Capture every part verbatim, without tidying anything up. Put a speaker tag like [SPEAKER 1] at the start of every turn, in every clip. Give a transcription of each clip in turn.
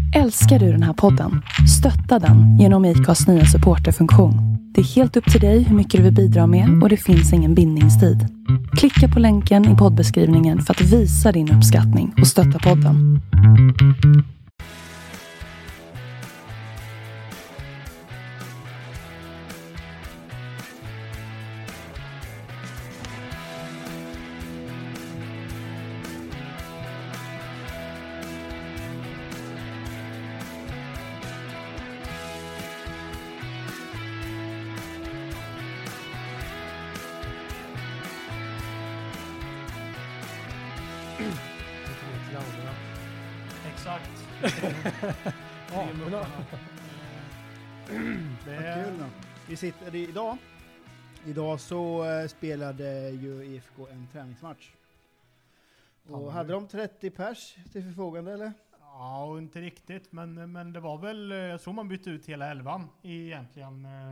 [SPEAKER 1] Älskar du den här podden? Stötta den genom I C A:s nya supporterfunktion. Det är helt upp till dig hur mycket du vill bidra med och det finns ingen bindningstid. Klicka på länken i poddbeskrivningen för att visa din uppskattning och stötta podden.
[SPEAKER 2] Exakt.
[SPEAKER 3] Ja, men då.
[SPEAKER 2] Det
[SPEAKER 3] Vad
[SPEAKER 2] är
[SPEAKER 3] kul då. Vi sitter idag. Idag så eh, spelade ju I F K en träningsmatch. Och
[SPEAKER 2] Ja,
[SPEAKER 3] hade de trettio pers till förfogande eller?
[SPEAKER 2] Ja, och inte riktigt, men, men det var väl, jag tror man bytte ut hela elvan egentligen eh,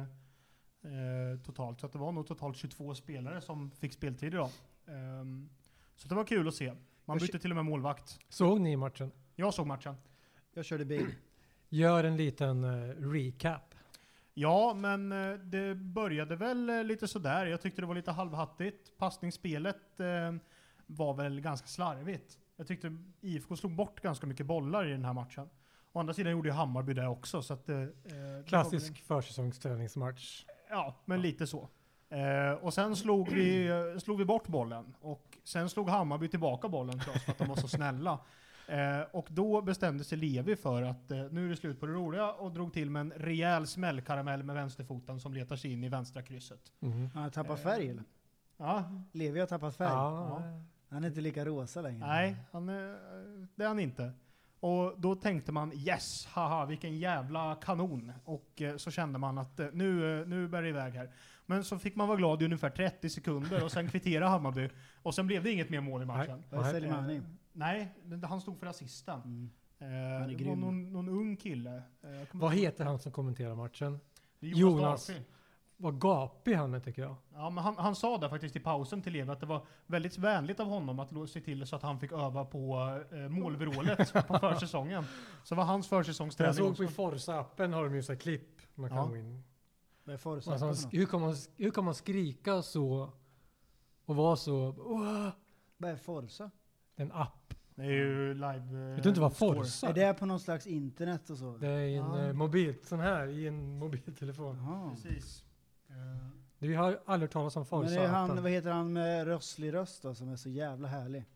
[SPEAKER 2] eh, totalt. Så att det var nog totalt tjugotvå spelare som fick speltid idag. Um, så det var kul att se. Man bytte till och med målvakt.
[SPEAKER 4] Såg ni matchen?
[SPEAKER 2] Jag såg matchen.
[SPEAKER 3] Jag körde bil.
[SPEAKER 4] Gör en liten uh, recap.
[SPEAKER 2] Ja, men eh, det började väl eh, lite sådär. Jag tyckte det var lite halvhattigt. Passningsspelet eh, var väl ganska slarvigt. Jag tyckte I F K slog bort ganska mycket bollar i den här matchen. Å andra sidan gjorde ju Hammarby det också. Så att, eh,
[SPEAKER 4] Klassisk
[SPEAKER 2] det
[SPEAKER 4] försäsongsträningsmatch.
[SPEAKER 2] Ja, men lite så. Eh, och sen slog vi, eh, slog vi bort bollen. Och sen slog Hammarby tillbaka bollen till oss för att de var så snälla. Eh, och då bestämde sig Levi för att eh, nu är det slut på det roliga och drog till med en rejäl smällkaramell med vänsterfoten som letar sig in i vänstra krysset.
[SPEAKER 4] Mm.
[SPEAKER 3] Han har tappat färg eller?
[SPEAKER 2] Ja,
[SPEAKER 3] Levi har tappat färg.
[SPEAKER 4] Ja.
[SPEAKER 3] Han är inte lika rosa längre.
[SPEAKER 2] nej, han, är- det är han inte. Och då tänkte man, yes, haha, vilken jävla kanon. Och eh, så kände man att eh, nu, eh, nu bär det iväg här. Men så fick man vara glad i ungefär trettio sekunder och sen kvittera Hammarby. Och sen blev det inget mer mål i matchen.
[SPEAKER 3] Vad är Selimani?
[SPEAKER 2] Eh, nej, det- han stod för assisten.
[SPEAKER 3] Mm.
[SPEAKER 2] Eh,
[SPEAKER 3] är
[SPEAKER 2] det var
[SPEAKER 3] grym.
[SPEAKER 2] någon, någon ung kille. Eh, jag kommer
[SPEAKER 4] Vad
[SPEAKER 2] inte ihåg.
[SPEAKER 4] heter han som kommenterar matchen?
[SPEAKER 2] Det är
[SPEAKER 4] Jonas.
[SPEAKER 2] Jonas Darby.
[SPEAKER 4] Vad gapig han är tycker jag.
[SPEAKER 2] Ja, men han, han sa där faktiskt i pausen till Levi att det var väldigt vänligt av honom att lo- se till så att han fick öva på eh, målvrålet på försäsongen. Så var hans
[SPEAKER 4] Jag
[SPEAKER 2] försäsongsträning
[SPEAKER 4] såg på
[SPEAKER 2] också.
[SPEAKER 4] Forza-appen har de ju så här klipp. Man kan
[SPEAKER 2] Ja.
[SPEAKER 4] gå in.
[SPEAKER 3] Vad är Forza?
[SPEAKER 4] Alltså, han sk- hur, kan man, hur kan man skrika så och vara så... Åh!
[SPEAKER 3] Vad är Forza?
[SPEAKER 4] Det är en app.
[SPEAKER 2] Det är ju live... eh,
[SPEAKER 4] Vet du inte vad
[SPEAKER 2] score.
[SPEAKER 4] Forza
[SPEAKER 3] Är det på någon slags internet och så?
[SPEAKER 4] Det är en
[SPEAKER 2] Ja.
[SPEAKER 4] eh, mobil, sån här i en mobiltelefon.
[SPEAKER 3] Jaha.
[SPEAKER 2] Precis. Eh,
[SPEAKER 4] Vi har aldrig hört talas om
[SPEAKER 3] Men det är han,
[SPEAKER 4] Forza-appen.
[SPEAKER 3] vad heter han med röstlig röst då, som är så jävla härlig?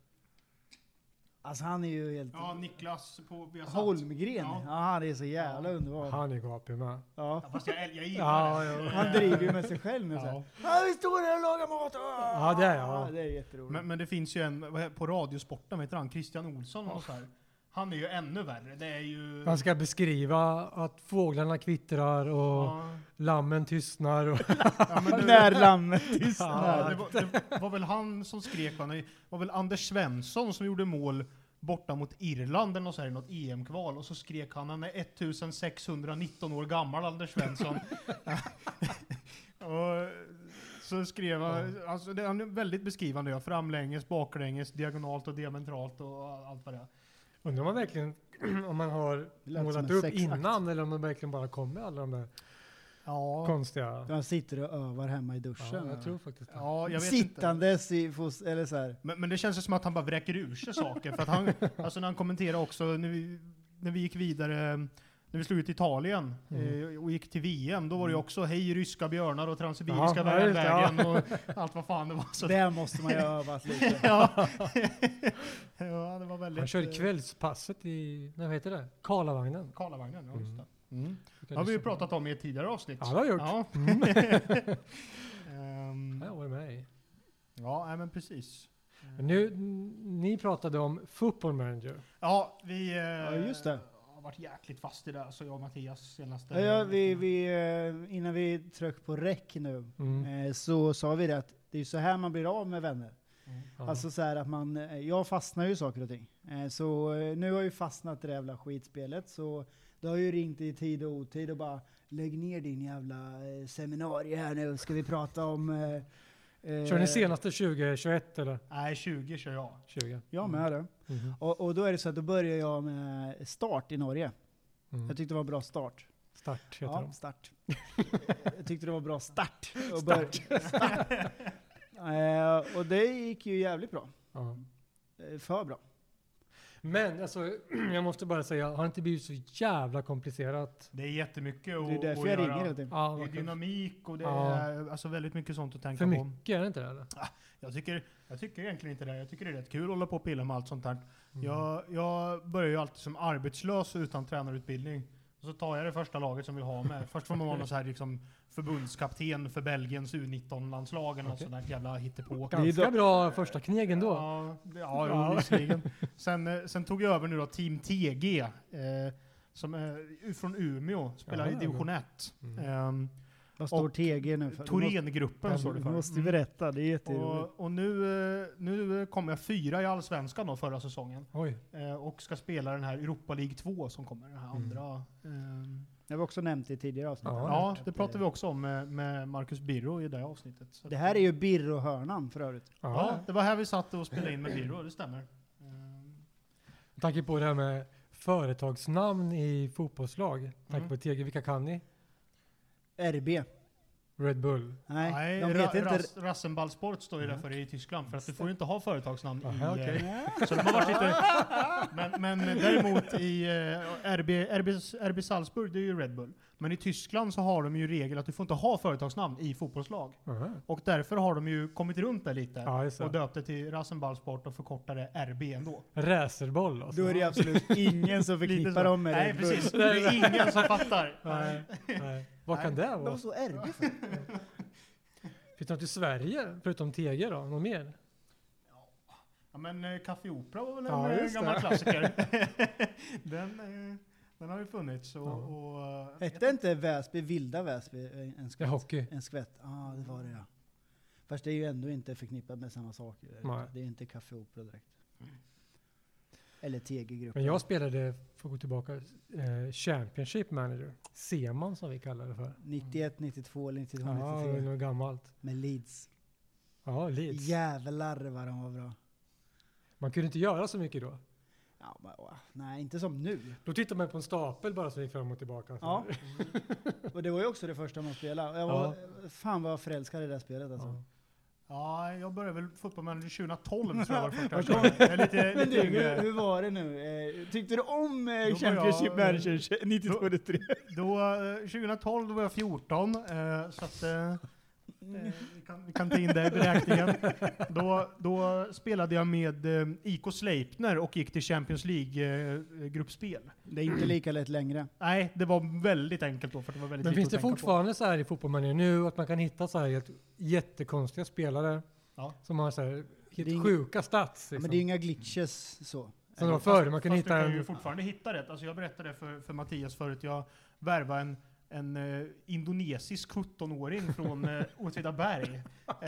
[SPEAKER 3] Alltså han är ju helt...
[SPEAKER 2] ja, Niklas på Viasat.
[SPEAKER 3] Holmgren.
[SPEAKER 2] Ja.
[SPEAKER 3] Ja. Han är så jävla
[SPEAKER 2] Ja.
[SPEAKER 3] underbar.
[SPEAKER 4] Han är gapig med.
[SPEAKER 3] Ja.
[SPEAKER 2] Ja, fast jag, jag gillar
[SPEAKER 4] Ja,
[SPEAKER 2] det.
[SPEAKER 4] ja.
[SPEAKER 3] Han driver ju med sig själv nu.
[SPEAKER 2] Ja.
[SPEAKER 3] Ja. Ja, vi står här och lagar mat.
[SPEAKER 4] Ja, det är jag.
[SPEAKER 3] Ja, det är jätteroligt.
[SPEAKER 2] Men, men det finns ju en, vad heter- på Radiosporten, vad heter han? Christian Olsson och så här. Han är ju ännu värre. Det är ju...
[SPEAKER 4] Man ska beskriva att fåglarna kvittrar och
[SPEAKER 2] Ja.
[SPEAKER 4] lammen tystnar. Och
[SPEAKER 2] Ja, men det-
[SPEAKER 3] När lammet
[SPEAKER 2] Ja,
[SPEAKER 3] tystnar.
[SPEAKER 2] det, var, det var väl han som skrek, va? Det var väl Anders Svensson som gjorde mål borta mot Irland eller något, så här, i något E M-kval, och så skrek han, han är ettusensexhundranitton år gammal, Anders Svensson. Och så skrev han, alltså det är väldigt beskrivande, ja, framlänges, baklänges, diagonalt och diametralt och allt vad det är.
[SPEAKER 4] undrar man verkligen om man har
[SPEAKER 3] lät som
[SPEAKER 4] målat
[SPEAKER 3] en
[SPEAKER 4] upp
[SPEAKER 3] sexakt.
[SPEAKER 4] innan eller om de verkligen bara kom med alla de där
[SPEAKER 2] Ja,
[SPEAKER 4] konstiga...
[SPEAKER 3] Han sitter och övar hemma i duschen.
[SPEAKER 4] Ja, jag tror faktiskt det.
[SPEAKER 2] ja jag vet inte.
[SPEAKER 3] Sittandes i fos, eller så här.
[SPEAKER 2] Men, men det känns ju som att han bara vräker ur sig saker. För att han, alltså när han kommenterar också, när vi, när vi gick vidare, när vi slog ut Italien
[SPEAKER 4] Mm.
[SPEAKER 2] eh, och gick till V M, då var det ju också hej ryska björnar och transsibiriska
[SPEAKER 4] Ja, ja, just det,
[SPEAKER 2] vägen och allt vad fan det var. Så
[SPEAKER 3] Där måste man ju ha övat lite.
[SPEAKER 2] ja. Ja, det var väldigt...
[SPEAKER 4] Han körde
[SPEAKER 2] eh,
[SPEAKER 4] kvällspasset i, nej, vad heter det? Karlavagnen.
[SPEAKER 2] Karlavagnen, ja, just
[SPEAKER 4] Mm.
[SPEAKER 2] det. Mm.
[SPEAKER 4] Du
[SPEAKER 2] Det
[SPEAKER 4] kan
[SPEAKER 2] har vi ju
[SPEAKER 4] lyssna på.
[SPEAKER 2] pratat om i ett tidigare avsnitt.
[SPEAKER 4] Ja, det har jag gjort.
[SPEAKER 2] Ja.
[SPEAKER 4] Mm.
[SPEAKER 2] Ehm,
[SPEAKER 4] Jag var med i.
[SPEAKER 2] ja, nej, men precis.
[SPEAKER 4] Men nu, n- ni pratade om football manager.
[SPEAKER 2] Ja, vi eh,
[SPEAKER 3] Ja, just det.
[SPEAKER 2] har varit jäkligt fast i det, så jag och Mattias senaste...
[SPEAKER 3] Ja, ja, vi, vi, eh, innan vi tryckte på räck nu
[SPEAKER 4] Mm.
[SPEAKER 3] eh, så sa vi det att det är så här man blir av med vänner.
[SPEAKER 2] Mm.
[SPEAKER 4] Ja.
[SPEAKER 3] Alltså så här att man, eh, jag fastnar ju i saker och ting. Eh, så eh, nu har jag ju fastnat i det jävla skitspelet, så det har ju ringt i tid och otid och bara lägg ner din jävla eh, seminarie här nu, ska vi prata om... Eh, eh,
[SPEAKER 4] Kör ni senaste tjugo tjugoett eller
[SPEAKER 2] Nej, tjugo kör jag.
[SPEAKER 4] tjugo?
[SPEAKER 3] Ja, med det.
[SPEAKER 4] Mhm.
[SPEAKER 3] Och, och då är det så att då börjar jag med start i Norge.
[SPEAKER 4] Mm.
[SPEAKER 3] Jag tyckte det var bra start.
[SPEAKER 4] Start heter
[SPEAKER 3] Ja,
[SPEAKER 4] de.
[SPEAKER 3] start. Jag tyckte det var bra start. Och, start. start. uh, och det gick ju jävligt bra.
[SPEAKER 4] Ja.
[SPEAKER 3] För bra.
[SPEAKER 4] Men alltså, jag måste bara säga, har det inte blivit så jävla komplicerat?
[SPEAKER 2] Det är jättemycket att,
[SPEAKER 3] Det är därför
[SPEAKER 2] att
[SPEAKER 3] jag
[SPEAKER 2] göra.
[SPEAKER 3] ringer hela tiden.
[SPEAKER 4] Ja,
[SPEAKER 2] Det är
[SPEAKER 4] verkligen.
[SPEAKER 2] dynamik och det
[SPEAKER 4] Ja.
[SPEAKER 2] är alltså väldigt mycket sånt att tänka
[SPEAKER 4] För
[SPEAKER 2] på.
[SPEAKER 4] mycket, är det inte det eller?
[SPEAKER 2] Jag tycker, jag tycker egentligen inte det. Jag tycker det är rätt kul att hålla på och pilla med allt sånt här.
[SPEAKER 4] Mm.
[SPEAKER 2] Jag, jag börjar ju alltid som arbetslös utan tränarutbildning. Och så tar jag det första laget som vill ha med. Först får man vara någon så här liksom förbundskapten för Belgiens U nitton-landslag eller något
[SPEAKER 4] Okej.
[SPEAKER 2] sånt där jävla hittepå.
[SPEAKER 4] Ganska
[SPEAKER 3] då-
[SPEAKER 4] bra första knegen då.
[SPEAKER 2] Ja, det- ja,
[SPEAKER 4] Ja.
[SPEAKER 2] ja. visserligen. Sen, eh, sen tog jag över nu då Team T G. Eh, som är från Umeå. Spelar
[SPEAKER 4] Jaha,
[SPEAKER 2] i division ett.
[SPEAKER 4] Mm.
[SPEAKER 2] Ehm,
[SPEAKER 3] Vad står
[SPEAKER 2] Och
[SPEAKER 3] T G nu för?
[SPEAKER 2] Thorengruppen står det
[SPEAKER 3] Du
[SPEAKER 2] för.
[SPEAKER 3] måste
[SPEAKER 2] Mm.
[SPEAKER 3] berätta, det är jätteroligt.
[SPEAKER 2] Och, och nu, eh, nu kom jag fyra i Allsvenskan då förra säsongen.
[SPEAKER 4] Oj.
[SPEAKER 2] Eh, och ska spela den här Europa League två som kommer. Den här
[SPEAKER 4] Mm.
[SPEAKER 2] andra. ehm,
[SPEAKER 3] Det har vi också nämnt i tidigare avsnitt.
[SPEAKER 4] Ja,
[SPEAKER 2] ja,
[SPEAKER 3] Att,
[SPEAKER 2] det
[SPEAKER 3] eh,
[SPEAKER 2] pratade vi också om med, med Marcus Birro i det här avsnittet. Så
[SPEAKER 3] Det
[SPEAKER 2] att-
[SPEAKER 3] här är ju Birro-hörnan för övrigt.
[SPEAKER 4] Ja.
[SPEAKER 2] Ja, det var här vi satt och spelade in med Birro, det stämmer. Ehm,
[SPEAKER 4] Med tanke på det här med företagsnamn i fotbollslag. Med tanke
[SPEAKER 2] Mm.
[SPEAKER 4] på T G, vilka kan ni?
[SPEAKER 3] R B.
[SPEAKER 4] Red Bull.
[SPEAKER 3] Nej,
[SPEAKER 2] Nej,
[SPEAKER 3] de
[SPEAKER 2] Ra-
[SPEAKER 3] heter inte...
[SPEAKER 2] Ras- Rassenballsport står ju där för i Tyskland, för att du får ju inte ha företagsnamn
[SPEAKER 4] Aha,
[SPEAKER 2] i...
[SPEAKER 4] okej.
[SPEAKER 2] eh, Så de har varit lite... Men, men däremot i eh, R B, R B, R B Salzburg, det är ju Red Bull. Men i Tyskland så har de ju regel att du får inte ha företagsnamn i fotbollslag.
[SPEAKER 4] Aha.
[SPEAKER 2] Och därför har de ju kommit runt det lite.
[SPEAKER 4] Ja, just
[SPEAKER 2] Och
[SPEAKER 4] det.
[SPEAKER 2] döpt det till Rassenballsport och förkortade R B ändå.
[SPEAKER 4] Racerboll alltså.
[SPEAKER 3] Då är det absolut ingen som
[SPEAKER 2] Lite
[SPEAKER 3] förknippar
[SPEAKER 2] så.
[SPEAKER 3] dem med
[SPEAKER 2] Nej,
[SPEAKER 3] Red Bull.
[SPEAKER 2] precis. Det är ingen som fattar.
[SPEAKER 4] Nej, nej. Vad kan
[SPEAKER 2] Nej.
[SPEAKER 4] det
[SPEAKER 3] Vad
[SPEAKER 4] vara?
[SPEAKER 3] så R B för?
[SPEAKER 4] Finns det något i Sverige förutom T G då? Något mer?
[SPEAKER 2] Ja, men eh, Café Opera var väl en
[SPEAKER 4] Ja,
[SPEAKER 2] eh,
[SPEAKER 4] just
[SPEAKER 2] gammal
[SPEAKER 4] det.
[SPEAKER 2] klassiker. den, eh, den har ju funnits. Och,
[SPEAKER 4] Ja.
[SPEAKER 2] och, eh,
[SPEAKER 3] Hette inte Väsby, Vilda Väsby, en
[SPEAKER 4] Ja,
[SPEAKER 3] skvätt?
[SPEAKER 4] hockey.
[SPEAKER 3] En skvätt, ja ah, det var det ja. Fast det är ju ändå inte förknippat med samma saker.
[SPEAKER 4] Nej.
[SPEAKER 3] Det är inte Café Opera direkt. Eller T G-gruppen.
[SPEAKER 4] Men jag spelade, för att gå tillbaka, eh, Championship Manager. Seman som vi kallar det för.
[SPEAKER 3] nittioett, nittiotvå eller nittiotvå,
[SPEAKER 4] Ja, det är
[SPEAKER 3] nittiotre.
[SPEAKER 4] något gammalt.
[SPEAKER 3] Med Leeds.
[SPEAKER 4] Ja, Leeds.
[SPEAKER 3] Jävlar vad de var bra.
[SPEAKER 4] Man kunde inte göra så mycket då.
[SPEAKER 3] Ja, men, åh, nej, inte som nu.
[SPEAKER 4] Då tittar man på en stapel bara som gick fram och tillbaka.
[SPEAKER 3] Ja. Och det var ju också det första man spelade. Jag var, fan vad förälskad i det där spelet alltså.
[SPEAKER 4] Ja.
[SPEAKER 2] Ja, jag började väl fotbollmanager tjugotolv tror jag var första
[SPEAKER 3] Vad
[SPEAKER 2] jag körde. Jag är lite,
[SPEAKER 3] Men
[SPEAKER 2] lite
[SPEAKER 3] du, hur,
[SPEAKER 2] yngre.
[SPEAKER 3] hur var det nu? Eh, tyckte du om eh,
[SPEAKER 2] Då var
[SPEAKER 3] Championship
[SPEAKER 2] jag-
[SPEAKER 3] Manager nittiotvå nittiotre?
[SPEAKER 2] Då, eh, tjugotolv då var jag fjorton, eh, så att eh, eh, vi, kan, vi kan ta in det i beräkningen. Då, då spelade jag med eh, I K Sleipner och gick till Champions League-gruppspel.
[SPEAKER 3] Det är inte lika lätt längre.
[SPEAKER 2] Nej, det var väldigt enkelt då, för det var väldigt
[SPEAKER 4] Men
[SPEAKER 2] lite
[SPEAKER 4] finns
[SPEAKER 2] att
[SPEAKER 4] det
[SPEAKER 2] tänka på.
[SPEAKER 4] fortfarande så här i fotbollmanager nu att man kan hitta så här helt jättekonstiga spelare
[SPEAKER 2] Ja.
[SPEAKER 4] som har så här
[SPEAKER 3] Det är
[SPEAKER 4] helt
[SPEAKER 3] ing-
[SPEAKER 4] sjuka stats?
[SPEAKER 3] Ja,
[SPEAKER 4] Liksom.
[SPEAKER 3] men det är ju inga glitches så.
[SPEAKER 4] Som det var
[SPEAKER 2] Fast-
[SPEAKER 4] förr, man kan
[SPEAKER 2] fast
[SPEAKER 4] hitta
[SPEAKER 2] du kan ju
[SPEAKER 4] en...
[SPEAKER 2] fortfarande hitta rätt. Alltså jag berättade för, för Mattias förut, jag värvade en, en eh, indonesisk sjutton-åring från eh, Åtvidaberg.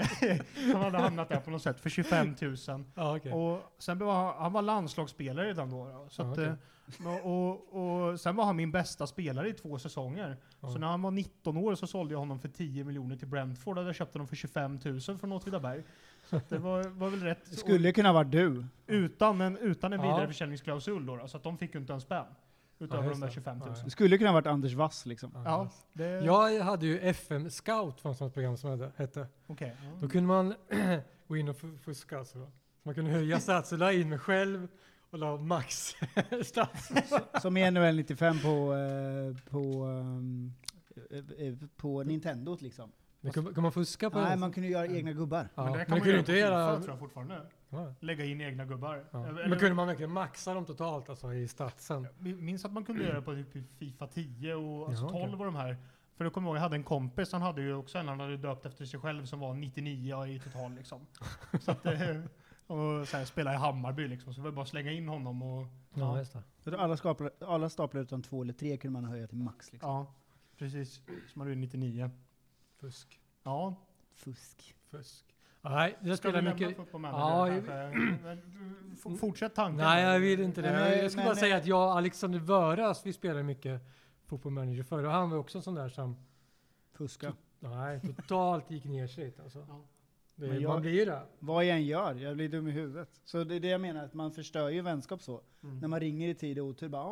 [SPEAKER 2] som hade hamnat där på något sätt för tjugofem tusen.
[SPEAKER 4] Ja, okej.
[SPEAKER 2] Och sen blev han, han var landslagsspelare redan då. då. Så
[SPEAKER 4] Ja,
[SPEAKER 2] att,
[SPEAKER 4] okej.
[SPEAKER 2] eh, och, och, och sen var han min bästa spelare i två säsonger.
[SPEAKER 4] Ja.
[SPEAKER 2] Så när han var nitton år så sålde jag honom för tio miljoner till Brentford och jag köpte honom för tjugofem tusen från Åtvidaberg. Så att det var, var väl rätt.
[SPEAKER 3] Det skulle kunna vara du.
[SPEAKER 2] Utan en, utan en
[SPEAKER 4] Ja.
[SPEAKER 2] vidareförsäljningsklausul då, då, så att de fick ju inte en spänn. Utöver
[SPEAKER 4] just
[SPEAKER 2] de där
[SPEAKER 4] det.
[SPEAKER 2] tjugofem tusen.
[SPEAKER 3] Det skulle kunna varit Anders Wass liksom.
[SPEAKER 2] Ja, det...
[SPEAKER 4] Jag hade ju F M Scout från ett program som hade, hette.
[SPEAKER 2] Okej.
[SPEAKER 4] Då kunde man gå in och fu- fuska. Alltså. Så man kunde höja stats och la in mig själv och la max stats.
[SPEAKER 3] Som i N H L nittiofem på, eh, på, ehm, eh, eh, på Nintendo liksom.
[SPEAKER 4] Men kan, kan man fuska på
[SPEAKER 3] Nej,
[SPEAKER 4] det?
[SPEAKER 3] man kunde göra egna gubbar.
[SPEAKER 4] Ja,
[SPEAKER 2] Men det
[SPEAKER 4] men
[SPEAKER 2] kan man
[SPEAKER 4] kunde
[SPEAKER 2] göra
[SPEAKER 4] inte
[SPEAKER 2] på FIFA,
[SPEAKER 4] göra...
[SPEAKER 2] tror jag fortfarande.
[SPEAKER 4] Ja.
[SPEAKER 2] Lägga in egna gubbar.
[SPEAKER 4] Ja.
[SPEAKER 2] Eller-
[SPEAKER 4] Men kunde man verkligen maxa dem totalt alltså, i statsen?
[SPEAKER 2] Jag minns att man kunde göra på typ FIFA tio och alltså
[SPEAKER 4] Ja, okej.
[SPEAKER 2] tolv och de här. För jag kommer ihåg, jag hade en kompis, han hade ju också en, han hade döpt efter sig själv som var nittionio i total liksom. Så att, eh, och så här, spela i Hammarby liksom, så det var bara att slänga in honom och...
[SPEAKER 4] Ja, just det.
[SPEAKER 3] Så alla, skaplar, alla staplar utan två eller tre kunde man höja till max liksom.
[SPEAKER 2] Ja, precis. Som hade ju nittionio.
[SPEAKER 4] Fusk.
[SPEAKER 2] Ja.
[SPEAKER 3] Fusk.
[SPEAKER 4] Fusk. Nej, jag
[SPEAKER 2] Ska vi
[SPEAKER 4] spelar
[SPEAKER 2] lämna
[SPEAKER 4] mycket...
[SPEAKER 2] Football
[SPEAKER 4] Ja,
[SPEAKER 2] Manager
[SPEAKER 4] jag-
[SPEAKER 2] kanske? Men, f- Fortsätt tanken.
[SPEAKER 4] Nej, jag vill inte det.
[SPEAKER 3] Nej,
[SPEAKER 4] jag skulle
[SPEAKER 3] men-
[SPEAKER 4] bara säga att jag och Alexander Wörös, vi spelade mycket Football Manager förr. Och han var också en sån där som
[SPEAKER 3] Fuska.
[SPEAKER 4] nej, totalt gick ner sig. Alltså.
[SPEAKER 2] Ja.
[SPEAKER 4] Det,
[SPEAKER 3] Men jag-
[SPEAKER 4] Man blir ju det.
[SPEAKER 3] Vad jag än gör, jag blir dum i huvudet. Så det är det jag menar, att man förstör ju vänskap så.
[SPEAKER 2] Mm.
[SPEAKER 3] När man ringer i tid och otur, bara "Ja,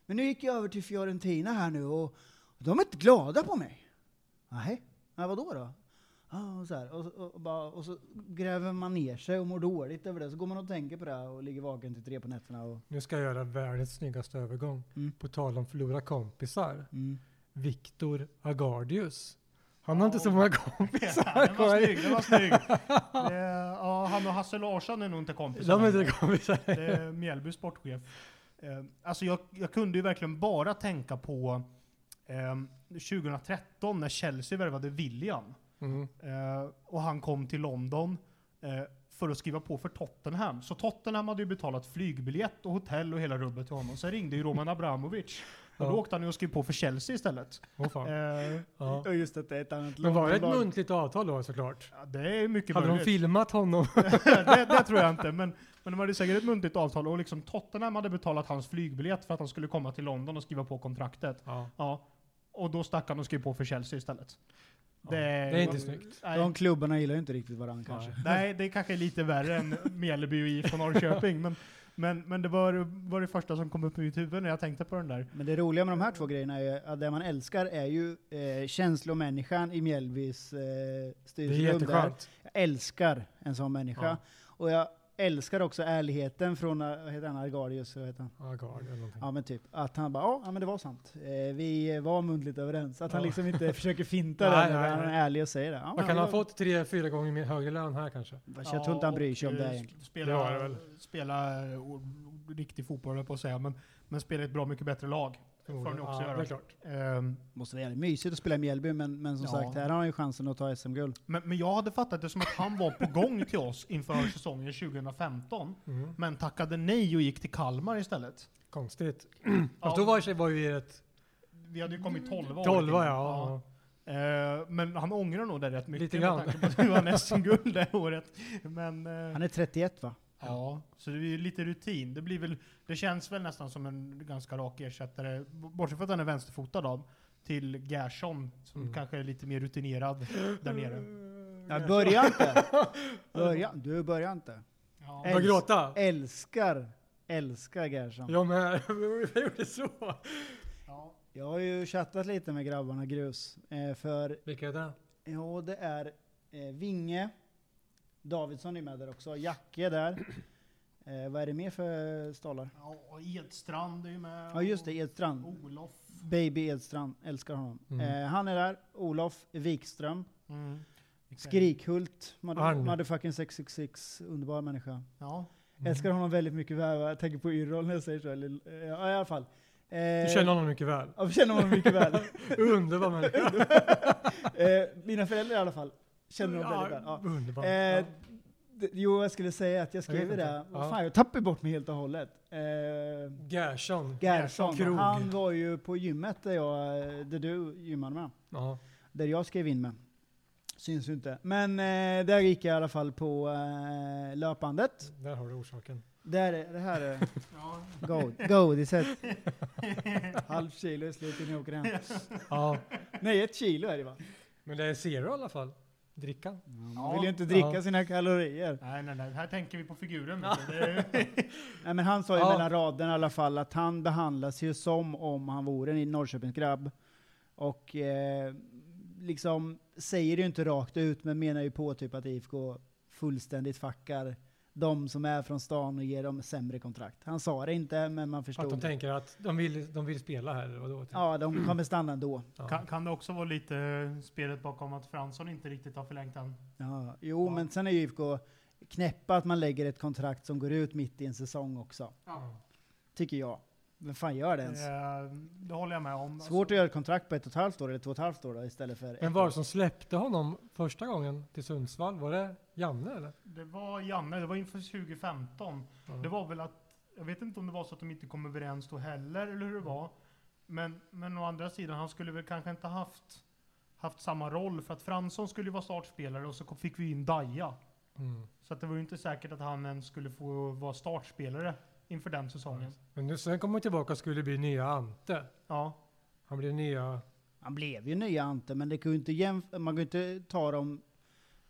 [SPEAKER 3] Men nu gick jag över till Fiorentina här nu och de är inte glada på mig. Nej, nej vadå då? Ah, och, så här, och, och, och, bara, och så gräver man ner sig och mår dåligt över det. Så går man och tänker på det och ligger vaken till tre på nätterna. Och
[SPEAKER 4] Nu ska jag göra världens snyggaste övergång.
[SPEAKER 3] Mm.
[SPEAKER 4] På tal om förlora kompisar.
[SPEAKER 3] Mm.
[SPEAKER 4] Viktor Agardius. Han har inte så många kompisar.
[SPEAKER 2] Ja, den var snygg, den var snygg. Det, ja, han och Hasse Larsson är nog inte kompisar.
[SPEAKER 4] De är inte kompisar.
[SPEAKER 2] Det är Mjällby sportchef. Eh, alltså jag, jag kunde ju verkligen bara tänka på eh, tjugohundratretton när Chelsea värvade William.
[SPEAKER 4] Mm.
[SPEAKER 2] Eh, och han kom till London eh, för att skriva på för Tottenham. Så Tottenham hade ju betalat flygbiljett och hotell och hela rubbet till honom. Sen ringde ju Roman Abramovic. Och då
[SPEAKER 4] Ja.
[SPEAKER 2] åkte han ju och skrev på för Chelsea istället.
[SPEAKER 4] Åh fan.
[SPEAKER 2] Eh,
[SPEAKER 4] Ja.
[SPEAKER 3] Och just att det är ett annat
[SPEAKER 4] Men var det ett
[SPEAKER 3] lag.
[SPEAKER 4] muntligt avtal då såklart?
[SPEAKER 2] ja, det är mycket
[SPEAKER 4] Hade de
[SPEAKER 2] möjligt.
[SPEAKER 4] filmat honom?
[SPEAKER 2] det, det tror jag inte, men, men de hade säkert ett muntligt avtal och liksom Tottenham hade betalat hans flygbiljett för att han skulle komma till London och skriva på kontraktet.
[SPEAKER 4] Ja.
[SPEAKER 2] Ja. Och då stack han och skrev på för Chelsea istället.
[SPEAKER 4] Ja. Det är inte snyggt.
[SPEAKER 2] Nej,
[SPEAKER 3] De klubbarna gillar ju inte riktigt varandra kanske.
[SPEAKER 4] Nej.
[SPEAKER 2] nej, det är kanske lite värre än Mjällby och I F K Norrköping, men, men, men det var, var det första som kom upp i mitt huvud när jag tänkte på den där.
[SPEAKER 3] Men det roliga med de här två grejerna är ju att det man älskar är ju eh, känslomänniskan i Mjällbys eh,
[SPEAKER 4] Det är
[SPEAKER 3] styrelserum där.
[SPEAKER 4] jätteskönt.
[SPEAKER 3] Jag älskar en sån människa.
[SPEAKER 4] Ja.
[SPEAKER 3] Och jag älskar också ärligheten från, eh, vad heter han, Argarius, vad heter han?
[SPEAKER 4] Agard eller någonting.
[SPEAKER 3] Ja men typ, att han bara, ja men det var sant. Eh, vi var muntligt överens. Att han
[SPEAKER 4] Ja.
[SPEAKER 3] liksom inte försöker finta
[SPEAKER 4] Nej,
[SPEAKER 3] det,
[SPEAKER 4] nej,
[SPEAKER 3] han är
[SPEAKER 4] nej.
[SPEAKER 3] ärlig och säger det. Ja,
[SPEAKER 4] Man kan
[SPEAKER 3] ja,
[SPEAKER 4] ha fått tre, fyra gånger mer högre lön här kanske.
[SPEAKER 3] Jag tror inte han bryr sig om
[SPEAKER 2] och,
[SPEAKER 3] det
[SPEAKER 2] eh,
[SPEAKER 3] egentligen.
[SPEAKER 2] Spela,
[SPEAKER 4] Det var det väl.
[SPEAKER 2] spela eh, o- riktig fotboll, höll jag på att säga, men, men spela ett bra mycket bättre lag. Det får han ju också
[SPEAKER 4] Ja,
[SPEAKER 2] göra.
[SPEAKER 4] det är klart.
[SPEAKER 2] Ehm,
[SPEAKER 3] Måste vara jävligt mysigt att spela i Mjällby, men, men som
[SPEAKER 2] Ja.
[SPEAKER 3] sagt, här har han ju chansen att ta S M-guld.
[SPEAKER 2] Men, men jag hade fattat det som att han var på gång till oss inför säsongen tjugohundrafemton.
[SPEAKER 4] Mm.
[SPEAKER 2] Men tackade nej och gick till Kalmar istället.
[SPEAKER 4] Konstigt.
[SPEAKER 2] Ja,
[SPEAKER 4] Fast då var, var ju ett
[SPEAKER 2] vi hade ju kommit tolva.
[SPEAKER 4] tolva ja. ja.
[SPEAKER 2] Eh, men han ångrar nog det rätt mycket.
[SPEAKER 4] Lite
[SPEAKER 2] med
[SPEAKER 4] grann.
[SPEAKER 2] tanke på att vi vann S M-guld det året. Men, eh,
[SPEAKER 3] Han är trettioett va?
[SPEAKER 2] ja, så det är ju lite rutin. Det, blir väl, det känns väl nästan som en ganska rak ersättare, bortsett från att han är vänsterfotad av, till Gerson som
[SPEAKER 4] Mm.
[SPEAKER 2] kanske är lite mer rutinerad där nere.
[SPEAKER 3] Ja, börja inte! Börja, du börjar inte.
[SPEAKER 2] Ja.
[SPEAKER 4] Jag gråta.
[SPEAKER 3] Älskar, älskar Gerson.
[SPEAKER 4] Jag med. Jag gjorde så.
[SPEAKER 2] Ja.
[SPEAKER 3] Jag har ju chattat lite med grabbarna Grus. Eh, för,
[SPEAKER 4] Vilka är det?
[SPEAKER 3] ja det är eh, Vinge, Davidsson är med där också, Jacke där. Eh, vad är det mer för stollar?
[SPEAKER 2] Ja, och Edstrand är ju med.
[SPEAKER 3] Ja just det, Edstrand.
[SPEAKER 2] Olof.
[SPEAKER 3] Baby Edstrand, älskar honom.
[SPEAKER 4] Mm.
[SPEAKER 3] Eh, han är där, Olof Wikström,
[SPEAKER 2] Mm.
[SPEAKER 3] Skrikhult, Mother-
[SPEAKER 4] Arn.
[SPEAKER 3] motherfucking sex sex sex, underbar människa.
[SPEAKER 2] Ja.
[SPEAKER 4] Mm.
[SPEAKER 3] Älskar honom väldigt mycket väl, jag tänker på Yrrol när jag säger så. Eller, eh, ja i alla fall. Eh,
[SPEAKER 4] Du känner honom mycket väl.
[SPEAKER 3] Ja, jag känner honom mycket väl.
[SPEAKER 4] Underbar människa.
[SPEAKER 3] eh, mina föräldrar i alla fall känner honom väldigt väl. Ja.
[SPEAKER 4] Underbar.
[SPEAKER 3] Eh,
[SPEAKER 4] Ja.
[SPEAKER 3] d- jo, jag skulle säga att jag
[SPEAKER 4] Jag
[SPEAKER 3] skrev
[SPEAKER 4] vet
[SPEAKER 3] det.
[SPEAKER 4] inte.
[SPEAKER 3] Vad
[SPEAKER 4] Ja.
[SPEAKER 3] fan, jag tappade bort mig helt och hållet. Eh,
[SPEAKER 4] Gerson.
[SPEAKER 3] Gerson,
[SPEAKER 4] Krog.
[SPEAKER 3] han var ju på gymmet där, jag, där du gymmade med.
[SPEAKER 4] Ja.
[SPEAKER 3] Där jag skrev in med. Syns ju inte. Men eh, där gick jag i alla fall på eh, löpandet.
[SPEAKER 4] Där har du orsaken.
[SPEAKER 3] Där är, det här är
[SPEAKER 2] Ja.
[SPEAKER 3] god, godiset. Halv kilo är slut innan jag åker hem.
[SPEAKER 4] Ja.
[SPEAKER 3] Nej, ett kilo är det va?
[SPEAKER 4] Men det är zero i alla fall. Dricka.
[SPEAKER 3] Man vill ju inte dricka
[SPEAKER 4] Ja.
[SPEAKER 3] sina kalorier.
[SPEAKER 2] Nej, nej, nej. Här tänker vi på figuren. vet du. Det är-
[SPEAKER 3] Nej, men han sa ju
[SPEAKER 4] Ja.
[SPEAKER 3] mellan raderna i alla fall att han behandlas ju som om han vore en Norrköpingsgrabb. Och eh, liksom säger det ju inte rakt ut, men menar ju på typ att I F K fullständigt fuckar de som är från stan och ger dem sämre kontrakt. Han sa det inte, men man
[SPEAKER 4] Att
[SPEAKER 3] förstod.
[SPEAKER 4] de tänker att de vill, de vill spela här. Eller vadå, typ.
[SPEAKER 3] Ja, de kommer stanna ändå.
[SPEAKER 4] Ja.
[SPEAKER 2] kan, kan det också vara lite spelet bakom att Fransson inte riktigt har förlängt än?
[SPEAKER 3] Ja, jo,
[SPEAKER 2] Ja.
[SPEAKER 3] men sen är ju I F K knäppa att man lägger ett kontrakt som går ut mitt i en säsong också.
[SPEAKER 2] Ja.
[SPEAKER 3] Tycker jag. Vem fan gör det ens?
[SPEAKER 2] Det, det håller jag med om.
[SPEAKER 3] Svårt att göra ett kontrakt på ett och ett halvt år eller två och ett halvt år då, istället för
[SPEAKER 4] Men
[SPEAKER 3] ett
[SPEAKER 4] var
[SPEAKER 3] år.
[SPEAKER 4] det som släppte honom första gången till Sundsvall? Var det Janne eller?
[SPEAKER 2] Det var Janne, det var inför tjugo femton.
[SPEAKER 4] Ja.
[SPEAKER 2] Det var väl att, jag vet inte om det var så att de inte kom överens då heller, eller hur det var. Men, men å andra sidan, han skulle väl kanske inte haft, haft samma roll, för att Fransson skulle ju vara startspelare och så kom- fick vi in Daja.
[SPEAKER 4] Mm.
[SPEAKER 2] Så att det var ju inte säkert att han ens skulle få vara startspelare inför den säsongen.
[SPEAKER 4] Men nu, sen kommer han tillbaka och skulle bli nya Ante.
[SPEAKER 2] Ja,
[SPEAKER 4] Han blir nya...
[SPEAKER 3] Han blev ju nya Ante, men det kan ju inte jämf- man kan ju inte ta dem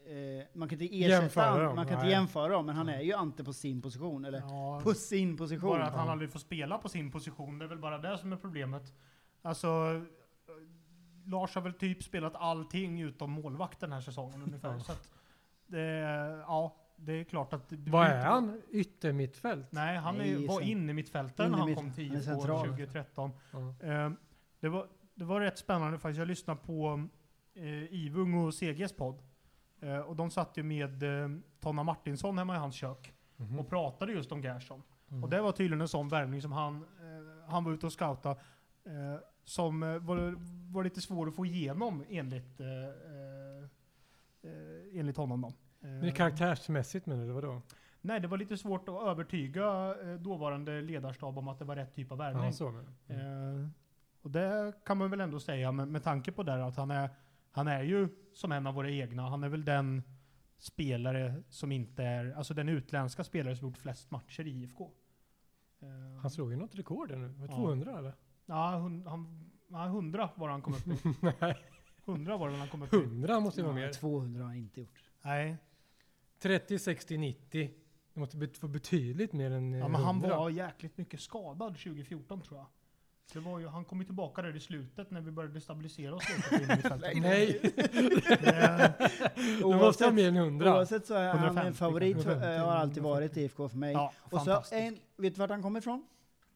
[SPEAKER 3] eh, man kan inte ersätta
[SPEAKER 4] Jämföra
[SPEAKER 3] han,
[SPEAKER 4] dem,
[SPEAKER 3] man kan inte
[SPEAKER 4] nej.
[SPEAKER 3] jämföra dem, men han är ju Ante på sin position, eller
[SPEAKER 2] Ja,
[SPEAKER 3] på sin position.
[SPEAKER 2] bara att han
[SPEAKER 3] Ja.
[SPEAKER 2] aldrig får spela på sin position, det är väl bara det som är problemet. Alltså, eh, Lars har väl typ spelat allting utom målvakt den här säsongen ungefär.
[SPEAKER 4] Ja.
[SPEAKER 2] Så att det, ja, det är klart att... det-
[SPEAKER 4] Vad är han? Yttermittfält?
[SPEAKER 2] Nej, han
[SPEAKER 3] Nej,
[SPEAKER 2] är, var
[SPEAKER 3] sen-
[SPEAKER 2] inne i mittfältaren när
[SPEAKER 3] in i
[SPEAKER 2] han
[SPEAKER 3] mitt-
[SPEAKER 2] kom
[SPEAKER 3] han är
[SPEAKER 2] tio på
[SPEAKER 3] central.
[SPEAKER 2] tjugo tretton.
[SPEAKER 4] Ja.
[SPEAKER 2] Eh, det, var, det var rätt spännande faktiskt. Jag lyssnade på eh, Ivung och C G:s podd. Eh, och de satt ju med eh, Tonna Martinsson hemma i hans kök
[SPEAKER 4] Mhm.
[SPEAKER 2] och pratade just om Gerson.
[SPEAKER 4] Mm.
[SPEAKER 2] Och det var tydligen en sån värvning som han, eh, han var ute och scouta eh, som eh, var, var lite svår att få igenom enligt, eh, eh, eh, enligt honom. Då. Eh,
[SPEAKER 4] Men det är karaktärsmässigt menar du, vadå?
[SPEAKER 2] nej, det var lite svårt att övertyga eh, dåvarande ledarstab om att det var rätt typ av värvning.
[SPEAKER 4] Ja, så menar du. Mm.
[SPEAKER 2] Eh, och det kan man väl ändå säga med, med tanke på det att han är, han är ju som en av våra egna. Han är väl den spelare som inte är, alltså den utländska spelare som gjort flest matcher i I F K. Eh,
[SPEAKER 4] Han slog ju något rekord där nu. Var det
[SPEAKER 2] Ja.
[SPEAKER 4] tvåhundra eller?
[SPEAKER 2] ja, hun, han, ja, hundra var han kom upp i.
[SPEAKER 4] Nej,
[SPEAKER 2] hundra var det han kom upp i.
[SPEAKER 4] hundra måste ju vara
[SPEAKER 3] Ja,
[SPEAKER 4] mer.
[SPEAKER 3] tvåhundra har han inte gjort.
[SPEAKER 2] Nej,
[SPEAKER 4] trettio, sextio, nittio. Det måste bet- få betydligt mer än eh,
[SPEAKER 2] ja, men han
[SPEAKER 4] hundra.
[SPEAKER 2] var jäkligt mycket skadad tjugo fjorton tror jag. Det var ju, han kom ju tillbaka där i slutet när vi började stabilisera oss lite. in i mittfältet.
[SPEAKER 4] Nej,
[SPEAKER 2] Det-
[SPEAKER 4] det måste vara mer än hundra.
[SPEAKER 3] Oavsett så är han en
[SPEAKER 2] hundrafemtio,
[SPEAKER 3] favorit, för,
[SPEAKER 4] hundrafemtio,
[SPEAKER 3] eh, har alltid varit i I F K för mig.
[SPEAKER 2] Ja,
[SPEAKER 3] Och så
[SPEAKER 2] fantastiskt.
[SPEAKER 3] en, vet du vart han kommer ifrån?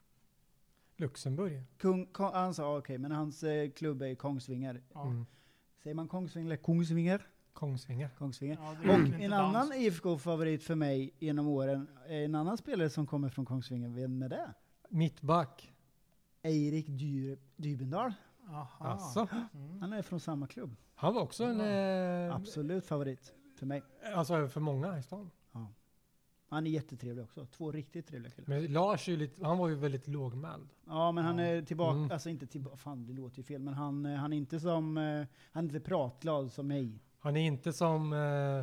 [SPEAKER 4] Luxemburg.
[SPEAKER 3] Kung, Kong, han sa okej, men hans eh, klubb är Kongsvinger.
[SPEAKER 2] Ja.
[SPEAKER 4] Mm.
[SPEAKER 3] Säger man Kongsvinger eller Kongsvinger?
[SPEAKER 4] Kongsvinger.
[SPEAKER 3] Kongsvinger.
[SPEAKER 2] Ja, det är
[SPEAKER 3] Och
[SPEAKER 2] egentligen
[SPEAKER 3] en
[SPEAKER 2] inte
[SPEAKER 3] annan
[SPEAKER 2] dans.
[SPEAKER 3] I F K-favorit för mig genom åren, är en annan spelare som kommer från Kongsvinger, vem är det?
[SPEAKER 4] Mittback.
[SPEAKER 3] Eirik Dy- Dybendal.
[SPEAKER 2] Aha.
[SPEAKER 4] Alltså,
[SPEAKER 2] Mm.
[SPEAKER 3] Han är från samma klubb.
[SPEAKER 4] han var också en... Eh,
[SPEAKER 3] Absolut favorit för mig.
[SPEAKER 4] alltså för många i stan.
[SPEAKER 3] Han är jättetrevlig också. Två riktigt trevliga killar.
[SPEAKER 4] Men Lars är ju lite, han var ju väldigt lågmäld.
[SPEAKER 3] Ja, men han
[SPEAKER 2] Ja.
[SPEAKER 3] är tillbaka,
[SPEAKER 4] Mm.
[SPEAKER 3] alltså inte tillbaka, fan det låter ju fel, men han, eh, han är inte som, eh, han är inte pratglad som mig.
[SPEAKER 4] Han är inte som eh,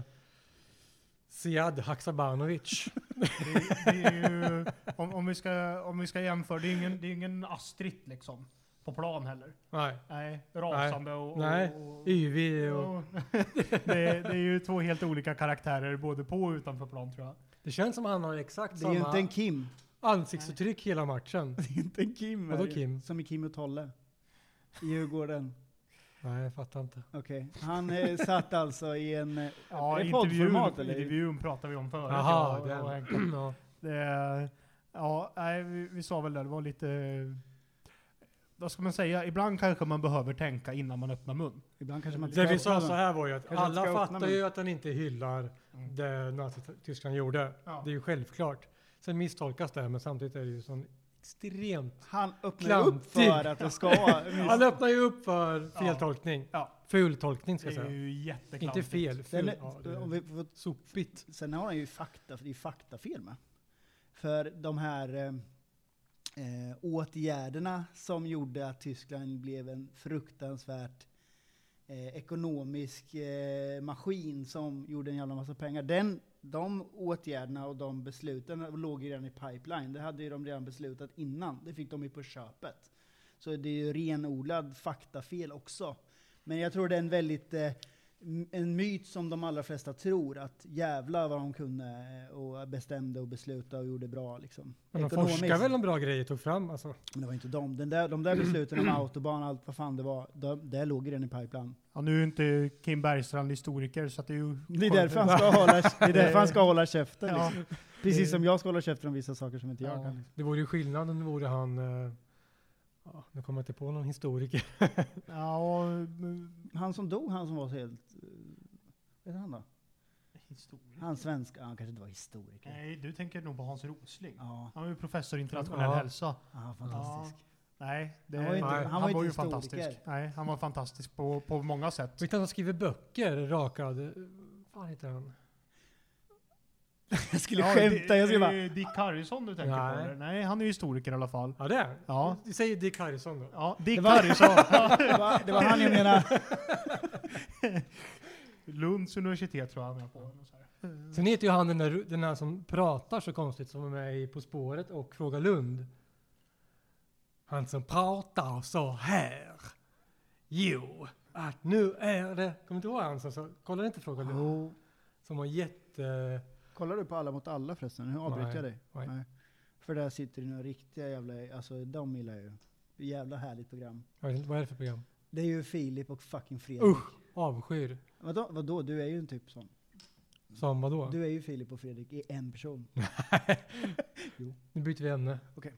[SPEAKER 4] Sead Haksabanovic.
[SPEAKER 2] Det, det är ju, om, om, vi ska, om vi ska jämföra, det är ingen, det är ingen Astrid liksom. På plan heller.
[SPEAKER 4] Nej,
[SPEAKER 2] Nej, rasande och... och,
[SPEAKER 4] Nej.
[SPEAKER 2] och,
[SPEAKER 4] yvig och...
[SPEAKER 2] och det, det är ju två helt olika karaktärer både på och utanför plan tror jag.
[SPEAKER 4] Det känns som han har exakt
[SPEAKER 3] Det är ju
[SPEAKER 4] samma
[SPEAKER 3] inte en Kim.
[SPEAKER 4] ansiktsuttryck hela matchen.
[SPEAKER 3] Det är inte en Kim.
[SPEAKER 4] Vadå
[SPEAKER 3] är det.
[SPEAKER 4] Kim?
[SPEAKER 3] Som i Kim och Tolle. I Djurgården.
[SPEAKER 4] Nej, jag fattar inte.
[SPEAKER 3] Okej. Han eh, satt alltså i en... Eh,
[SPEAKER 2] Ja,
[SPEAKER 3] är det
[SPEAKER 2] intervjun,
[SPEAKER 3] poddformat eller?
[SPEAKER 2] intervjun pratar vi om förut.
[SPEAKER 4] Jaha,
[SPEAKER 2] jag och-
[SPEAKER 4] den.
[SPEAKER 2] och Henke.
[SPEAKER 4] Ja.
[SPEAKER 2] Det, ja, nej, vi, vi sa väl det, det var lite... Vad ska man säga? Ibland kanske man behöver tänka innan man öppnar mun.
[SPEAKER 3] Ibland kanske man
[SPEAKER 4] Det vi
[SPEAKER 3] ska
[SPEAKER 4] sa
[SPEAKER 3] öppna
[SPEAKER 4] så
[SPEAKER 3] den.
[SPEAKER 4] här var ju att
[SPEAKER 3] Kanske
[SPEAKER 4] alla
[SPEAKER 3] inte ska öppna
[SPEAKER 4] fattar
[SPEAKER 3] den.
[SPEAKER 4] ju att han inte hyllar det Nazityskland gjorde.
[SPEAKER 2] Ja.
[SPEAKER 4] Det är ju självklart. Sen misstolkas det, men samtidigt är det ju sån extremt...
[SPEAKER 3] Han öppnar upp
[SPEAKER 4] Klantig.
[SPEAKER 3] för att det ska...
[SPEAKER 4] Han öppnar ju upp för feltolkning.
[SPEAKER 2] Ja.
[SPEAKER 4] Fultolkning ska
[SPEAKER 2] Det
[SPEAKER 4] jag
[SPEAKER 2] är
[SPEAKER 4] säga.
[SPEAKER 2] ju jätteklantigt.
[SPEAKER 4] Inte fel,
[SPEAKER 3] Den
[SPEAKER 4] ful.
[SPEAKER 3] är,
[SPEAKER 4] Ja, det
[SPEAKER 3] om
[SPEAKER 4] är
[SPEAKER 3] vi får,
[SPEAKER 4] sopigt.
[SPEAKER 3] sen har han ju fakta, för det är faktafel med. För de här eh, eh, åtgärderna som gjorde att Tyskland blev en fruktansvärt eh, ekonomisk eh, maskin som gjorde en jävla massa pengar. Den, de åtgärderna och de besluten låg ju redan i pipeline. Det hade ju de redan beslutat innan. Det fick de ju på köpet. Så det är ju renodlad faktafel också. Men jag tror det är en väldigt eh, m- en myt som de allra flesta tror, att jävla vad de kunde eh, och bestämde och beslutade och gjorde bra liksom.
[SPEAKER 4] Men de
[SPEAKER 3] Ekonomiskt.
[SPEAKER 4] forskar väl om bra grejer tog fram alltså.
[SPEAKER 3] Men det var inte de. Den där, de där besluten om autobahn, allt vad fan det var, de, det låg i den i pipeline.
[SPEAKER 2] Ja, nu är inte Kim Bergstrand historiker så att det är ju...
[SPEAKER 3] Det är därför han ska hålla, det är därför han ska hålla käften.
[SPEAKER 2] Ja.
[SPEAKER 3] Liksom. Precis som jag ska hålla käften om vissa saker som inte jag
[SPEAKER 2] Ja.
[SPEAKER 3] kan. Liksom.
[SPEAKER 4] Det vore ju skillnaden vore han... Eh, ja, nu kommer jag inte på någon historiker.
[SPEAKER 2] Ja, mm,
[SPEAKER 3] Han som dog, han som var så helt... eh, Vet du han då?
[SPEAKER 2] historiker.
[SPEAKER 3] Han svenska, han kanske inte var historiker.
[SPEAKER 2] Nej, du tänker nog på Hans Rosling.
[SPEAKER 3] Ja,
[SPEAKER 2] Han var ju professor i internationell
[SPEAKER 4] Ja.
[SPEAKER 2] hälsa.
[SPEAKER 3] ja fantastisk.
[SPEAKER 2] Nej, det,
[SPEAKER 3] Han var ju
[SPEAKER 4] inte-
[SPEAKER 2] nej,
[SPEAKER 3] han
[SPEAKER 2] han,
[SPEAKER 3] var
[SPEAKER 2] var,
[SPEAKER 3] inte
[SPEAKER 2] ju
[SPEAKER 3] historiker.
[SPEAKER 2] fantastisk. Nej, han var fantastisk på, på många sätt.
[SPEAKER 4] Vet du han skriver böcker, rakad? Vad fan heter han?
[SPEAKER 3] Jag skulle
[SPEAKER 2] Ja,
[SPEAKER 3] skämta,
[SPEAKER 2] det-
[SPEAKER 3] jag skulle
[SPEAKER 2] det
[SPEAKER 3] bara...
[SPEAKER 2] är Dick Harrison du tänker
[SPEAKER 4] Nej.
[SPEAKER 2] på? Eller? Nej, han är ju historiker i alla fall.
[SPEAKER 4] Ja, det är han.
[SPEAKER 2] Ja.
[SPEAKER 4] Vi säger Dick Harrison då.
[SPEAKER 2] Ja, Dick
[SPEAKER 3] Det var-
[SPEAKER 2] Harrison.
[SPEAKER 3] Det var, det var han jag menar.
[SPEAKER 2] Lunds universitet tror jag han är på. eller så här.
[SPEAKER 4] Sen heter ju han den där, den där som pratar så konstigt som är med i På spåret och Fråga Lund. Han som pratar så här. Jo, att nu är det... Kommer du inte ihåg han som sa, kollar inte frågan?
[SPEAKER 3] Oh.
[SPEAKER 4] Som var jätte...
[SPEAKER 3] Kollar du på Alla mot alla förresten? Nu avbryter jag dig.
[SPEAKER 4] Nej. Nej.
[SPEAKER 3] För där sitter det några riktiga jävla, alltså de gillar ju. Jävla härligt program.
[SPEAKER 4] Jag vet inte, vad är det för program?
[SPEAKER 3] Det är ju Filip och fucking Fredrik.
[SPEAKER 4] Usch, avskyr.
[SPEAKER 3] Vadå? Vadå? Du är ju en typ sån.
[SPEAKER 4] Som vadå?
[SPEAKER 3] Du är ju Filip och Fredrik i en person. Jo.
[SPEAKER 4] Nu byter vi ämne.
[SPEAKER 3] Okej.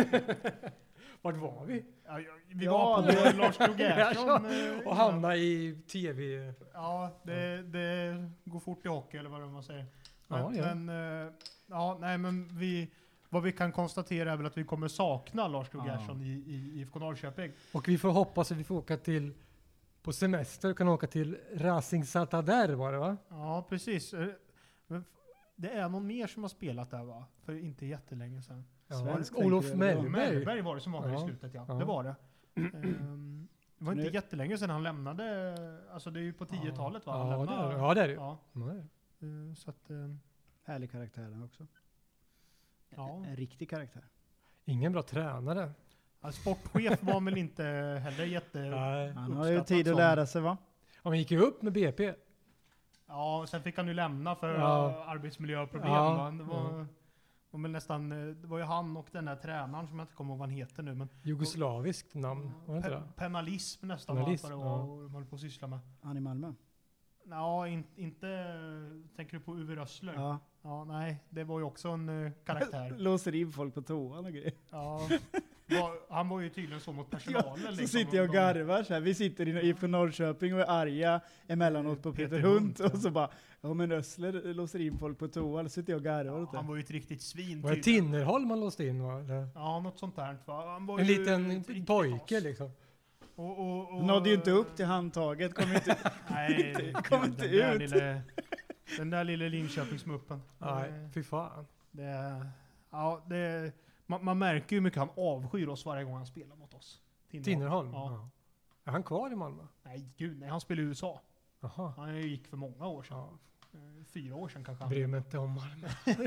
[SPEAKER 4] Vart var vi?
[SPEAKER 2] Ja, ja, vi
[SPEAKER 3] Ja,
[SPEAKER 2] var på
[SPEAKER 3] det-
[SPEAKER 2] Lars Krogh Gerhardsson. eh,
[SPEAKER 4] Och hamna i tv.
[SPEAKER 2] Ja, det, det går fort i hockey eller vad det är man säger. Men,
[SPEAKER 4] Ja, ja.
[SPEAKER 2] men eh, ja, nej men vi, vad vi kan konstatera är väl att vi kommer sakna Lars Krogh
[SPEAKER 3] Ja.
[SPEAKER 2] Gerhardsson i, i I F K Norrköping.
[SPEAKER 4] Och vi får hoppas att vi får åka till på semester. Kan åka till Racing Santander var det va?
[SPEAKER 2] Ja, precis. Eh, Men f- det är någon mer som har spelat där va? För inte jättelänge sedan.
[SPEAKER 4] Ja.
[SPEAKER 3] Svensk
[SPEAKER 4] Olof
[SPEAKER 3] tänker jag,
[SPEAKER 4] Mellberg.
[SPEAKER 2] Mellberg var det som var här
[SPEAKER 4] Ja.
[SPEAKER 2] i slutet ja.
[SPEAKER 4] Ja.
[SPEAKER 2] Det var det. Ehm, det var inte
[SPEAKER 3] Nu-
[SPEAKER 2] jättelänge sedan han lämnade, alltså det är ju på tiotalet va? Han
[SPEAKER 4] Ja, det är
[SPEAKER 2] lämnade-
[SPEAKER 4] det. Ja, det är det.
[SPEAKER 2] Ja,
[SPEAKER 4] Ja, det är det.
[SPEAKER 2] eh, så att, eh,
[SPEAKER 3] Härlig karaktär den också.
[SPEAKER 2] ja.
[SPEAKER 3] En riktig karaktär.
[SPEAKER 4] Ingen bra tränare.
[SPEAKER 2] Ja, sportchef var väl inte heller jätte...
[SPEAKER 4] Nej.
[SPEAKER 3] Han har ju
[SPEAKER 2] uppskattat
[SPEAKER 3] tid att
[SPEAKER 2] som.
[SPEAKER 3] lära sig va?
[SPEAKER 4] Ja, men gick ju upp med B P.
[SPEAKER 2] Ja, sen fick han ju lämna för
[SPEAKER 4] Ja.
[SPEAKER 2] ja. arbetsmiljöproblem.
[SPEAKER 4] Ja.
[SPEAKER 2] Va? Det var,
[SPEAKER 4] Ja.
[SPEAKER 2] var väl nästan, eh, det var ju han och den där tränaren som jag inte kommer ihåg vad han heter nu. Men
[SPEAKER 4] Jugoslaviskt namn. Var det inte
[SPEAKER 2] pe-
[SPEAKER 4] det?
[SPEAKER 2] penalism nästan
[SPEAKER 4] Penalism,
[SPEAKER 2] var vad det var
[SPEAKER 4] ja.
[SPEAKER 2] och de höll på att syssla med.
[SPEAKER 3] Han i Malmö.
[SPEAKER 2] Ja, in, inte... Tänker du på Uwe Rössler? Ja.
[SPEAKER 3] Ja.
[SPEAKER 2] nej, det var ju också en uh, karaktär.
[SPEAKER 3] Låser in folk på toan och grejer.
[SPEAKER 2] Ja, var, han var ju tydligen så mot personalen.
[SPEAKER 3] Så
[SPEAKER 2] liksom,
[SPEAKER 3] sitter jag och
[SPEAKER 2] de-
[SPEAKER 3] garvar så här. Vi sitter i I F K Norrköping och är arga emellanåt på
[SPEAKER 2] Peter
[SPEAKER 3] Peter
[SPEAKER 2] Hunt,
[SPEAKER 3] Hunt. Och så bara, ja men Rössler låser in folk på toan. Så sitter jag och garvar åt
[SPEAKER 2] Ja, han
[SPEAKER 3] det.
[SPEAKER 2] var ju ett riktigt svin.
[SPEAKER 4] Var det
[SPEAKER 2] tydligen.
[SPEAKER 4] Tinnerholm man låste in va? Eller?
[SPEAKER 2] Ja, något sånt där. Va? Han var
[SPEAKER 4] En
[SPEAKER 2] ju
[SPEAKER 4] liten
[SPEAKER 2] ett riktigt
[SPEAKER 4] pojke
[SPEAKER 2] as.
[SPEAKER 4] liksom.
[SPEAKER 2] Och, och, och,
[SPEAKER 3] Nådde ju inte upp till handtaget. Kom inte,
[SPEAKER 2] Nej,
[SPEAKER 3] kom
[SPEAKER 2] gud,
[SPEAKER 3] inte
[SPEAKER 2] den där
[SPEAKER 3] ut.
[SPEAKER 2] Lille, den där lille Linköpingsmuppen.
[SPEAKER 4] Nej,
[SPEAKER 2] Det-
[SPEAKER 4] fy fan.
[SPEAKER 2] Det, ja, det, man, man märker ju hur mycket han avskyr oss varje gång han spelar mot oss.
[SPEAKER 4] Tinnerholm?
[SPEAKER 2] Ja.
[SPEAKER 4] Ja. Är han kvar i Malmö?
[SPEAKER 2] Nej, gud nej. Han spelar i U S A.
[SPEAKER 4] Jaha.
[SPEAKER 2] Han gick för många år sedan.
[SPEAKER 4] Ja.
[SPEAKER 2] Eh, Fyra år sedan kanske. han-
[SPEAKER 4] Bryr mig inte om Malmö.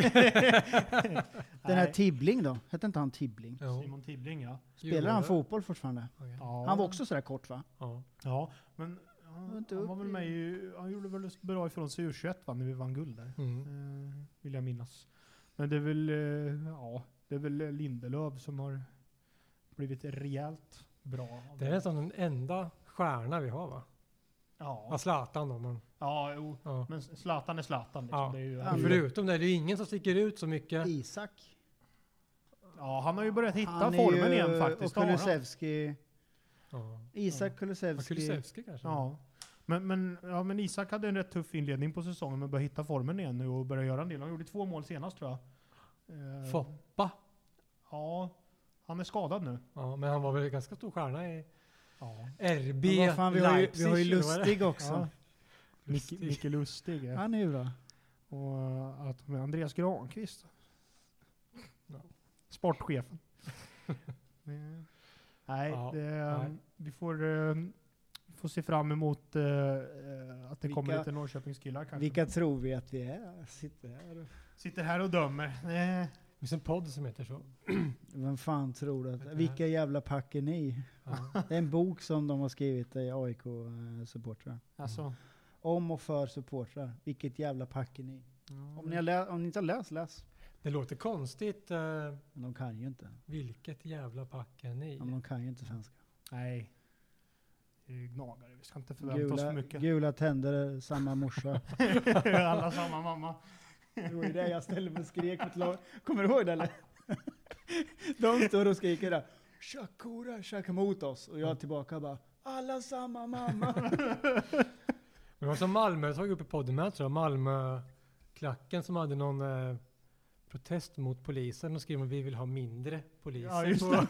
[SPEAKER 3] den här
[SPEAKER 2] Nej,
[SPEAKER 3] Tibbling då? Hette inte han Tibbling?
[SPEAKER 4] Jo.
[SPEAKER 2] Simon Tibbling ja.
[SPEAKER 3] Spelar han fotboll fortfarande?
[SPEAKER 4] Okej.
[SPEAKER 2] ja.
[SPEAKER 3] Han var också sådär kort va?
[SPEAKER 4] Ja.
[SPEAKER 2] Ja, men ja,
[SPEAKER 3] var inte
[SPEAKER 2] han var
[SPEAKER 3] upp
[SPEAKER 2] väl
[SPEAKER 3] i-
[SPEAKER 2] med i, han gjorde väl bra ifrån sig i U tjugoett va, när vi vann guld där.
[SPEAKER 4] Mm.
[SPEAKER 2] Eh, vill jag minnas. Men det är väl, eh, ja, det är väl Lindelöf som har blivit rejält bra. av
[SPEAKER 4] Det är nästan den enda stjärna vi har va? Ja,
[SPEAKER 2] Ja,
[SPEAKER 4] Zlatan då. Men,
[SPEAKER 2] ja jo.
[SPEAKER 4] ja.
[SPEAKER 2] Men Zlatan är Zlatan liksom.
[SPEAKER 4] Ja.
[SPEAKER 2] Det är ju,
[SPEAKER 3] Han-
[SPEAKER 4] Men förutom det, det är ingen som sticker ut så mycket.
[SPEAKER 3] Isak.
[SPEAKER 2] ja, han har ju börjat hitta
[SPEAKER 3] Han är
[SPEAKER 2] formen
[SPEAKER 3] ju-
[SPEAKER 2] igen faktiskt.
[SPEAKER 3] Och
[SPEAKER 2] det har han.
[SPEAKER 3] Kulusevski.
[SPEAKER 4] Ja.
[SPEAKER 3] Isak
[SPEAKER 2] Ja.
[SPEAKER 3] Kulusevski.
[SPEAKER 4] Kulusevski kanske?
[SPEAKER 2] Ja. Men, men, ja, men Isak hade en rätt tuff inledning på säsongen men börjar hitta formen igen nu och börjar göra en del. Han gjorde två mål senast tror jag. Eh,
[SPEAKER 4] Foppa.
[SPEAKER 2] Ja, han är skadad nu.
[SPEAKER 4] Ja, men han var väl ganska stor stjärna i
[SPEAKER 2] Ja.
[SPEAKER 4] R B
[SPEAKER 3] Men vad fan, vi har ju, vi
[SPEAKER 4] Leipzig,
[SPEAKER 3] har ju
[SPEAKER 4] eller vad är det?
[SPEAKER 3] Lustig också.
[SPEAKER 2] Ja. Micke,
[SPEAKER 4] Lustig.
[SPEAKER 2] Micke Lustig. Ja.
[SPEAKER 3] Han är ju bra.
[SPEAKER 2] Och eh, att med Andreas Granqvist.
[SPEAKER 4] Ja.
[SPEAKER 2] Sportchefen. Eh, Nej,
[SPEAKER 4] Ja,
[SPEAKER 2] det,
[SPEAKER 4] nej.
[SPEAKER 2] vi får, eh, vi får se fram emot eh, eh, att det
[SPEAKER 3] Vilka-
[SPEAKER 2] kommer lite Norrköpingskillar kanske.
[SPEAKER 3] Vilka tror vi att vi är? Sitter här och...
[SPEAKER 2] Sitter här och dömer. Eh,
[SPEAKER 4] Det finns en podd som heter så.
[SPEAKER 3] Vem fan tror du att...
[SPEAKER 4] Vet du
[SPEAKER 3] Vilka jävla pack är ni?
[SPEAKER 4] Ja.
[SPEAKER 3] Det är en bok som de har skrivit i A I K-supportrar.
[SPEAKER 2] alltså.
[SPEAKER 3] Om och för supportrar. Vilket jävla pack är ni? Om ni, har lä- om ni inte har läst, läs.
[SPEAKER 4] Det låter konstigt. Eh,
[SPEAKER 3] Men de kan ju inte.
[SPEAKER 4] vilket jävla pack är ni?
[SPEAKER 3] Ja, men de kan ju inte svenska.
[SPEAKER 2] Nej. Det är gnagare. Vi ska inte förvänta oss för
[SPEAKER 3] Gula,
[SPEAKER 2] mycket.
[SPEAKER 3] gula tänder, samma morsa.
[SPEAKER 2] Alla samma mamma.
[SPEAKER 3] Det var ju det jag ställde mig och skrek mot lag. Kommer du ihåg det eller? De står och skriker där. Shakura, shaka mot oss. Och jag tillbaka bara. Alla samma mamma.
[SPEAKER 4] Det var som Malmö tog upp i podden med tror jag. Malmö-klacken som hade någon eh, protest mot polisen. Och skrev att vi vill ha mindre poliser.
[SPEAKER 2] Ja, just
[SPEAKER 4] på-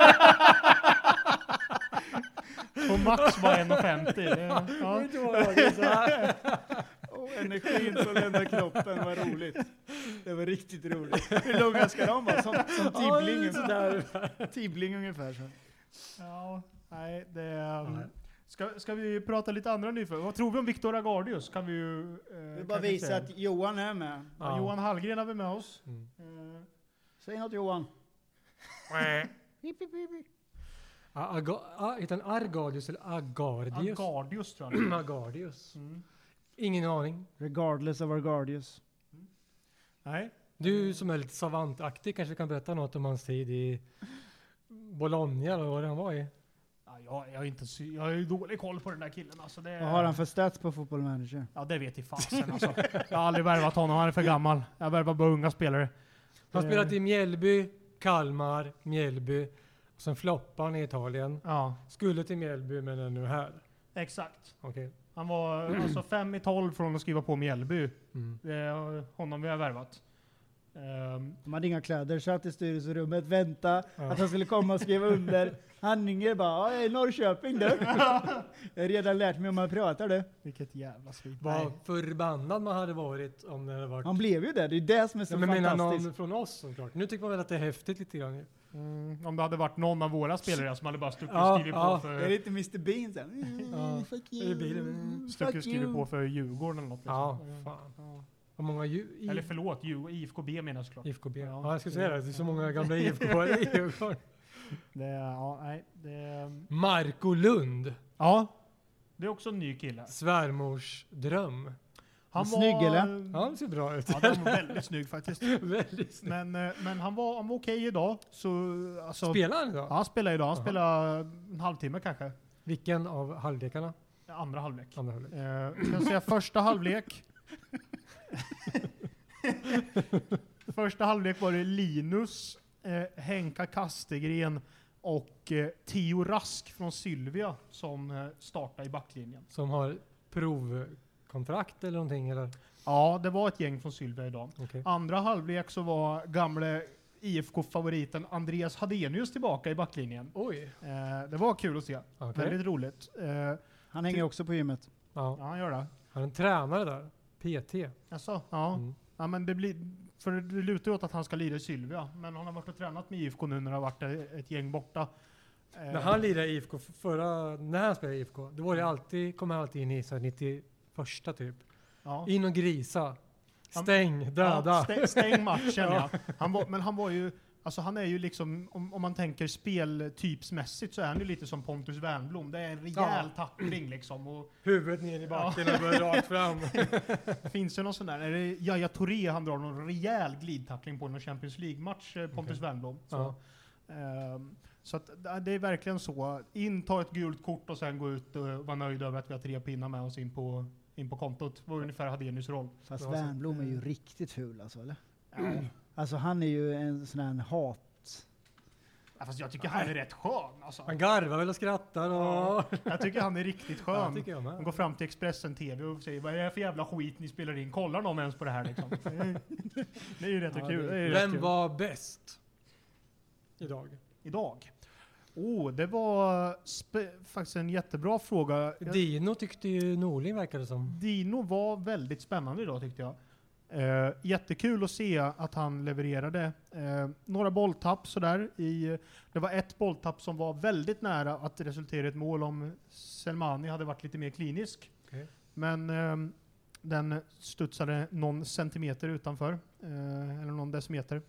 [SPEAKER 2] Och Max var en femtio. Ja.
[SPEAKER 4] Kommer inte ihåg det, så här.
[SPEAKER 3] Och energin som lämnar kroppen var roligt. Det var riktigt roligt. Hur långa ska de vara? Som, som Tibbling.
[SPEAKER 4] Ja, sådär.
[SPEAKER 3] Tibbling ungefär så.
[SPEAKER 2] Ja, nej, det... Um,
[SPEAKER 4] Nej.
[SPEAKER 2] ska, ska vi prata lite andra nyförvärv? Vad tror vi om Viktor Agardius? Kan vi ju... Eh,
[SPEAKER 3] Vi bara
[SPEAKER 2] kanske
[SPEAKER 3] visa
[SPEAKER 2] säga.
[SPEAKER 3] att Johan är med.
[SPEAKER 2] Ja,
[SPEAKER 4] Ja.
[SPEAKER 2] Johan Hallgren har vi med oss.
[SPEAKER 4] Mm.
[SPEAKER 2] Eh,
[SPEAKER 3] Säg något Johan.
[SPEAKER 2] nej.
[SPEAKER 3] Hip, hip, hip, hip.
[SPEAKER 4] Aga, a, heter han Argadius eller Agardius?
[SPEAKER 2] Agardius tror jag.
[SPEAKER 4] Agardius.
[SPEAKER 2] Mm.
[SPEAKER 4] Ingen aning.
[SPEAKER 3] Regardless of Argardius.
[SPEAKER 2] Nej.
[SPEAKER 4] Du som är lite savantaktig kanske kan berätta något om hans tid i Bologna eller vad det han var i.
[SPEAKER 2] Ja, jag, jag, är inte, sy- jag har ju dålig koll på den där killen. Alltså det,
[SPEAKER 3] Vad har han för stats på Football Manager?
[SPEAKER 2] Ja, det vet jag fasen alltså. Jag har aldrig värvat honom, han är för gammal. Jag värvar bara unga spelare.
[SPEAKER 4] Han
[SPEAKER 2] Eh,
[SPEAKER 4] spelat i Mjällby, Kalmar, Mjällby. Och sen floppade han i Italien.
[SPEAKER 2] Ja,
[SPEAKER 4] Skulle till Mjällby men är nu här.
[SPEAKER 2] exakt.
[SPEAKER 4] Okej.
[SPEAKER 2] Han var alltså fem i tolv från att skriva på Mjällby.
[SPEAKER 4] Mm.
[SPEAKER 2] Det är honom vi har värvat. Um,
[SPEAKER 3] De hade inga kläder, satt i styrelserummet, vänta
[SPEAKER 4] Ja.
[SPEAKER 3] att han skulle komma och skriva under. Hanninge bara, ja, i Norrköping du. Jag har redan lärt mig om man pratar du.
[SPEAKER 2] vilket jävla svin.
[SPEAKER 4] Vad förbannad man hade varit om det hade varit...
[SPEAKER 3] Han blev ju det, det är det som är så
[SPEAKER 4] Ja, men menar
[SPEAKER 3] fantastiskt.
[SPEAKER 4] någon från oss såklart. Nu tycker man väl att det är häftigt lite grann.
[SPEAKER 2] Mm, om det hade varit någon av våra spelare som hade bara stuckit och
[SPEAKER 4] Ja,
[SPEAKER 2] skrivit
[SPEAKER 4] ja.
[SPEAKER 2] på
[SPEAKER 3] Det är
[SPEAKER 2] för,
[SPEAKER 3] lite mister Bean sen. Mm,
[SPEAKER 4] Ja.
[SPEAKER 3] fuck
[SPEAKER 4] I
[SPEAKER 3] you.
[SPEAKER 4] bilen.
[SPEAKER 2] stuckit och
[SPEAKER 3] Fuck
[SPEAKER 2] skrivit
[SPEAKER 3] you.
[SPEAKER 2] på för Djurgården eller något.
[SPEAKER 4] Ja,
[SPEAKER 2] liksom.
[SPEAKER 4] fan.
[SPEAKER 2] Ja.
[SPEAKER 4] Vad många ju, i,
[SPEAKER 2] Eller förlåt, Djur- I F K B menar jag såklart.
[SPEAKER 4] I F K B.
[SPEAKER 2] Ja.
[SPEAKER 4] Ja, jag skulle säga det. Det är så många gamla I F K i Djurgården.
[SPEAKER 2] Det, ja, nej, det,
[SPEAKER 4] Marco Lund.
[SPEAKER 2] ja, det är också en ny kille.
[SPEAKER 4] Svärmors dröm.
[SPEAKER 2] Han
[SPEAKER 3] Snygg,
[SPEAKER 2] var,
[SPEAKER 3] eller?
[SPEAKER 4] Ja, han ser bra ut.
[SPEAKER 2] Ja, han var väldigt snygg faktiskt.
[SPEAKER 4] Väldigt snygg.
[SPEAKER 2] Men, eh, men han var, han var okej idag. Så, alltså,
[SPEAKER 4] Spelar han idag?
[SPEAKER 2] Ja, han spelar idag. Han
[SPEAKER 4] Jaha.
[SPEAKER 2] spelar en halvtimme kanske.
[SPEAKER 4] Vilken av halvlekarna?
[SPEAKER 2] Andra halvlek.
[SPEAKER 4] Andra halvlek.
[SPEAKER 2] Eh, jag ska säga första halvlek. Första halvlek var det Linus, eh, Henka Kastegren och eh, Theo Rask från Sylvia som eh, startade i backlinjen.
[SPEAKER 4] Som har provkontrakt eller någonting eller?
[SPEAKER 2] Ja, det var ett gäng från Sylvia idag.
[SPEAKER 4] Okej.
[SPEAKER 2] Andra halvlek så var gamle I F K-favoriten Andreas Hadenius tillbaka i backlinjen.
[SPEAKER 4] Oj.
[SPEAKER 2] Eh, det var kul att se.
[SPEAKER 4] Okej.
[SPEAKER 2] Väldigt roligt. Eh,
[SPEAKER 3] Han hänger också på gymmet.
[SPEAKER 4] Ja.
[SPEAKER 2] ja, han gör det.
[SPEAKER 4] Han är en tränare där. P T.
[SPEAKER 2] Alltså, ja.
[SPEAKER 4] Mm.
[SPEAKER 2] Ja, men det blir, för det lutar ju åt att han ska lira i Sylvia. Men han har varit och tränat med I F K nu när det har varit ett gäng borta. Eh,
[SPEAKER 4] När han lirade i I F K förra, när han spelade i I F K, då var det alltid, kom han alltid in i så här nittioförsta typ.
[SPEAKER 2] ja.
[SPEAKER 4] In och grisa.
[SPEAKER 2] Han-
[SPEAKER 4] Stäng, döda.
[SPEAKER 2] Ja, stäng, stäng matchen ja. Han var, men han var ju, alltså han är ju liksom, om, om man tänker speltypsmässigt så är han ju lite som Pontus Wernbloom. Det är en rejäl tackling liksom. Och
[SPEAKER 4] Huvudet ner i backen och börjar rakt fram.
[SPEAKER 2] det finns ju någon sån där, är det Yahya Touré han drar någon rejäl glidtackling på någon Champions League-match, eh, Pontus
[SPEAKER 4] Okej.
[SPEAKER 2] Wernbloom. Så,
[SPEAKER 4] Ja.
[SPEAKER 2] ehm, så att, det- det är verkligen så. In, ta ett gult kort och sen gå ut och vara nöjd över att vi har tre pinnar med oss in på, in på kontot. Det var ungefär Hadenius roll.
[SPEAKER 3] Fast
[SPEAKER 4] Ja, så-
[SPEAKER 3] Wernbloom är ju riktigt ful alltså, eller?
[SPEAKER 2] Ja.
[SPEAKER 3] Alltså han är ju en sån här hat.
[SPEAKER 2] Ja, fast jag tycker han är rätt skön alltså.
[SPEAKER 4] Han garvar väl och skrattar och...
[SPEAKER 2] Jag tycker han är riktigt
[SPEAKER 4] Ja,
[SPEAKER 2] skön.
[SPEAKER 4] tycker jag med.
[SPEAKER 2] Han går fram till Expressen T V och säger vad är det här för jävla skit ni spelar in? Kollar någon ens på det här liksom? Det är- Det är ju rätt
[SPEAKER 4] Ja,
[SPEAKER 2] kul.
[SPEAKER 4] det-
[SPEAKER 2] Det är ju rätt
[SPEAKER 4] Vem
[SPEAKER 2] kul.
[SPEAKER 4] var bäst idag?
[SPEAKER 2] Idag? Oh, det var spe- faktiskt en jättebra fråga. Jag-
[SPEAKER 4] Dino tyckte ju Norling verkade som.
[SPEAKER 2] Dino var väldigt spännande idag tyckte jag. Eh, jättekul att se att han levererade. Eh, några bolltapp sådär. I, det var ett bolltapp som var väldigt nära att resultera i ett mål om Selmani hade varit lite mer klinisk.
[SPEAKER 4] Okej.
[SPEAKER 2] Men eh, den studsade någon centimeter utanför. Eh, eller någon decimeter.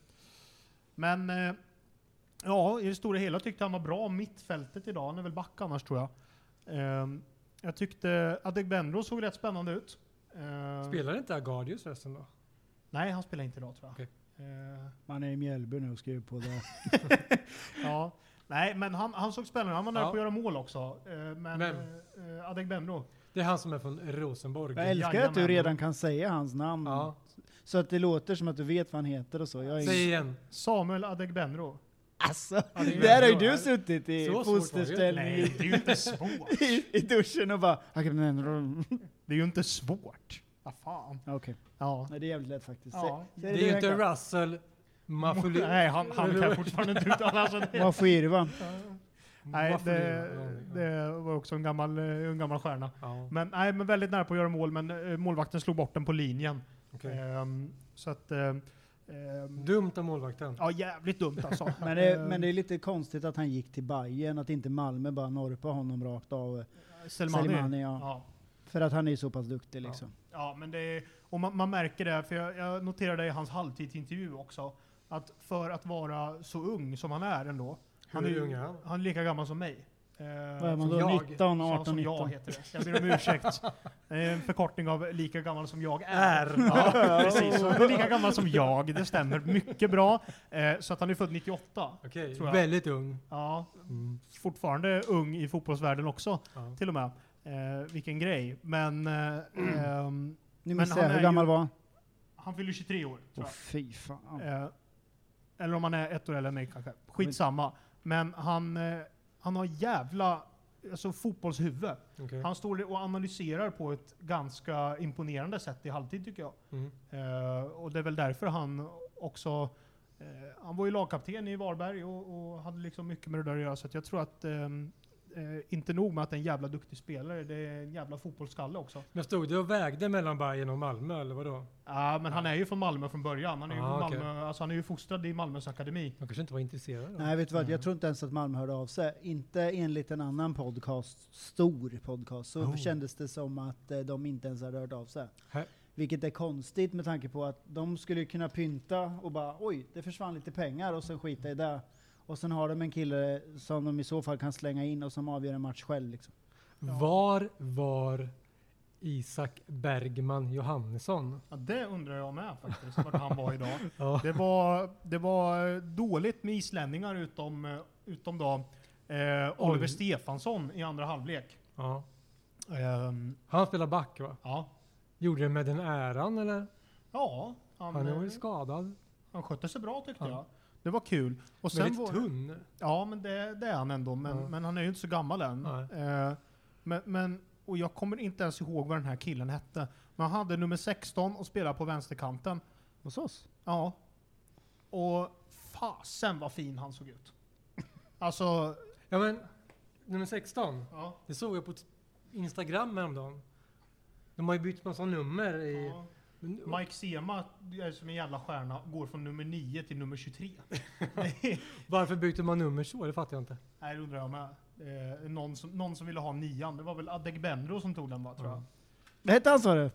[SPEAKER 2] Men eh, ja, i det stora hela tyckte han var bra mittfältet idag. Han är väl back annars tror jag. Eh, jag tyckte Adegbenro såg rätt spännande ut. Eh,
[SPEAKER 4] Spelar inte Agardius förresten då?
[SPEAKER 2] Nej, han spelar inte idag tror jag.
[SPEAKER 4] Okej.
[SPEAKER 2] Eh,
[SPEAKER 3] Man är i Mjällby nu och skriver på det.
[SPEAKER 2] ja. Nej, men han, han såg spännande ut. Han var nära
[SPEAKER 4] Ja.
[SPEAKER 2] på att göra mål också. Eh, men
[SPEAKER 4] Vem?
[SPEAKER 2] eh, Adegbenro.
[SPEAKER 4] Det är han som är från Rosenborg.
[SPEAKER 3] Jag älskar att du
[SPEAKER 2] Jajamän.
[SPEAKER 3] redan kan säga hans namn.
[SPEAKER 4] Ja.
[SPEAKER 3] Så att det låter som att du vet vad han heter och så. Jag är
[SPEAKER 4] Säg igen.
[SPEAKER 2] Samuel Adegbenro.
[SPEAKER 3] Alltså,
[SPEAKER 4] Ja, det är
[SPEAKER 3] där har ju
[SPEAKER 4] bra.
[SPEAKER 3] du suttit i
[SPEAKER 4] Så svårt var det ju.
[SPEAKER 3] fosterställning
[SPEAKER 2] Nej,
[SPEAKER 3] i,
[SPEAKER 2] det är ju inte svårt.
[SPEAKER 3] i, i duschen och bara... Okej,
[SPEAKER 2] Det är ju inte svårt. Vad fan. Ja.
[SPEAKER 3] nej, det är jävligt lätt faktiskt.
[SPEAKER 2] Ja.
[SPEAKER 3] Sä-
[SPEAKER 4] Det
[SPEAKER 3] säg
[SPEAKER 4] är ju
[SPEAKER 3] du,
[SPEAKER 4] inte
[SPEAKER 3] Henka.
[SPEAKER 4] Russell Mafuli.
[SPEAKER 2] Nej, han, han kan fortfarande inte uttala alltså det.
[SPEAKER 3] Vad skirva?
[SPEAKER 2] Nej,
[SPEAKER 4] Mafuli-
[SPEAKER 2] det, det var också en gammal, eh, en gammal stjärna.
[SPEAKER 4] Ja,
[SPEAKER 2] Men, nej, men väldigt nära på att göra mål, men eh, målvakten slog bort den på linjen.
[SPEAKER 4] okej.
[SPEAKER 2] Ehm, så att... eh, ehm,
[SPEAKER 4] Dumt av målvakten.
[SPEAKER 2] ja, jävligt dumt alltså.
[SPEAKER 3] Men det,
[SPEAKER 2] Ehm,
[SPEAKER 3] men det är lite konstigt att han gick till Bayern, att inte Malmö bara norpade honom rakt av.
[SPEAKER 2] Selmani.
[SPEAKER 3] Selmani, ja.
[SPEAKER 2] Ja.
[SPEAKER 3] För att han är ju så pass duktig liksom.
[SPEAKER 2] Ja, men det är, och man, man märker det, för jag, jag noterade i hans halvtidsintervju också, att för att vara så ung som han är ändå, Han
[SPEAKER 4] Hur
[SPEAKER 2] är,
[SPEAKER 4] ung är han?
[SPEAKER 2] han är lika gammal som mig. Eh,
[SPEAKER 3] Vad är man
[SPEAKER 2] som
[SPEAKER 3] då?
[SPEAKER 4] jag.
[SPEAKER 3] nitton,
[SPEAKER 2] Ja,
[SPEAKER 3] arton,
[SPEAKER 2] som jag
[SPEAKER 3] nitton.
[SPEAKER 2] heter det. Jag ber om ursäkt. Det är en förkortning av lika gammal som jag är. Ja, precis. Så han är lika gammal som jag. Det stämmer mycket bra. Eh, så att han är född nittioåtta.
[SPEAKER 4] Okej,
[SPEAKER 2] tror jag.
[SPEAKER 4] väldigt ung.
[SPEAKER 2] Ja,
[SPEAKER 4] Mm.
[SPEAKER 2] fortfarande ung i fotbollsvärlden också.
[SPEAKER 4] Ja.
[SPEAKER 2] Till och med. Eh, vilken grej. Men eh, ehm,
[SPEAKER 3] Nu
[SPEAKER 2] Men
[SPEAKER 3] missade jag,
[SPEAKER 2] han
[SPEAKER 3] hur
[SPEAKER 2] är
[SPEAKER 3] gammal
[SPEAKER 2] ju-
[SPEAKER 3] var han?
[SPEAKER 2] han fyller tjugotre år.
[SPEAKER 3] Åh
[SPEAKER 2] Tror jag.
[SPEAKER 3] fy fan.
[SPEAKER 2] Eh, eller om han är ett år eller mig kanske. Skitsamma. Men han, eh, han har jävla alltså, fotbollshuvud.
[SPEAKER 4] Okej.
[SPEAKER 2] Han står och analyserar på ett ganska imponerande sätt i halvtid tycker jag.
[SPEAKER 4] Mm.
[SPEAKER 2] Eh, och det är väl därför han också... Eh, han var ju lagkapten i Varberg och, och hade liksom mycket med det där att göra. Så att jag tror att... ehm, Eh, inte nog med att det är en jävla duktig spelare, det är en jävla fotbollsskalle också.
[SPEAKER 4] Men stod du och vägde mellan Bayern och Malmö eller vadå?
[SPEAKER 2] Ja, men han är ju från Malmö från början. Han är ju,
[SPEAKER 4] Ah,
[SPEAKER 2] från
[SPEAKER 4] okej.
[SPEAKER 2] Malmö, alltså han är ju fostrad i Malmös akademi.
[SPEAKER 4] Man kanske inte var intresserad? Då?
[SPEAKER 3] Nej, vet du vad?
[SPEAKER 2] Mm.
[SPEAKER 3] Jag tror inte ens att Malmö hörde av sig. Inte enligt en annan podcast, stor podcast, så
[SPEAKER 4] Oh.
[SPEAKER 3] kändes det som att eh, de inte ens hade hört av sig.
[SPEAKER 4] Hä?
[SPEAKER 3] Vilket är konstigt med tanke på att de skulle kunna pynta och bara oj, det försvann lite pengar och sen skita i det. Och sen har de en kille som de i så fall kan slänga in och som avgör en match själv. Liksom.
[SPEAKER 4] Var var Isak Bergman Johannesson?
[SPEAKER 2] Ja, det undrar jag med faktiskt, vart han var idag.
[SPEAKER 4] Ja.
[SPEAKER 2] Det var, det var dåligt med islänningar utom, eh, utom då eh, Oliver
[SPEAKER 4] Oj.
[SPEAKER 2] Stefansson i andra halvlek.
[SPEAKER 4] Ja.
[SPEAKER 2] Ehm,
[SPEAKER 4] Han spelar back va?
[SPEAKER 2] ja.
[SPEAKER 4] Gjorde det med den äran eller?
[SPEAKER 2] Ja, han,
[SPEAKER 4] Han är
[SPEAKER 2] eh,
[SPEAKER 4] väl skadad?
[SPEAKER 2] han skötte sig bra tyckte
[SPEAKER 4] Ja.
[SPEAKER 2] jag. Det var kul. Och sen
[SPEAKER 4] Väldigt
[SPEAKER 2] var,
[SPEAKER 4] tunn.
[SPEAKER 2] Ja, men det, det är han ändå. Men,
[SPEAKER 4] Ja.
[SPEAKER 2] men han är ju inte så gammal än.
[SPEAKER 4] Nej.
[SPEAKER 2] Eh, men, men, och jag kommer inte ens ihåg vad den här killen hette. Men han hade nummer sexton och spelade på vänsterkanten.
[SPEAKER 3] Hos oss?
[SPEAKER 2] Ja. Och fasen vad fin han såg ut. Alltså,
[SPEAKER 4] Ja men, nummer sexton.
[SPEAKER 2] ja.
[SPEAKER 4] Det såg jag på t- Instagram häromdagen. De har ju bytt massa nummer i...
[SPEAKER 2] ja.
[SPEAKER 4] Men-
[SPEAKER 2] Mike Sema är som en jävla stjärna, går från nummer nio till nummer tjugotre.
[SPEAKER 4] Varför bytte man nummer så? Det fattar jag inte.
[SPEAKER 2] Nej, det undrar jag med. Eh, någon, som, någon som ville ha nian. Det var väl Adegbenro som tog den va, tror jag.
[SPEAKER 4] Ja.
[SPEAKER 3] Vad hette han sa du?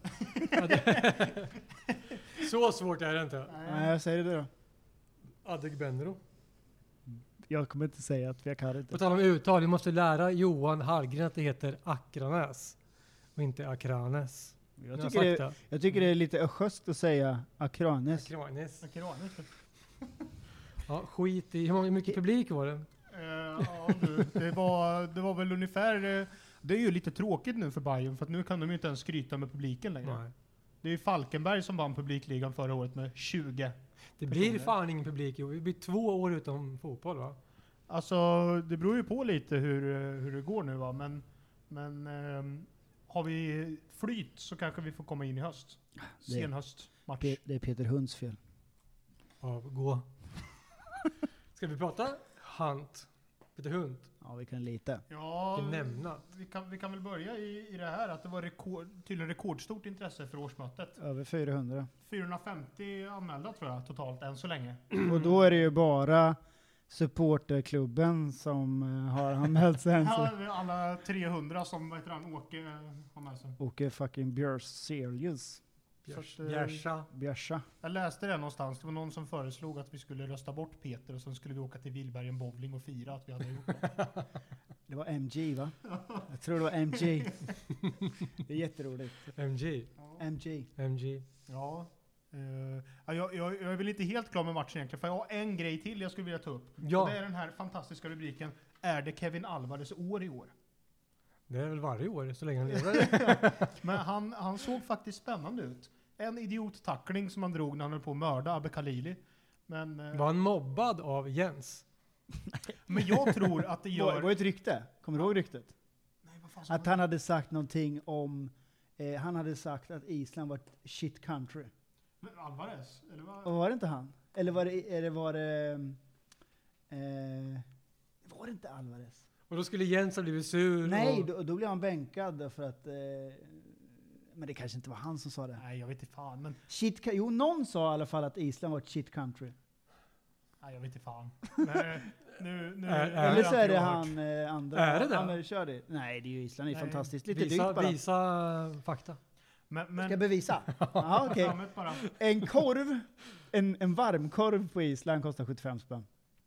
[SPEAKER 4] Så svårt är det inte.
[SPEAKER 3] Nej, jag säger det då.
[SPEAKER 4] Adegbenro.
[SPEAKER 3] Jag kommer inte säga att jag kan
[SPEAKER 4] På
[SPEAKER 3] inte.
[SPEAKER 4] tal om uttal, vi måste lära Johan Hallgren att det heter Akranäs och inte Akranes.
[SPEAKER 3] Jag
[SPEAKER 4] Nu har
[SPEAKER 3] tycker,
[SPEAKER 4] jag
[SPEAKER 3] det,
[SPEAKER 4] sagt
[SPEAKER 3] jag tycker det är lite östgötskt att säga
[SPEAKER 4] det.
[SPEAKER 3] Akranes.
[SPEAKER 4] Akranes.
[SPEAKER 2] Akiranes.
[SPEAKER 4] Ja, skit i. Hur många- hur mycket publik var det?
[SPEAKER 2] Eh, ja, du, det, var, det var väl ungefär... eh, Det är ju lite tråkigt nu för Bayern för att nu kan de ju inte ens skryta med publiken längre.
[SPEAKER 4] Nej.
[SPEAKER 2] Det är ju Falkenberg som vann publikligan förra året med tjugo.
[SPEAKER 4] Det blir
[SPEAKER 2] Personer.
[SPEAKER 4] fan ingen publik. Jo. Vi blir två år utan fotboll va?
[SPEAKER 2] Alltså, det beror ju på lite hur, eh, hur det går nu va, men, men ehm, har vi flyt så kanske vi får komma in i höst.
[SPEAKER 3] Det-
[SPEAKER 2] Sen höstmatch.
[SPEAKER 3] Pe- det är Peter Hunds fel.
[SPEAKER 4] Ja, gå. Ska vi prata Hunt? Peter Hunt?
[SPEAKER 3] Ja, vi kan lite.
[SPEAKER 2] Ja,
[SPEAKER 4] Ska nämna.
[SPEAKER 2] vi kan, vi kan väl börja i, i det här att det var rekord, tydligen rekordstort intresse för årsmötet.
[SPEAKER 3] Över fyrahundra.
[SPEAKER 2] fyrahundrafemtio anmälda tror jag totalt än så länge.
[SPEAKER 3] Och då är det ju bara supporterklubben som eh, har anmält sig än så.
[SPEAKER 2] Ja, alla trehundra som vad heter han, Åke eh, har med sig.
[SPEAKER 3] Åke fucking Björselius.
[SPEAKER 4] Bjärs-
[SPEAKER 2] Så att, eh,
[SPEAKER 4] Bjärsa.
[SPEAKER 3] Bjärsa.
[SPEAKER 2] Jag läste det någonstans. Det var någon som föreslog att vi skulle rösta bort Peter och sen skulle vi åka till Villbergen bowling och fira att vi hade gjort det.
[SPEAKER 3] Det var M G va? Jag tror det var M G. Det är jätteroligt.
[SPEAKER 4] M G.
[SPEAKER 3] M G.
[SPEAKER 4] M G.
[SPEAKER 2] Ja. Uh, jag, jag, jag är väl inte helt klar med matchen egentligen, för jag har en grej till jag skulle vilja ta upp.
[SPEAKER 4] Ja.
[SPEAKER 2] Och det är den här fantastiska rubriken, är det Kevin Alvarez år i år?
[SPEAKER 4] Det är väl varje år så länge han lever.
[SPEAKER 2] Men han, han såg faktiskt spännande ut. En idiottackling som han drog när han höll på att mörda Abbe Khalili. Men, eh,
[SPEAKER 4] Var han mobbad av Jens?
[SPEAKER 2] men jag tror att det
[SPEAKER 3] Det var,
[SPEAKER 2] gör...
[SPEAKER 3] var ett rykte. Kommer du ihåg ryktet?
[SPEAKER 2] Nej, vad fan sa
[SPEAKER 3] Att han hade sagt någonting om... Eh, han hade sagt att Island var ett shit country.
[SPEAKER 2] Men Alvarez? Eller vad?
[SPEAKER 3] Och var det inte han? Eller var det... Eller var det... Eh, var det inte Alvarez?
[SPEAKER 4] Och då skulle Jens ha blivit sur.
[SPEAKER 3] Nej,
[SPEAKER 4] och...
[SPEAKER 3] då, då blev han bänkad för att... Eh, men det kanske inte var han som sa det.
[SPEAKER 2] Nej, jag vet inte fan. Men,
[SPEAKER 3] Shit, jo, någon sa i alla fall att Island var ett shit country.
[SPEAKER 2] nej, jag vet inte fan. Nej, nu, nu,
[SPEAKER 4] Är-
[SPEAKER 2] nu
[SPEAKER 4] är-
[SPEAKER 3] Eller så
[SPEAKER 2] inte
[SPEAKER 3] är det
[SPEAKER 2] jag hört.
[SPEAKER 3] han eh, andra.
[SPEAKER 4] Är det det?
[SPEAKER 3] Han, kör det. Nej, det är ju Island. Det är
[SPEAKER 2] Nej.
[SPEAKER 3] fantastiskt. Lite
[SPEAKER 4] visa,
[SPEAKER 3] dyrt bara.
[SPEAKER 4] visa fakta.
[SPEAKER 2] Men,
[SPEAKER 3] Ska
[SPEAKER 2] men
[SPEAKER 3] jag bevisa? Jaha, okej.
[SPEAKER 2] framåt bara.
[SPEAKER 3] En korv, en, en varmkorv på Island kostar sjuttiofem spänn.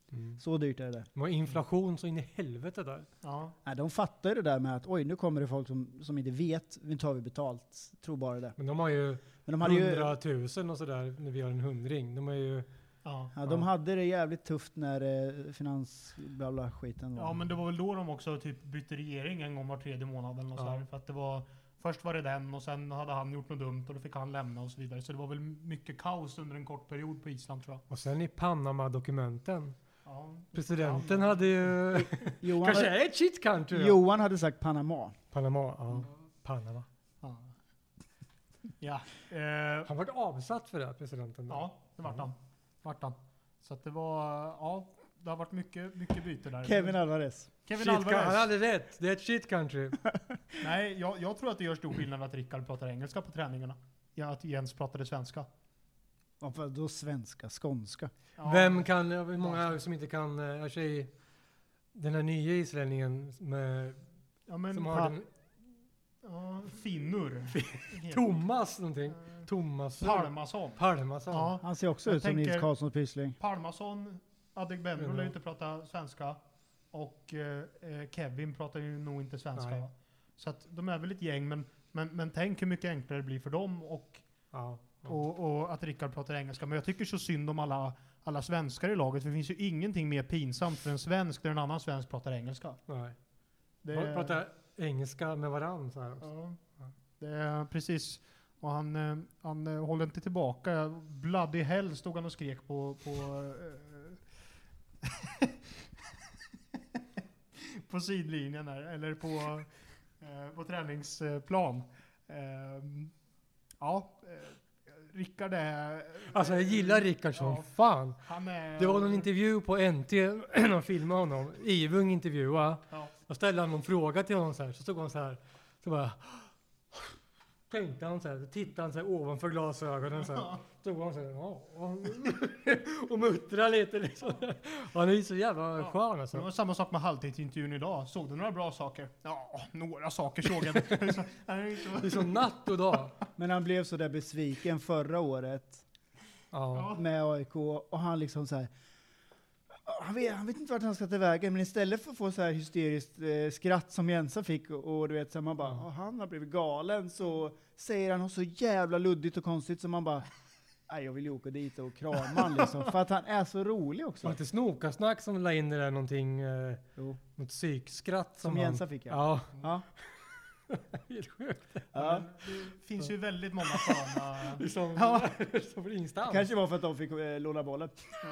[SPEAKER 4] Mm.
[SPEAKER 3] Så dyrt är det där.
[SPEAKER 4] Det var inflation så in i helvete där.
[SPEAKER 2] Ja.
[SPEAKER 3] Nej, de fattar ju det där med att oj, nu kommer det folk som, som inte vet, nu tar vi betalt. Tror bara det.
[SPEAKER 4] Men de har ju
[SPEAKER 3] Men de hade ju,
[SPEAKER 4] hundratusen och sådär när vi har en hundring. De är ju...
[SPEAKER 2] Ja.
[SPEAKER 3] ja, de hade det jävligt tufft när eh, finans bla bla skiten var.
[SPEAKER 2] Ja, men det var väl då de också typ bytte regering en gång var tredje månad eller något
[SPEAKER 4] Ja.
[SPEAKER 2] så här, för att det var först var det den och sen hade han gjort något dumt och då fick han lämna och så vidare. Så det var väl mycket kaos under en kort period på Island tror jag.
[SPEAKER 4] Och sen i Panama-dokumenten.
[SPEAKER 2] Ja.
[SPEAKER 4] Presidenten hade ju...
[SPEAKER 3] Johan,
[SPEAKER 4] kanske
[SPEAKER 3] hade,
[SPEAKER 4] är ett shit country. då.
[SPEAKER 3] Johan hade sagt Panama.
[SPEAKER 4] Panama, ja. Panama.
[SPEAKER 2] Ja. Ja. Eh,
[SPEAKER 4] Han var avsatt för det, presidenten.
[SPEAKER 2] ja, det vart han. Vart han. Så att det var, ja, det har varit mycket, mycket byte där.
[SPEAKER 3] Kevin Alvarez.
[SPEAKER 2] Kevin
[SPEAKER 4] Shit,
[SPEAKER 2] Alvarez.
[SPEAKER 4] han hade rätt. Det är ett shit country.
[SPEAKER 2] Nej, jag, jag tror att det gör stor skillnad att Rickard pratar engelska på träningarna. Ja, att Jens pratade svenska.
[SPEAKER 3] Ja, för då svenska, skånska.
[SPEAKER 2] Ja.
[SPEAKER 4] Vem kan, hur många som inte kan, jag säger, den här nya islänningen med,
[SPEAKER 2] Ja, men,
[SPEAKER 4] som
[SPEAKER 2] pa-
[SPEAKER 4] har den,
[SPEAKER 2] ja, Finnur.
[SPEAKER 4] Thomas någonting. Thomas.
[SPEAKER 2] Palmason.
[SPEAKER 4] Palmason.
[SPEAKER 2] Ja,
[SPEAKER 3] Han ser också
[SPEAKER 2] Jag
[SPEAKER 3] ut som
[SPEAKER 2] tänker-
[SPEAKER 3] Nils Karlssons Pyssling.
[SPEAKER 2] Palmason, Adegbenro
[SPEAKER 4] Mm.
[SPEAKER 2] lär ju inte prata svenska. Och eh, eh, Kevin pratar ju nog inte svenska.
[SPEAKER 4] Nej.
[SPEAKER 2] Va? Så att de är väl ett gäng, men, men, men tänk hur mycket enklare det blir för dem och,
[SPEAKER 4] Ja. Ja.
[SPEAKER 2] och, och att Rickard pratar engelska. Men jag tycker så synd om alla, alla svenskar i laget, för det finns ju ingenting mer pinsamt för en svensk där en annan svensk pratar engelska.
[SPEAKER 4] Nej.
[SPEAKER 2] Det
[SPEAKER 4] De pratar engelska med varandra så här också.
[SPEAKER 2] Ja,
[SPEAKER 4] Ja.
[SPEAKER 2] det är precis. Och han, eh, han eh, håller inte tillbaka. Bloody hell stod han och skrek på på, eh, på sidlinjen där, eller på, eh, på träningsplan. Eh, ja, eh, Rickard är...
[SPEAKER 4] Alltså jag gillar Rickard som
[SPEAKER 2] Ja.
[SPEAKER 4] fan.
[SPEAKER 2] Han är...
[SPEAKER 4] Det var någon intervju på N T, de filmade honom. Ivung intervjua.
[SPEAKER 2] Ja.
[SPEAKER 4] Jag ställde han någon fråga till honom så här, så stod han så här, så bara tänkte han så här, så tittade han så här ovanför glasögonen så här. Stod han så här, ja, och, och muttrade lite liksom. Han är ju så jävla
[SPEAKER 2] Ja.
[SPEAKER 4] skön
[SPEAKER 2] Det
[SPEAKER 4] alltså.
[SPEAKER 2] var samma sak med halvtidsintervjun idag. Såg du några bra saker? Ja, några saker såg jag. Det är så- han är ju så-
[SPEAKER 4] Det är som natt och dag.
[SPEAKER 3] Men han blev så där besviken förra året
[SPEAKER 4] Ja.
[SPEAKER 3] med A I K och han liksom så här. Han vet, han vet inte vart han ska ta vägen, men istället för att få så här hysteriskt eh, skratt som Jensa fick och, och du vet så här, man bara,
[SPEAKER 4] Mm.
[SPEAKER 3] "Åh, han har blivit galen", så säger han något så jävla luddigt och konstigt som man bara, nej, jag vill ju åka dit och krama han liksom, för att han är så rolig
[SPEAKER 4] Var
[SPEAKER 3] också.
[SPEAKER 4] det inte Snokasnack som la in det där någonting, eh,
[SPEAKER 3] Jo.
[SPEAKER 4] något psykskratt som,
[SPEAKER 3] Som
[SPEAKER 4] han-
[SPEAKER 3] Jensa fick, ja.
[SPEAKER 4] Ja,
[SPEAKER 3] Ja.
[SPEAKER 4] helt sjukt.
[SPEAKER 3] Ja.
[SPEAKER 2] Men det finns ju väldigt många sköna...
[SPEAKER 4] Det är som,
[SPEAKER 2] Ja.
[SPEAKER 4] som för ingenstans.
[SPEAKER 3] Kanske var för att de fick eh, låna bollen.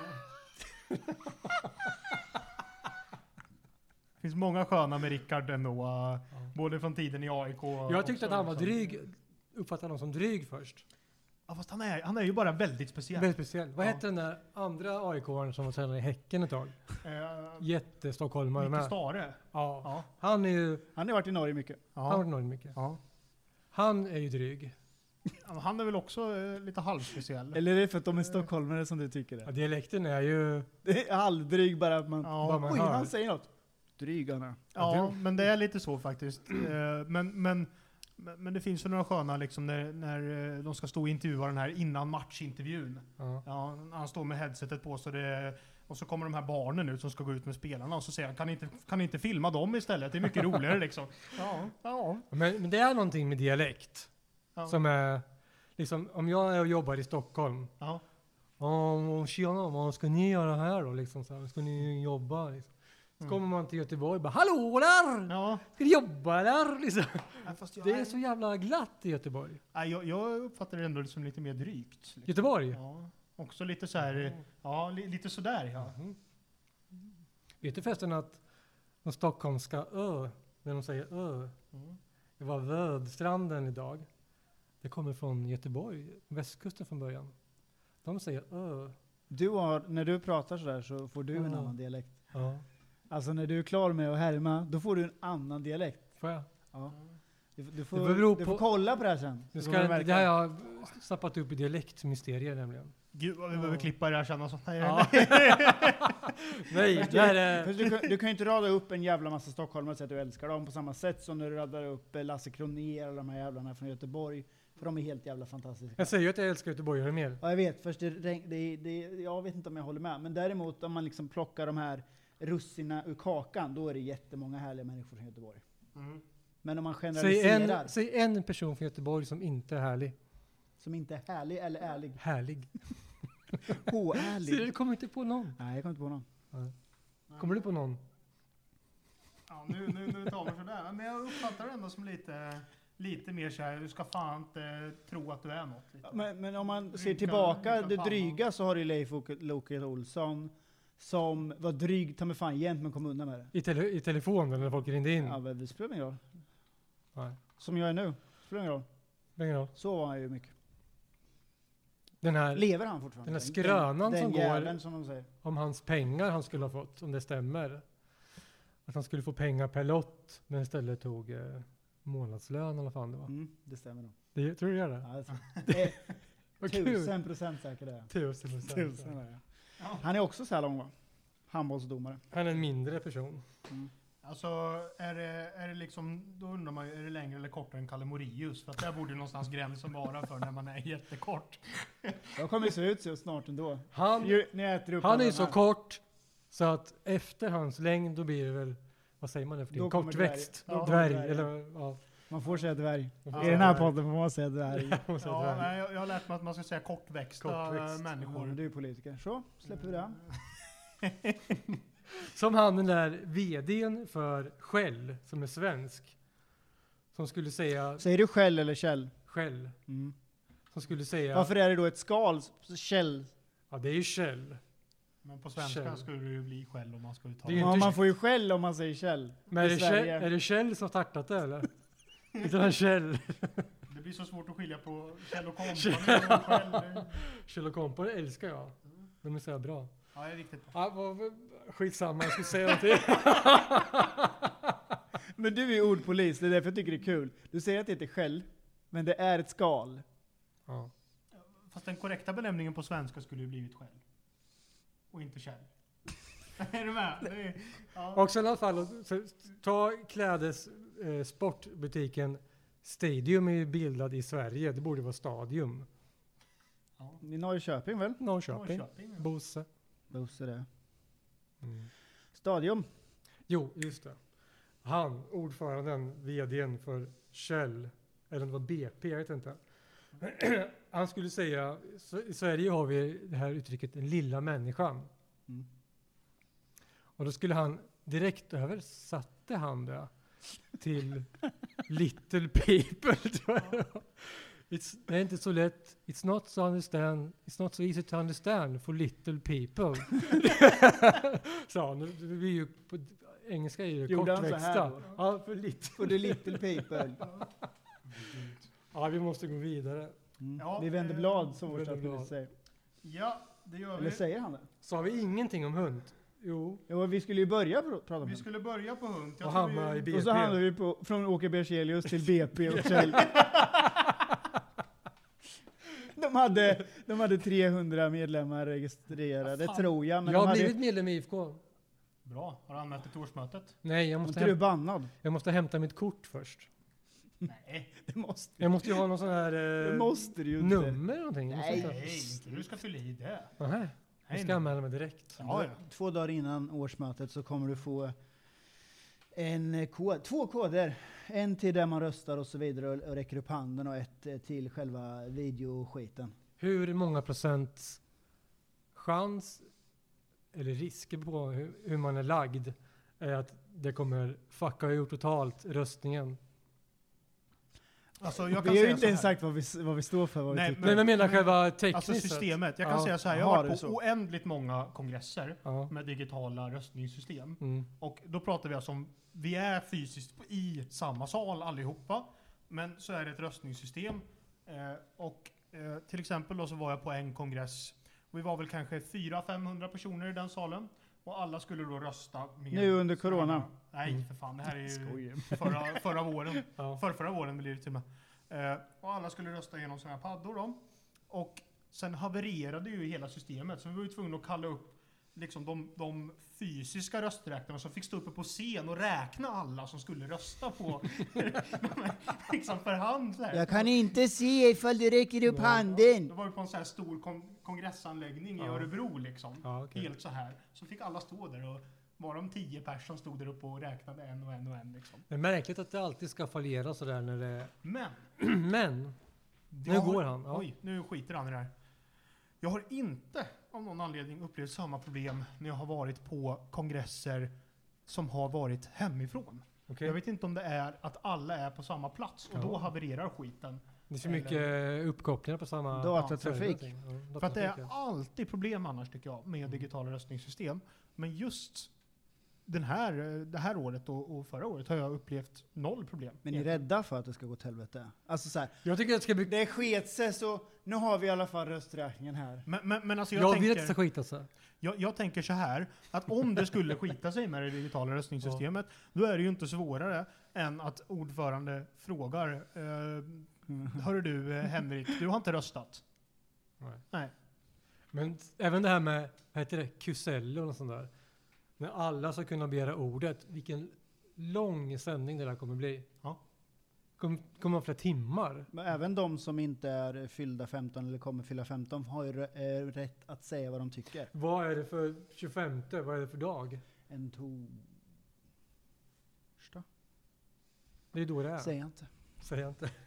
[SPEAKER 2] Det finns många sköna med Rickard ändå. uh, Både från tiden i A I K.
[SPEAKER 4] Jag tyckte att
[SPEAKER 2] också,
[SPEAKER 4] han var
[SPEAKER 2] liksom.
[SPEAKER 4] dryg, uppfattade honom som dryg först.
[SPEAKER 2] Ja, fast han är, han är ju bara väldigt speciell.
[SPEAKER 4] Väldigt speciell. Vad
[SPEAKER 2] Ja.
[SPEAKER 4] hette den där andra A I K-aren som var tränare i Häcken ett tag?
[SPEAKER 2] Uh,
[SPEAKER 4] Jättestockholmare
[SPEAKER 2] Micke
[SPEAKER 4] med.
[SPEAKER 2] Stare.
[SPEAKER 4] Ja.
[SPEAKER 2] Ja.
[SPEAKER 4] Han är ju,
[SPEAKER 3] Han har varit i Norge mycket.
[SPEAKER 4] han har
[SPEAKER 2] Ja.
[SPEAKER 4] varit nöjd mycket.
[SPEAKER 2] Ja.
[SPEAKER 4] Han är ju dryg.
[SPEAKER 2] Ja, han är väl också uh, lite halvspeciell.
[SPEAKER 3] Eller är det för att de är stockholmare som du tycker
[SPEAKER 4] Ja,
[SPEAKER 3] det?
[SPEAKER 4] dialekten är ju,
[SPEAKER 3] Det är halvdryg bara att man,
[SPEAKER 2] Ja.
[SPEAKER 4] vad man
[SPEAKER 3] oj,
[SPEAKER 4] hör.
[SPEAKER 3] han säger något. Drygarna.
[SPEAKER 2] Ja, men det är lite så faktiskt. Eh, men, men, men men det finns ju några sköna liksom när, när eh, de ska stå och intervjua den här innan matchintervjun.
[SPEAKER 4] ja.
[SPEAKER 2] Ja, han står med headsetet på så det, och så kommer de här barnen ut som ska gå ut med spelarna och så säger han, kan ni inte, kan ni inte filma dem istället? Det är mycket roligare liksom. Ja, ja.
[SPEAKER 4] Men, men det är någonting med dialekt
[SPEAKER 2] Ja.
[SPEAKER 4] som är, liksom, om jag är och jobbar i Stockholm.
[SPEAKER 2] Ja.
[SPEAKER 4] Ja, tjena, vad ska ni göra här då? Liksom, så här, ska ni jobba? Liksom. Så
[SPEAKER 2] Mm.
[SPEAKER 4] kommer man till Göteborg och bara, hallå där!
[SPEAKER 2] Ja.
[SPEAKER 4] Ska ni jobba där? Liksom.
[SPEAKER 2] Nej, fast jag,
[SPEAKER 4] Det är så jävla glatt i Göteborg.
[SPEAKER 2] nej, jag, jag uppfattar det ändå som lite mer drygt. Liksom.
[SPEAKER 4] Göteborg?
[SPEAKER 2] Ja. Också lite så här, ja, li, lite sådär ja.
[SPEAKER 4] Mhm. Vet du förresten att de stockholmska ö, när de säger ö,
[SPEAKER 2] Mm.
[SPEAKER 4] det var Vödstranden idag. Det kommer från Göteborg, västkusten från början. De säger ö.
[SPEAKER 3] Du har, när du pratar sådär så får du en
[SPEAKER 4] Ja.
[SPEAKER 3] annan dialekt.
[SPEAKER 4] Ja,
[SPEAKER 3] Alltså när du är klar med att härma, då får du en annan dialekt.
[SPEAKER 4] får jag?
[SPEAKER 3] Ja. Du, du, får,
[SPEAKER 4] Det beror
[SPEAKER 3] du
[SPEAKER 4] på-
[SPEAKER 3] får kolla på det här sen.
[SPEAKER 4] Nu
[SPEAKER 3] så
[SPEAKER 4] ska,
[SPEAKER 3] kommer du
[SPEAKER 4] det
[SPEAKER 3] märka.
[SPEAKER 4] har jag snappat upp i dialektmysterier nämligen.
[SPEAKER 2] Gud vad vi behöver
[SPEAKER 4] Ja.
[SPEAKER 2] klippa det här sen och sånt. Nej,
[SPEAKER 4] Ja.
[SPEAKER 2] nej.
[SPEAKER 4] Nej,
[SPEAKER 3] Fast
[SPEAKER 4] det här
[SPEAKER 3] du,
[SPEAKER 4] är...
[SPEAKER 3] fast du, kan- du kan ju inte rada upp en jävla massa stockholmare och säga att du älskar dem på samma sätt som när du radar upp eh, Lasse Kronér och de här jävlarna från Göteborg. För de är helt jävla fantastiska.
[SPEAKER 4] Jag säger ju att jag älskar Göteborgare mer.
[SPEAKER 3] Ja, jag vet. Först det, regn- det, det, jag vet inte om jag håller med. Men däremot om man liksom plockar de här russina ur kakan, då är det jättemånga härliga människor från Göteborg.
[SPEAKER 2] Mm.
[SPEAKER 3] Men om man
[SPEAKER 4] Säg
[SPEAKER 3] generaliserar,
[SPEAKER 4] en, säg en person från Göteborg som inte är härlig.
[SPEAKER 3] som inte är härlig eller ärlig.
[SPEAKER 4] Härlig. Så
[SPEAKER 3] Oärlig.
[SPEAKER 4] du kommer inte på någon.
[SPEAKER 3] Nej, jag kommer inte på någon.
[SPEAKER 4] Kommer du på någon?
[SPEAKER 2] Ja, nu, nu, nu tar man sådär. Men jag uppfattar det ändå som lite, lite mer såhär, du ska fan inte tro att du är något. Lite.
[SPEAKER 3] Men, men om man ser
[SPEAKER 2] Rynka-
[SPEAKER 3] tillbaka
[SPEAKER 2] rynka
[SPEAKER 3] det
[SPEAKER 2] pannan.
[SPEAKER 3] dryga, så har du Leif Loket Olsson som var dryg, ta mig fan jämt, men kom undan med det.
[SPEAKER 4] I, tele, I telefonen när folk ringde in?
[SPEAKER 3] Ja, men det spelar ingen roll.
[SPEAKER 4] Nej.
[SPEAKER 3] Som jag är nu. Spelar ingen roll.
[SPEAKER 4] Ingen roll.
[SPEAKER 3] Så var han ju mycket.
[SPEAKER 4] Den här,
[SPEAKER 3] Lever han fortfarande?
[SPEAKER 4] den här skrönan
[SPEAKER 3] den,
[SPEAKER 4] som
[SPEAKER 3] den
[SPEAKER 4] går-
[SPEAKER 3] jäveln som de säger.
[SPEAKER 4] om hans pengar han skulle ha fått, om det stämmer. Att han skulle få pengar per lott, men istället tog eh, månadslön eller vad fan det var.
[SPEAKER 3] Mm, det stämmer nog.
[SPEAKER 4] Det, tror du det gör det?
[SPEAKER 3] Ja, alltså, det är
[SPEAKER 4] Vad kul.
[SPEAKER 3] tusen procent säkert det.
[SPEAKER 4] Tusen procent.
[SPEAKER 3] Tusen är det.
[SPEAKER 2] Ja.
[SPEAKER 3] Han är också så här lång, va? Handbollsdomare.
[SPEAKER 4] Han är en mindre person.
[SPEAKER 3] Mm.
[SPEAKER 2] Alltså, är det, är det liksom, då undrar man ju, är det längre eller kortare än Kalle Morius? För att där borde ju någonstans gränsen vara för när man är jättekort.
[SPEAKER 3] Jag kommer se ut så snart ändå.
[SPEAKER 4] Han,
[SPEAKER 3] Ju, när jag äter upp
[SPEAKER 4] han är
[SPEAKER 3] alla
[SPEAKER 4] ju
[SPEAKER 3] de
[SPEAKER 4] så
[SPEAKER 3] här.
[SPEAKER 4] kort så att efter hans längd då blir det väl, vad säger man nu för
[SPEAKER 3] Då
[SPEAKER 4] det?
[SPEAKER 3] kommer
[SPEAKER 4] Kortväxt.
[SPEAKER 3] dvärg. Ja,
[SPEAKER 4] dvärg.
[SPEAKER 3] dvärg.
[SPEAKER 4] Eller, ja.
[SPEAKER 3] Man får säga dvärg.
[SPEAKER 4] Man får
[SPEAKER 3] I
[SPEAKER 4] säga
[SPEAKER 3] den här
[SPEAKER 4] dvärg.
[SPEAKER 3] podden får man säga dvärg.
[SPEAKER 4] Man får säga
[SPEAKER 2] Ja,
[SPEAKER 4] dvärg.
[SPEAKER 2] nej, jag, jag har lärt mig att man ska säga kortväxta
[SPEAKER 4] Kortväxt.
[SPEAKER 2] människor.
[SPEAKER 3] Ja, du är politiker. Så, släpper vi det.
[SPEAKER 4] Som han den där vdn för Shell, som är svensk. Som skulle säga
[SPEAKER 3] Säger du Shell eller Kjell?
[SPEAKER 4] Shell.
[SPEAKER 3] Mm.
[SPEAKER 4] Som skulle säga,
[SPEAKER 3] Varför är det då ett skal? Kjell?
[SPEAKER 4] ja det är ju Shell.
[SPEAKER 2] Men på svenska
[SPEAKER 4] Shell.
[SPEAKER 2] skulle det ju bli skäll om man skulle ta
[SPEAKER 4] Det är ju
[SPEAKER 3] Ja,
[SPEAKER 4] inte-
[SPEAKER 3] man får ju Shell om man säger Kjell.
[SPEAKER 4] Men är
[SPEAKER 3] I
[SPEAKER 4] det, Shell,
[SPEAKER 3] Sverige.
[SPEAKER 4] är det Shell som startat det eller? Utan han Shell.
[SPEAKER 2] Det blir så svårt att skilja på Kjell och Company och Shell.
[SPEAKER 4] Shell och Company älskar jag. De är så här bra.
[SPEAKER 2] Ja, det är riktigt bra.
[SPEAKER 4] Ja, vad, vad- skitsamma, jag skulle säga någonting.
[SPEAKER 3] Men du är ordpolis, det är därför jag tycker det är kul. Du säger att det heter Shell, men det är ett skal.
[SPEAKER 4] Ja.
[SPEAKER 2] Fast den korrekta benämningen på svenska skulle ju blivit Shell. Och inte Kjell. Är du med? Det är, ja.
[SPEAKER 4] Och sen i alla fall, så, ta klädes eh, sportbutiken Stadium är ju bildad i Sverige. Det borde vara Stadium.
[SPEAKER 2] Ja.
[SPEAKER 3] I Norrköping väl?
[SPEAKER 4] Norrköping.
[SPEAKER 2] Norrköping, ja.
[SPEAKER 4] Bosse.
[SPEAKER 3] Bosse det.
[SPEAKER 4] Mm.
[SPEAKER 3] Stadium.
[SPEAKER 4] Jo, just det. Han, ordföranden, vdn för Shell, eller om det var B P, jag vet inte. Han skulle säga, så, i Sverige har vi det här uttrycket den lilla människan.
[SPEAKER 3] Mm.
[SPEAKER 4] Och då skulle han, direkt översatte han det till little people, tror jag. It's, det är inte så lätt. It's not so understand. It's not so easy to understand for little people. Så han, det blir ju på engelska är ju
[SPEAKER 3] Gjorde han så här
[SPEAKER 4] kortväxta.
[SPEAKER 3] då?
[SPEAKER 4] Ja, för lite.
[SPEAKER 3] For the little people.
[SPEAKER 4] Ja, vi måste gå vidare.
[SPEAKER 3] Mm.
[SPEAKER 2] Ja,
[SPEAKER 3] vi vänder
[SPEAKER 2] eh,
[SPEAKER 3] blad som vår
[SPEAKER 4] vänder blad.
[SPEAKER 3] statsminister säger.
[SPEAKER 2] Ja, det gör
[SPEAKER 3] Eller
[SPEAKER 2] vi.
[SPEAKER 3] säger han det?
[SPEAKER 4] Så har vi ingenting om hund. Jo.
[SPEAKER 3] Jo, vi skulle ju börja pr- prata om
[SPEAKER 2] Vi
[SPEAKER 3] det.
[SPEAKER 2] skulle börja på hund. Jag
[SPEAKER 4] Och
[SPEAKER 2] tror
[SPEAKER 4] hamna
[SPEAKER 2] vi-
[SPEAKER 4] i B
[SPEAKER 3] Och så
[SPEAKER 4] P.
[SPEAKER 3] handlar vi på, från Åke Bergelius till B P och Kjell. de, hade, de hade trehundra medlemmar registrerade,
[SPEAKER 2] Fan.
[SPEAKER 3] tror jag. Men
[SPEAKER 4] Jag
[SPEAKER 3] de
[SPEAKER 4] har
[SPEAKER 3] hade,
[SPEAKER 4] blivit medlem i I F K.
[SPEAKER 2] Bra. Har du anmält det till årsmötet?
[SPEAKER 4] Nej, jag
[SPEAKER 3] var
[SPEAKER 4] måste,
[SPEAKER 3] inte du
[SPEAKER 4] häm-
[SPEAKER 3] bannad?
[SPEAKER 4] jag måste hämta mitt kort först.
[SPEAKER 2] Nej.
[SPEAKER 3] Det måste,
[SPEAKER 4] Jag måste ju ha någon sån här
[SPEAKER 3] det
[SPEAKER 4] eh,
[SPEAKER 3] måste du ju inte.
[SPEAKER 4] nummer eller någonting. Jag måste
[SPEAKER 3] Nej.
[SPEAKER 4] inte-
[SPEAKER 2] Nej, inte du ska fylla i det.
[SPEAKER 4] Nähä. Jag
[SPEAKER 2] Nej,
[SPEAKER 4] ska
[SPEAKER 2] nej.
[SPEAKER 4] anmäla mig direkt.
[SPEAKER 2] Ja, ja.
[SPEAKER 3] Två dagar innan årsmötet så kommer du få en kod, två koder. En till där man röstar och så vidare och, och räcker upp handen, och ett eh, till själva videoskiten.
[SPEAKER 4] Hur många procent chans eller risker på hur, hur man är lagd är att det kommer fucka ur totalt röstningen?
[SPEAKER 2] Alltså, jag
[SPEAKER 3] Vi
[SPEAKER 2] kan
[SPEAKER 3] har ju
[SPEAKER 2] säga
[SPEAKER 3] inte
[SPEAKER 2] så
[SPEAKER 3] ens
[SPEAKER 2] här.
[SPEAKER 3] sagt vad vi, vad vi står för. Vad
[SPEAKER 2] Nej,
[SPEAKER 3] vi tycker.
[SPEAKER 4] Men jag menar
[SPEAKER 2] men-
[SPEAKER 4] själva tekniskt
[SPEAKER 2] Alltså
[SPEAKER 4] sett.
[SPEAKER 2] systemet. Jag kan
[SPEAKER 4] Ja.
[SPEAKER 2] säga så här. Jag
[SPEAKER 3] Jaha,
[SPEAKER 2] har
[SPEAKER 3] det är
[SPEAKER 2] varit på
[SPEAKER 3] så.
[SPEAKER 2] oändligt många kongresser
[SPEAKER 4] Ja.
[SPEAKER 2] med digitala röstningssystem.
[SPEAKER 4] Mm.
[SPEAKER 2] Och då pratar vi alltså om, vi är fysiskt i samma sal allihopa, men så är det ett röstningssystem. Eh, och eh, till exempel då så var jag på en kongress, och vi var väl kanske fyra till femhundra personer i den salen. Och alla skulle då rösta med...
[SPEAKER 3] Nu under corona.
[SPEAKER 2] Nej,
[SPEAKER 4] Mm.
[SPEAKER 2] för fan. Det här är ju
[SPEAKER 3] Skojar.
[SPEAKER 2] förra, förra våren.
[SPEAKER 4] Ja.
[SPEAKER 2] För förra våren blir det till och med. Eh, och alla skulle rösta genom sina paddor då. Och sen havererade ju hela systemet, så vi var ju tvungna att kalla upp liksom de, de fysiska rösträknarna som fick stå uppe på scen och räkna alla som skulle rösta på liksom för hand så här.
[SPEAKER 3] Jag kan inte se ifall du räcker upp handen.
[SPEAKER 2] Det var ju på en så här stor kon- kongressanläggning
[SPEAKER 4] Ja.
[SPEAKER 2] i Örebro liksom.
[SPEAKER 4] Ja, okej.
[SPEAKER 2] Helt så här. Så fick alla stå där och var de tio personer som stod där uppe och räknade en och en och en liksom.
[SPEAKER 4] Det är märkligt att det alltid ska fallera sådär när det...
[SPEAKER 2] Men
[SPEAKER 4] Men, nu
[SPEAKER 2] jag har-
[SPEAKER 4] går han. Ja.
[SPEAKER 2] Oj, nu skiter han i det här. Jag har inte av någon anledning upplevt samma problem när jag har varit på kongresser som har varit hemifrån.
[SPEAKER 4] Okej.
[SPEAKER 2] Jag vet inte om det är att alla är på samma plats och
[SPEAKER 4] Ja.
[SPEAKER 2] då havererar skiten.
[SPEAKER 4] Det är så mycket uppkopplingar på samma...
[SPEAKER 3] Datatrafik.
[SPEAKER 4] Ja, ja,
[SPEAKER 2] För att det är
[SPEAKER 4] datatrafik, ja.
[SPEAKER 2] alltid problem annars tycker jag med digitala röstningssystem. Men just den här, det här året och, och förra året har jag upplevt noll problem.
[SPEAKER 3] Men ni är rädda för att det ska gå till helvete? Alltså så här,
[SPEAKER 4] Jag tycker att det ska bli...
[SPEAKER 3] det sket sig så nu har vi i alla fall rösträkningen här.
[SPEAKER 2] Men, men, men alltså jag,
[SPEAKER 4] Jag,
[SPEAKER 2] tänker,
[SPEAKER 4] vill att det ska skita sig.
[SPEAKER 2] jag, jag tänker så här, att om det skulle skita sig med det digitala röstningssystemet, då är det ju inte svårare än att ordförande frågar eh, hörru du eh, Henrik, du har inte röstat.
[SPEAKER 4] Nej.
[SPEAKER 2] Nej.
[SPEAKER 4] Men även det här med, vad heter det, Kusello och sånt där. När alla ska kunna begära ordet, vilken lång sändning det där kommer bli.
[SPEAKER 2] Ja.
[SPEAKER 4] Kommer kommer vara flera timmar.
[SPEAKER 3] Men även de som inte är fyllda femton eller kommer fylla femton har ju rö- eh, rätt att säga vad de tycker.
[SPEAKER 4] Vad är det för tjugofemte? Vad är det för dag?
[SPEAKER 3] En torsdag?
[SPEAKER 4] Det är då det är.
[SPEAKER 3] Säger jag inte.
[SPEAKER 4] Säger jag inte.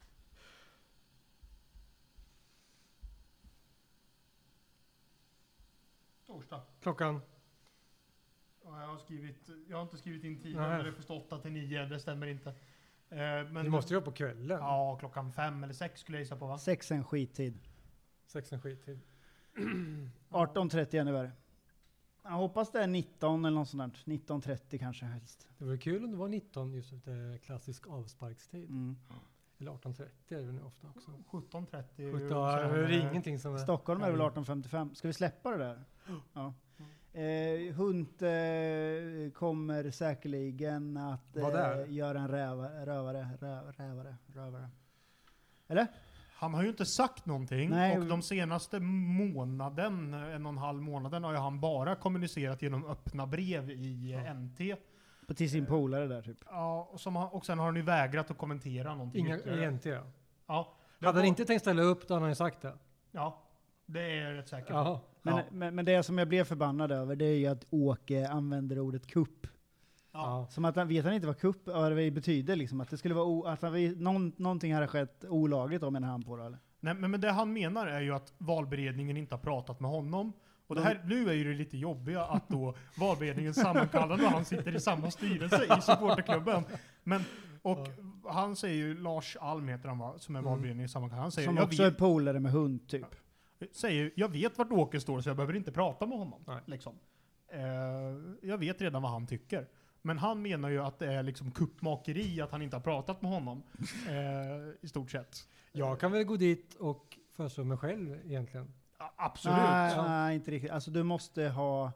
[SPEAKER 2] Torsdag.
[SPEAKER 4] Klockan?
[SPEAKER 2] Ja, jag, har skrivit, jag har inte skrivit in tiden,
[SPEAKER 4] Nej.
[SPEAKER 2] men det är förstås åtta till nio, det stämmer inte. Eh, men
[SPEAKER 4] Det måste ju vara på kvällen.
[SPEAKER 2] Ja, klockan fem eller sex skulle jag gissa på va?
[SPEAKER 3] Sex är en skittid.
[SPEAKER 4] Sex en skittid.
[SPEAKER 3] arton trettio är ännu värre. Jag hoppas det är nitton eller något sånt där. nitton trettio kanske helst.
[SPEAKER 4] Det vore kul om det var nitton, just efter klassisk avsparkstid.
[SPEAKER 3] Mm.
[SPEAKER 4] Eller arton trettio är det nu ofta också.
[SPEAKER 2] sjutton trettio. är ju
[SPEAKER 4] sjutton,
[SPEAKER 2] sådär,
[SPEAKER 4] det är
[SPEAKER 2] eh,
[SPEAKER 4] ingenting som är...
[SPEAKER 3] Stockholm är väl arton femtiofem. Ska vi släppa det där? Ja. Eh, Hunt eh, kommer säkerligen att
[SPEAKER 4] Vad är?
[SPEAKER 3] eh, göra en räva, rövare, rö, rävare, rövare. Eller?
[SPEAKER 2] Han har ju inte sagt någonting
[SPEAKER 3] Nej.
[SPEAKER 2] och de senaste månaden, en och en halv månaden, har ju han bara kommunicerat genom öppna brev i
[SPEAKER 4] Ja.
[SPEAKER 2] ja. N T.
[SPEAKER 3] På till sin polare där typ.
[SPEAKER 2] Ja, och, som, har- och sen har han ju vägrat att kommentera någonting
[SPEAKER 4] Inga
[SPEAKER 2] ytterligare.
[SPEAKER 4] egentliga.
[SPEAKER 2] Ja, det
[SPEAKER 4] Hade
[SPEAKER 2] var-
[SPEAKER 4] han inte tänkt ställa upp, då hade han ju sagt det.
[SPEAKER 2] Ja, det är jag rätt säker på.
[SPEAKER 4] Ja.
[SPEAKER 3] Men,
[SPEAKER 2] Ja.
[SPEAKER 3] men, men det som jag blev förbannad över det är ju att Åke använder ordet kupp.
[SPEAKER 2] Ja.
[SPEAKER 3] Som att han vet han inte vad kupp vad det betyder liksom. Att det skulle vara o, att han, någon, någonting hade skett olagligt om menar han på det eller?
[SPEAKER 2] Nej, men, men det han menar är ju att valberedningen inte har pratat med honom. Och det här, nu är ju det lite jobbiga att då valberedningen sammankallade och han sitter i samma styrelse i supporterklubben. Men, och han säger ju, Lars Alm heter han va, som är
[SPEAKER 4] Mm.
[SPEAKER 2] valberedningens sammankallande. Han säger,
[SPEAKER 3] Som
[SPEAKER 2] jag
[SPEAKER 3] också är
[SPEAKER 2] vet,
[SPEAKER 3] polare med hund typ.
[SPEAKER 2] säger, jag vet vart Åke står så jag behöver inte prata med honom.
[SPEAKER 4] Nej.
[SPEAKER 2] Liksom. Eh, jag vet redan vad han tycker. Men han menar ju att det är liksom kuppmakeri att han inte har pratat med honom. Eh, I stort sett.
[SPEAKER 4] Jag kan väl gå dit och föreslå mig själv egentligen.
[SPEAKER 2] Ja, absolut.
[SPEAKER 3] Nej,
[SPEAKER 4] Ja.
[SPEAKER 3] nej, inte riktigt. Alltså du måste ha...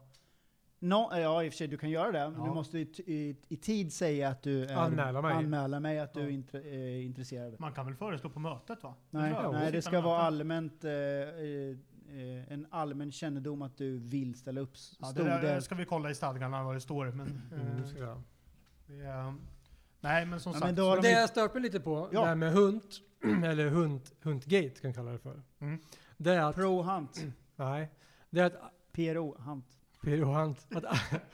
[SPEAKER 3] No, ja, i och för sig, du kan göra det. Men
[SPEAKER 2] Ja.
[SPEAKER 3] du måste i, t- i, i tid säga att du är...
[SPEAKER 4] Anmäla mig.
[SPEAKER 3] Anmäla mig att du
[SPEAKER 4] Ja.
[SPEAKER 3] är intre, är intresserad.
[SPEAKER 2] Man kan väl föreslå på mötet va?
[SPEAKER 3] Nej,
[SPEAKER 2] Ja,
[SPEAKER 3] nej det
[SPEAKER 2] sitta
[SPEAKER 3] ska
[SPEAKER 2] med
[SPEAKER 3] vara
[SPEAKER 2] möten.
[SPEAKER 3] allmänt... Eh, eh, eh, en allmän kännedom att du vill ställa upp. S-
[SPEAKER 2] Ja, det
[SPEAKER 3] stod
[SPEAKER 2] där
[SPEAKER 3] det.
[SPEAKER 2] ska vi kolla i stadgarna vad det står. Men,
[SPEAKER 4] Mm,
[SPEAKER 2] eh,
[SPEAKER 4] det ska jag.
[SPEAKER 2] det är, nej men som
[SPEAKER 3] Ja,
[SPEAKER 2] sagt.
[SPEAKER 3] men då
[SPEAKER 2] så
[SPEAKER 3] har
[SPEAKER 2] de-
[SPEAKER 4] Det jag stört mig lite på,
[SPEAKER 3] Ja.
[SPEAKER 4] det här med hunt, eller hunt, huntgate kan jag kalla det för.
[SPEAKER 2] Mm.
[SPEAKER 4] Det är att,
[SPEAKER 3] Pro Hunt.
[SPEAKER 4] nej, det är att,
[SPEAKER 3] P R O Hunt.
[SPEAKER 4] P R O Hunt, att,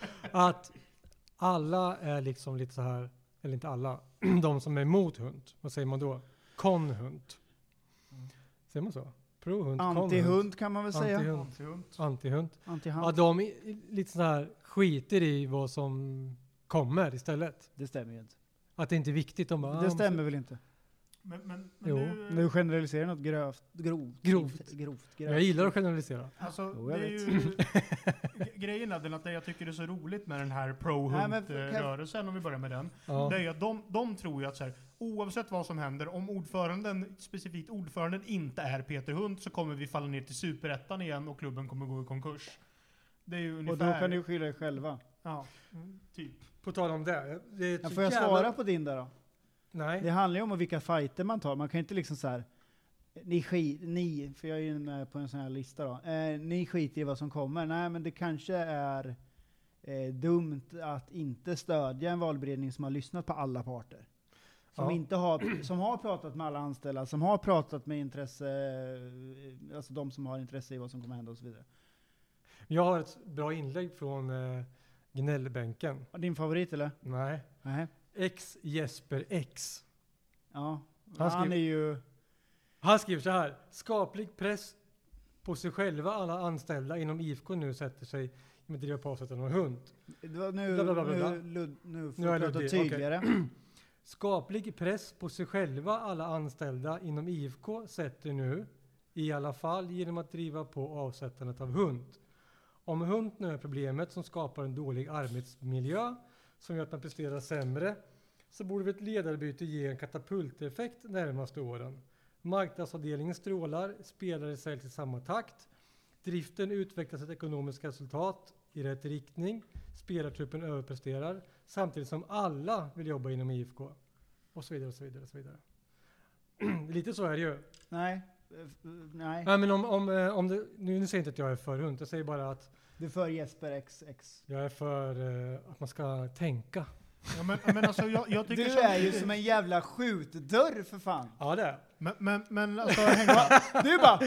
[SPEAKER 4] att alla är liksom lite så här, eller inte alla, de som är emot hund, vad säger man då? Konhunt.
[SPEAKER 2] Mm.
[SPEAKER 4] Säger man så? Pro-hunt, konhunt,
[SPEAKER 3] Antihund kan man väl säga.
[SPEAKER 4] Antihund.
[SPEAKER 2] Antihund.
[SPEAKER 4] Antihund.
[SPEAKER 3] Antihund.
[SPEAKER 4] Att de i- i- lite så här skiter i vad som kommer istället.
[SPEAKER 3] Det stämmer ju inte.
[SPEAKER 4] Att det inte är viktigt. De bara, ah,
[SPEAKER 3] Det
[SPEAKER 4] men
[SPEAKER 3] stämmer väl inte?
[SPEAKER 2] Men, men, men
[SPEAKER 4] Jo.
[SPEAKER 2] nu,
[SPEAKER 3] Nu generaliserar något grövt. Grovt.
[SPEAKER 4] Grovt.
[SPEAKER 3] Grovt.
[SPEAKER 4] så- Jag gillar att generalisera.
[SPEAKER 2] alltså,
[SPEAKER 3] Jo,
[SPEAKER 2] det
[SPEAKER 3] jag
[SPEAKER 2] är
[SPEAKER 3] vet.
[SPEAKER 2] ju, g- grejen är den att det jag tycker är så roligt med den här
[SPEAKER 3] Nej, men-
[SPEAKER 2] pro-hunt-rörelsen, om vi börjar med den.
[SPEAKER 4] Ja.
[SPEAKER 2] Det är ju att de, de tror ju att så här, oavsett vad som händer, om ordföranden, specifikt ordföranden inte är Peter Hunt så kommer vi falla ner till superettan igen och klubben kommer gå i konkurs. Det är ju
[SPEAKER 3] Och
[SPEAKER 2] ungefär...
[SPEAKER 3] då kan ni skylla er själva.
[SPEAKER 2] Ja, mm, typ.
[SPEAKER 4] På tal om det. det är
[SPEAKER 3] Ja,
[SPEAKER 4] så
[SPEAKER 3] får jag
[SPEAKER 4] jävla-
[SPEAKER 3] svara på din där då?
[SPEAKER 4] Nej.
[SPEAKER 3] Det handlar ju om vilka fighter man tar. Man kan inte liksom så här. Ni, skit, ni, för jag är ju med på en sån här lista då. Eh, ni skiter i vad som kommer. Nej, men det kanske är eh, dumt att inte stödja en valberedning som har lyssnat på alla parter. Som,
[SPEAKER 4] Ja.
[SPEAKER 3] inte har, som har pratat med alla anställda, som har pratat med intresse, eh, alltså de som har intresse i vad som kommer hända och så vidare.
[SPEAKER 4] Jag har ett bra inlägg från eh, gnällbänken.
[SPEAKER 3] Din favorit eller?
[SPEAKER 4] Nej.
[SPEAKER 3] Nej.
[SPEAKER 4] X Jesper X.
[SPEAKER 3] Ja.
[SPEAKER 4] Han
[SPEAKER 3] Han,
[SPEAKER 4] skriver-
[SPEAKER 3] är ju...
[SPEAKER 4] Han skriver så här. Skaplig press på sig själva alla anställda inom I F K nu sätter sig med att driva på avsättaren och hund.
[SPEAKER 3] Det var Nu,
[SPEAKER 4] Bla, bla, bla, bla, bla.
[SPEAKER 3] nu, nu, nu får
[SPEAKER 4] Nu är
[SPEAKER 3] jag
[SPEAKER 4] det
[SPEAKER 3] prata
[SPEAKER 4] det,
[SPEAKER 3] tydligare.
[SPEAKER 4] Skaplig press på sig själva alla anställda inom I F K sätter nu i alla fall genom att driva på avsättandet av hund. Om hund nu är problemet som skapar en dålig arbetsmiljö som gör att man presterar sämre så borde ett ledarbyte ge en katapulteffekt närmaste åren. Marknadsavdelningen strålar, spelare säljs i samma takt, driften utvecklas ett ekonomiskt resultat i rätt riktning, spelartruppen överpresterar samtidigt som alla vill jobba inom I F K och så vidare och så vidare och så vidare. Lite så är det ju.
[SPEAKER 3] Nej. eh, Nej.
[SPEAKER 4] Nej, men om, om, eh, om det, nu, nu säger jag inte att jag är för hund, jag säger bara att
[SPEAKER 3] Du för Jesper X X.
[SPEAKER 4] jag är för eh, att man ska tänka.
[SPEAKER 2] Ja, men, men alltså, jag, jag tycker
[SPEAKER 3] Du
[SPEAKER 2] så-
[SPEAKER 3] är ju som en jävla skjutdörr för fan.
[SPEAKER 4] Ja, det är.
[SPEAKER 2] Men, men, men alltså, häng med.
[SPEAKER 3] Du bara...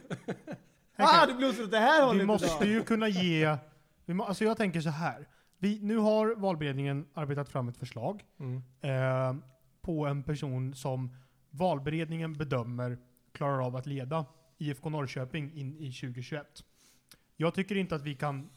[SPEAKER 3] ah, du blåser åt det här hållet.
[SPEAKER 2] Vi måste
[SPEAKER 3] idag.
[SPEAKER 2] ju kunna ge... Vi må, alltså jag tänker så här. Vi, nu har valberedningen arbetat fram ett förslag
[SPEAKER 4] Mm.
[SPEAKER 2] eh, på en person som valberedningen bedömer klarar av att leda I F K Norrköping in i tjugohundratjugoett. Jag tycker inte att vi kan...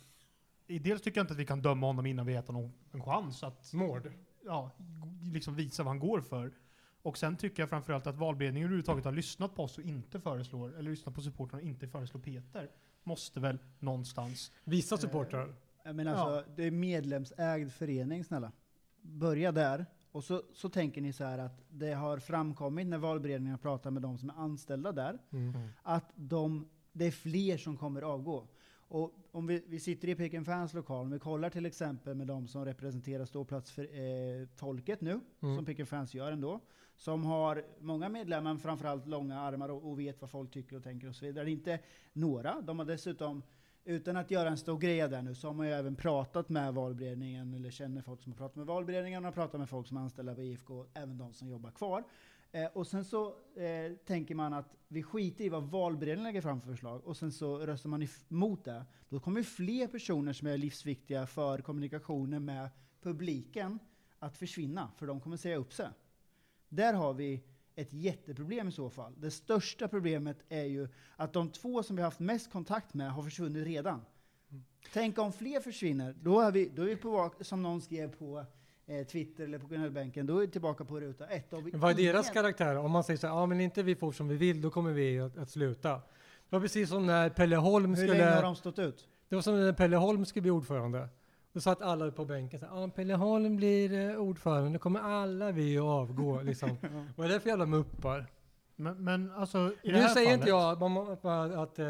[SPEAKER 2] i Dels tycker jag inte att vi kan döma honom innan vi gett honom en chans att
[SPEAKER 4] Mord.
[SPEAKER 2] ja, g- liksom visa vad han går för. Och sen tycker jag framförallt att valberedningen överhuvudtaget har lyssnat på oss och inte föreslår, eller lyssnat på supportrarna och inte föreslår Peter. Måste väl någonstans.
[SPEAKER 4] Vissa supportrar.
[SPEAKER 3] Ja, men alltså,
[SPEAKER 2] Ja.
[SPEAKER 3] det är medlemsägd förening, snälla. Börja där. Och så, så tänker ni så här att det har framkommit när valberedningen har pratat med de som är anställda där,
[SPEAKER 4] Mm.
[SPEAKER 3] att de, det är fler som kommer avgå. Och om vi, vi sitter i Peking Fans lokal, om vi kollar till exempel med de som representerar ståplats för eh, tolket nu,
[SPEAKER 4] Mm.
[SPEAKER 3] som Peking Fans gör ändå, som har många medlemmar, men framförallt långa armar och, och vet vad folk tycker och tänker och så vidare. Det är inte några. De har dessutom, utan att göra en stor grej där nu, så har man ju även pratat med valberedningen, eller känner folk som har pratat med valberedningen, och har pratat med folk som är anställda på I F K, även de som jobbar kvar. Eh, och sen så eh, tänker man att vi skiter i vad valberedningen lägger fram för förslag, och sen så röstar man emot det. Då kommer fler personer som är livsviktiga för kommunikationen med publiken att försvinna, för de kommer säga upp sig. Där har vi ett jätteproblem i så fall. Det största problemet är ju att de två som vi har haft mest kontakt med har försvunnit redan.
[SPEAKER 4] Mm.
[SPEAKER 3] Tänk om fler försvinner, då är vi, då är vi på, som någon skrev på eh, Twitter eller på Gnällbänken, då är vi tillbaka på ruta ett. Då har vi
[SPEAKER 4] Vad är deras
[SPEAKER 3] ingen-
[SPEAKER 4] karaktär? Om man säger så här, ja men inte vi får som vi vill, då kommer vi att, att sluta. Det var precis som när Pelle Holm
[SPEAKER 3] Hur länge har
[SPEAKER 4] skulle...
[SPEAKER 3] de stått ut?
[SPEAKER 4] Det var som när Pelle Holm skulle bli ordförande. Då satt alla på bänken så här, ja Pelle Holm blir eh, ordförande, då kommer alla vi att avgå liksom. Vad är det för jävla muppar?
[SPEAKER 2] Men, men alltså i det
[SPEAKER 4] Nu
[SPEAKER 2] här
[SPEAKER 4] säger
[SPEAKER 2] fallet,
[SPEAKER 4] inte jag att, man, må- att, man- att eh,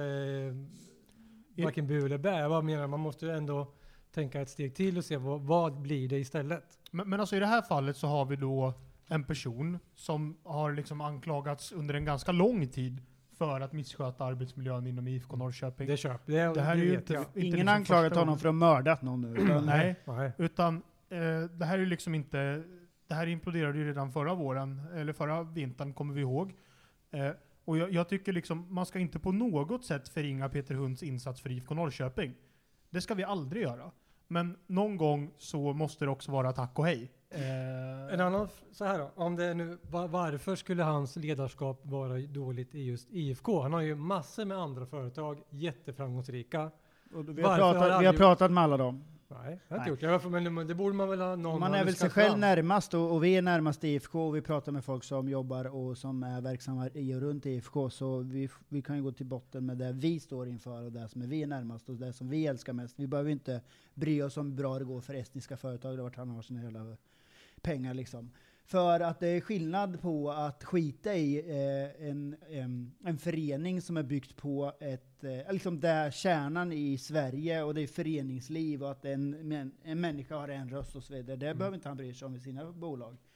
[SPEAKER 4] varken bu eller bä. Jag bara menar, man måste ju ändå tänka ett steg till och se vad, vad blir det istället.
[SPEAKER 2] Men, men alltså i det här fallet så har vi då en person som har liksom anklagats under en ganska lång tid för att missköta arbetsmiljön inom I F K Norrköping.
[SPEAKER 4] Det köp. Det,
[SPEAKER 2] Det här är ju
[SPEAKER 4] vet
[SPEAKER 2] inte,
[SPEAKER 4] jag.
[SPEAKER 2] inte
[SPEAKER 3] Ingen
[SPEAKER 2] liksom
[SPEAKER 3] har anklagat
[SPEAKER 2] första
[SPEAKER 3] honom
[SPEAKER 2] gången.
[SPEAKER 3] för att ha mördat någon nu. Utan
[SPEAKER 2] Nej,
[SPEAKER 4] Nej.
[SPEAKER 2] utan eh, det här är ju liksom inte... Det här imploderade ju redan förra våren, eller förra vintern kommer vi ihåg. Eh, och jag, jag tycker liksom, man ska inte på något sätt förringa Peter Hunds insats för I F K Norrköping. Det ska vi aldrig göra. Men någon gång så måste det också vara tack och hej. Eh,
[SPEAKER 4] En annan, f- så här då, om det är nu, va- varför skulle hans ledarskap vara dåligt i just I F K? Han har ju massor med andra företag, jätteframgångsrika.
[SPEAKER 3] Och vi, har
[SPEAKER 4] Varför har
[SPEAKER 3] pratat, vi har
[SPEAKER 4] aldrig-
[SPEAKER 3] pratat med alla dem.
[SPEAKER 4] Nej, jag har inte
[SPEAKER 3] Nej.
[SPEAKER 4] gjort det. Varför- Men, men det borde man väl ha någon
[SPEAKER 3] Man
[SPEAKER 4] ha
[SPEAKER 3] är väl
[SPEAKER 4] luskat
[SPEAKER 3] sig själv
[SPEAKER 4] fram.
[SPEAKER 3] närmast, och, och vi är närmast I F K, och vi pratar med folk som jobbar och som är verksamma i och runt I F K, så vi, f- vi kan ju gå till botten med det vi står inför och det som är vi är närmast och det som vi älskar mest. Vi behöver inte bry oss om hur bra det går för estniska företag där vart han har sina hela pengar liksom. För att det är skillnad på att skita i eh, en, en, en förening som är byggt på ett, eh, liksom där kärnan i Sverige, och det är föreningsliv och att en, men, en människa har en röst och så vidare. Det behöver inte han bry sig om i sina bolag.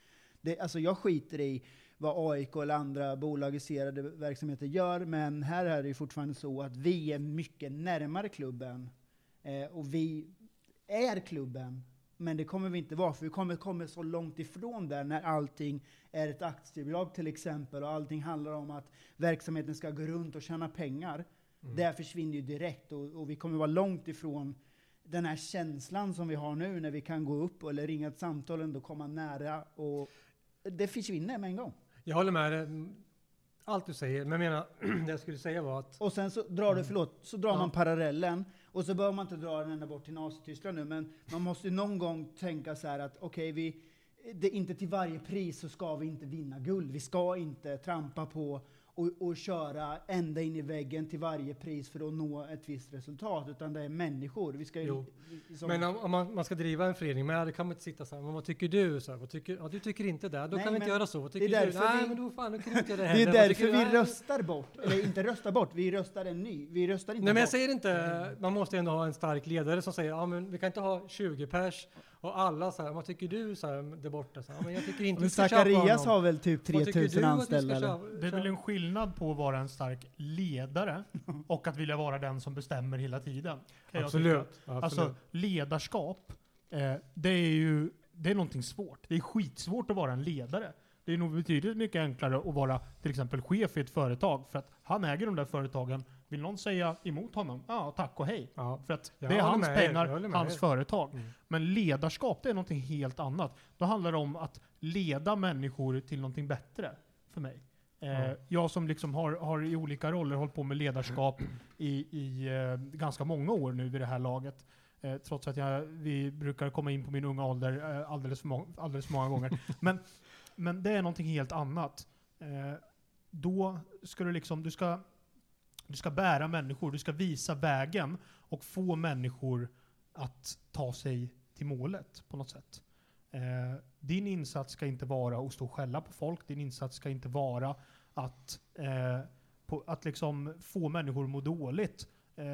[SPEAKER 3] Det, alltså jag skiter i vad A I K eller andra bolagiserade verksamheter gör, men här är det ju fortfarande så att vi är mycket närmare klubben. Eh, och vi är klubben, men det kommer vi inte vara, för vi kommer komma så långt ifrån där när allting är ett aktiebolag till exempel, och allting handlar om att verksamheten ska gå runt och tjäna pengar. Mm. Det försvinner ju direkt, och, och vi kommer vara långt ifrån den här känslan som vi har nu när vi kan gå upp eller ringa ett samtal och ändå komma nära, och det försvinner med en gång.
[SPEAKER 4] Jag håller med dig. Allt du säger, men jag menar, det jag skulle säga var att...
[SPEAKER 3] Och sen så drar du, förlåt, så drar
[SPEAKER 4] Ja.
[SPEAKER 3] man parallellen, och så behöver man inte dra den ända bort till Nazityskland nu, men man måste ju någon gång tänka så här att okej, okay, vi, det är inte till varje pris så ska vi inte vinna guld. Vi ska inte trampa på och, och köra ända in i väggen till varje pris för att nå ett visst resultat, utan det är människor. Vi ska ju,
[SPEAKER 4] Jo.
[SPEAKER 3] liksom,
[SPEAKER 4] Men om, om man, man ska driva en förening med, det kan man inte sitta så här, men vad tycker du? Så här, vad tycker, ja, du tycker inte det, då
[SPEAKER 3] Nej,
[SPEAKER 4] kan vi inte
[SPEAKER 3] men
[SPEAKER 4] göra så. Vad
[SPEAKER 3] det är
[SPEAKER 4] tycker du?
[SPEAKER 3] därför
[SPEAKER 4] Nej,
[SPEAKER 3] vi-
[SPEAKER 4] men då fan, då kan vi inte göra det
[SPEAKER 3] det
[SPEAKER 4] heller.
[SPEAKER 3] är
[SPEAKER 4] Vad
[SPEAKER 3] därför
[SPEAKER 4] tycker
[SPEAKER 3] vi
[SPEAKER 4] du? Nej.
[SPEAKER 3] röstar bort, eller inte röstar bort, vi röstar en ny. Vi röstar inte
[SPEAKER 4] Nej, men jag
[SPEAKER 3] bort.
[SPEAKER 4] säger inte, man måste ändå ha en stark ledare som säger, ja men vi kan inte ha tjugo pers och alla så här, vad tycker du så här, där borta? Så här, ja, men jag tycker inte
[SPEAKER 3] Men
[SPEAKER 4] vi ska köpa
[SPEAKER 3] Zacharias
[SPEAKER 4] honom.
[SPEAKER 3] har väl typ
[SPEAKER 4] Vad tycker
[SPEAKER 3] tre tusen
[SPEAKER 4] du att vi
[SPEAKER 3] anställda
[SPEAKER 4] ska
[SPEAKER 3] eller?
[SPEAKER 4] köpa?
[SPEAKER 2] Det är väl en skillnad på att vara en stark ledare och att vilja vara den som bestämmer hela tiden. kan jag tycka.
[SPEAKER 4] Absolut. absolut.
[SPEAKER 2] Alltså ledarskap, eh, det är ju det är någonting svårt. Det är skitsvårt att vara en ledare. Det är nog betydligt mycket enklare att vara till exempel chef i ett företag, för att han äger de där företagen. Vill någon säga emot honom? Ja, tack och hej.
[SPEAKER 4] ja.
[SPEAKER 2] För att
[SPEAKER 4] Jag
[SPEAKER 2] det är
[SPEAKER 4] håller
[SPEAKER 2] hans
[SPEAKER 4] med er, jag
[SPEAKER 2] pengar,
[SPEAKER 4] håller med
[SPEAKER 2] hans
[SPEAKER 4] er.
[SPEAKER 2] företag.
[SPEAKER 4] Mm.
[SPEAKER 2] Men ledarskap, det är någonting helt annat. Då handlar det om att leda människor till någonting bättre för mig. Eh,
[SPEAKER 4] Ja.
[SPEAKER 2] Jag som liksom har, har i olika roller hållit på med ledarskap i, i eh, ganska många år nu vid det här laget. Eh, trots att jag, vi brukar komma in på min unga ålder eh, alldeles, för må- alldeles för många gånger. Men, men det är någonting helt annat. Eh, då ska du liksom, du ska, du ska bära människor, du ska visa vägen och få människor att ta sig till målet på något sätt. Eh, din insats ska inte vara att stå och skälla på folk. Din insats ska inte vara att, eh, på, att liksom få människor att må dåligt. Eh,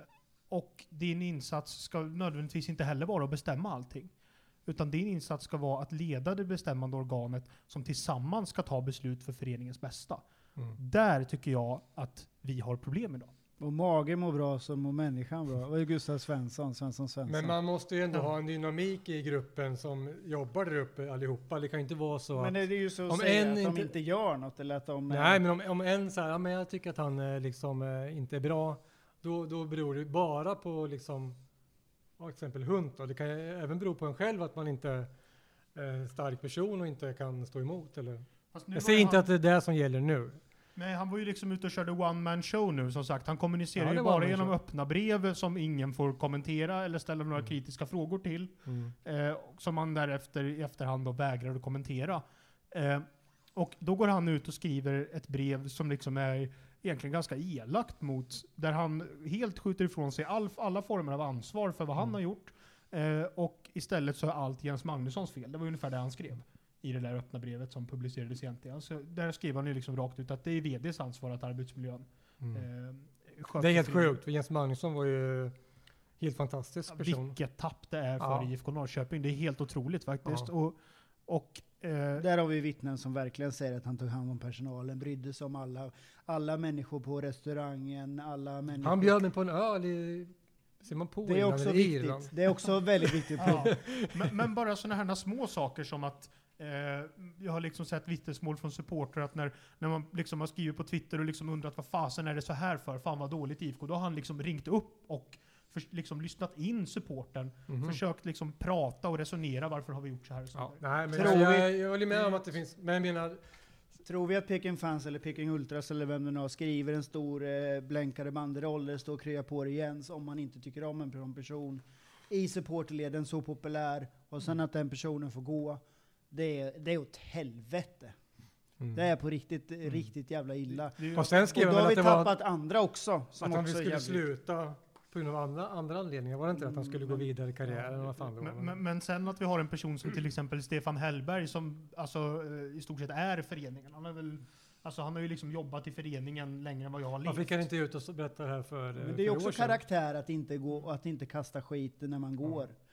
[SPEAKER 2] och din insats ska nödvändigtvis inte heller vara att bestämma allting. Utan din insats ska vara att leda det bestämmande organet som tillsammans ska ta beslut för föreningens bästa.
[SPEAKER 4] Mm.
[SPEAKER 2] Där tycker jag att vi har problem idag.
[SPEAKER 3] Och magen mår bra så mår människan bra. Och det är Gustav Svensson, Svensson Svensson.
[SPEAKER 4] Men man måste ju ändå
[SPEAKER 2] Ja.
[SPEAKER 4] ha en dynamik i gruppen som jobbar där uppe allihopa. Det kan ju inte vara så
[SPEAKER 3] Men
[SPEAKER 4] att...
[SPEAKER 3] är det ju så att
[SPEAKER 4] om
[SPEAKER 3] säga
[SPEAKER 4] en
[SPEAKER 3] att de
[SPEAKER 4] inte-
[SPEAKER 3] inte gör något, eller att de...
[SPEAKER 4] Nej, men om, om en säger, ja men jag tycker att han eh, liksom eh, inte är bra, då, då beror det bara på liksom, ja, till exempel hund då. Det kan ju även bero på en själv att man inte är en stark person och inte kan stå emot. Eller?
[SPEAKER 2] Fast nu
[SPEAKER 4] Jag
[SPEAKER 2] var
[SPEAKER 4] säger
[SPEAKER 2] ju
[SPEAKER 4] inte
[SPEAKER 2] han,
[SPEAKER 4] att det är det som gäller nu.
[SPEAKER 2] Nej, han var ju liksom ute och körde one man show nu som sagt. Han kommunicerar
[SPEAKER 4] Ja, det
[SPEAKER 2] ju
[SPEAKER 4] var
[SPEAKER 2] bara
[SPEAKER 4] one-man
[SPEAKER 2] genom
[SPEAKER 4] show.
[SPEAKER 2] öppna brev som ingen får kommentera eller ställa några
[SPEAKER 4] Mm.
[SPEAKER 2] kritiska frågor till.
[SPEAKER 4] Mm.
[SPEAKER 2] Eh, som han därefter i efterhand då vägrar att kommentera. Eh, och då går han ut och skriver ett brev som liksom är egentligen ganska elakt mot, där han helt skjuter ifrån sig all, alla former av ansvar för vad han
[SPEAKER 4] Mm.
[SPEAKER 2] har gjort. Eh, och istället så är allt Jens Magnussons fel. Det var ungefär det han skrev i det där öppna brevet som publicerades egentligen. Alltså, där skriver han ju liksom rakt ut att det är vd:s ansvar att arbetsmiljön
[SPEAKER 4] Mm.
[SPEAKER 2] eh, sköts
[SPEAKER 4] Det är helt
[SPEAKER 2] i föreningen.
[SPEAKER 4] sjukt, för Jens Magnusson var ju helt fantastisk person.
[SPEAKER 2] Vilket tapp det är för
[SPEAKER 4] Ja.
[SPEAKER 2] I F K Norrköping. Det är helt otroligt faktiskt.
[SPEAKER 4] Ja.
[SPEAKER 2] Och, och eh,
[SPEAKER 3] Där har vi vittnen som verkligen säger att han tog hand om personalen, brydde sig om alla, alla människor på restaurangen, alla människor.
[SPEAKER 4] Han bjöd mig på en öl i, ser man på
[SPEAKER 3] Det är
[SPEAKER 4] Irland
[SPEAKER 3] också
[SPEAKER 4] eller Irland?
[SPEAKER 3] viktigt. Det är också väldigt viktigt.
[SPEAKER 2] Ja. men, men bara sådana här små saker som att eh, jag har liksom sett vittnesmål från supportrar att när, när man liksom har skrivit på Twitter och liksom undrat vad fasen är det så här för, fan vad dåligt I F K, då har han liksom ringt upp och för, liksom lyssnat in supporten,
[SPEAKER 4] Mhm.
[SPEAKER 2] försökt liksom prata och resonera varför har vi gjort så här och så
[SPEAKER 4] Ja,
[SPEAKER 2] där.
[SPEAKER 4] nej, men
[SPEAKER 3] Tror
[SPEAKER 4] jag,
[SPEAKER 3] vi-
[SPEAKER 4] jag, jag håller med om att det finns, men jag menar,
[SPEAKER 3] Tror vi att Peking Fans eller Peking Ultras eller vem det nu har skriver en stor eh, blänkare banderoll där det står krya på det Jens om man inte tycker om en sån person i supporterleden så populär och sen att den personen får gå, det är, det är åt helvete.
[SPEAKER 4] mm.
[SPEAKER 3] Det är på riktigt, riktigt jävla illa.
[SPEAKER 2] Det är ju-
[SPEAKER 4] Och sen
[SPEAKER 3] Och
[SPEAKER 4] skrev
[SPEAKER 3] då
[SPEAKER 4] han
[SPEAKER 3] har
[SPEAKER 4] väl
[SPEAKER 3] vi
[SPEAKER 4] att det var
[SPEAKER 3] tappat andra också. Som
[SPEAKER 4] att han
[SPEAKER 3] också är
[SPEAKER 4] skulle
[SPEAKER 3] jävligt-
[SPEAKER 4] sluta på grund av andra, andra anledningar. Var det inte att han skulle gå
[SPEAKER 3] Mm.
[SPEAKER 4] vidare i karriären? Eller vad fan det var?
[SPEAKER 2] Men, men, men sen att vi har en person som till exempel Stefan Hellberg som alltså, eh, i stort sett är föreningen. Han, är väl, alltså, han har ju liksom jobbat i föreningen längre än vad jag har
[SPEAKER 4] Varför gick
[SPEAKER 2] levt.
[SPEAKER 4] han inte ut och så berätta det här för eh,
[SPEAKER 3] Men det är
[SPEAKER 4] för
[SPEAKER 3] också
[SPEAKER 4] år sedan?
[SPEAKER 3] karaktär att inte gå och att inte kasta skit när man går.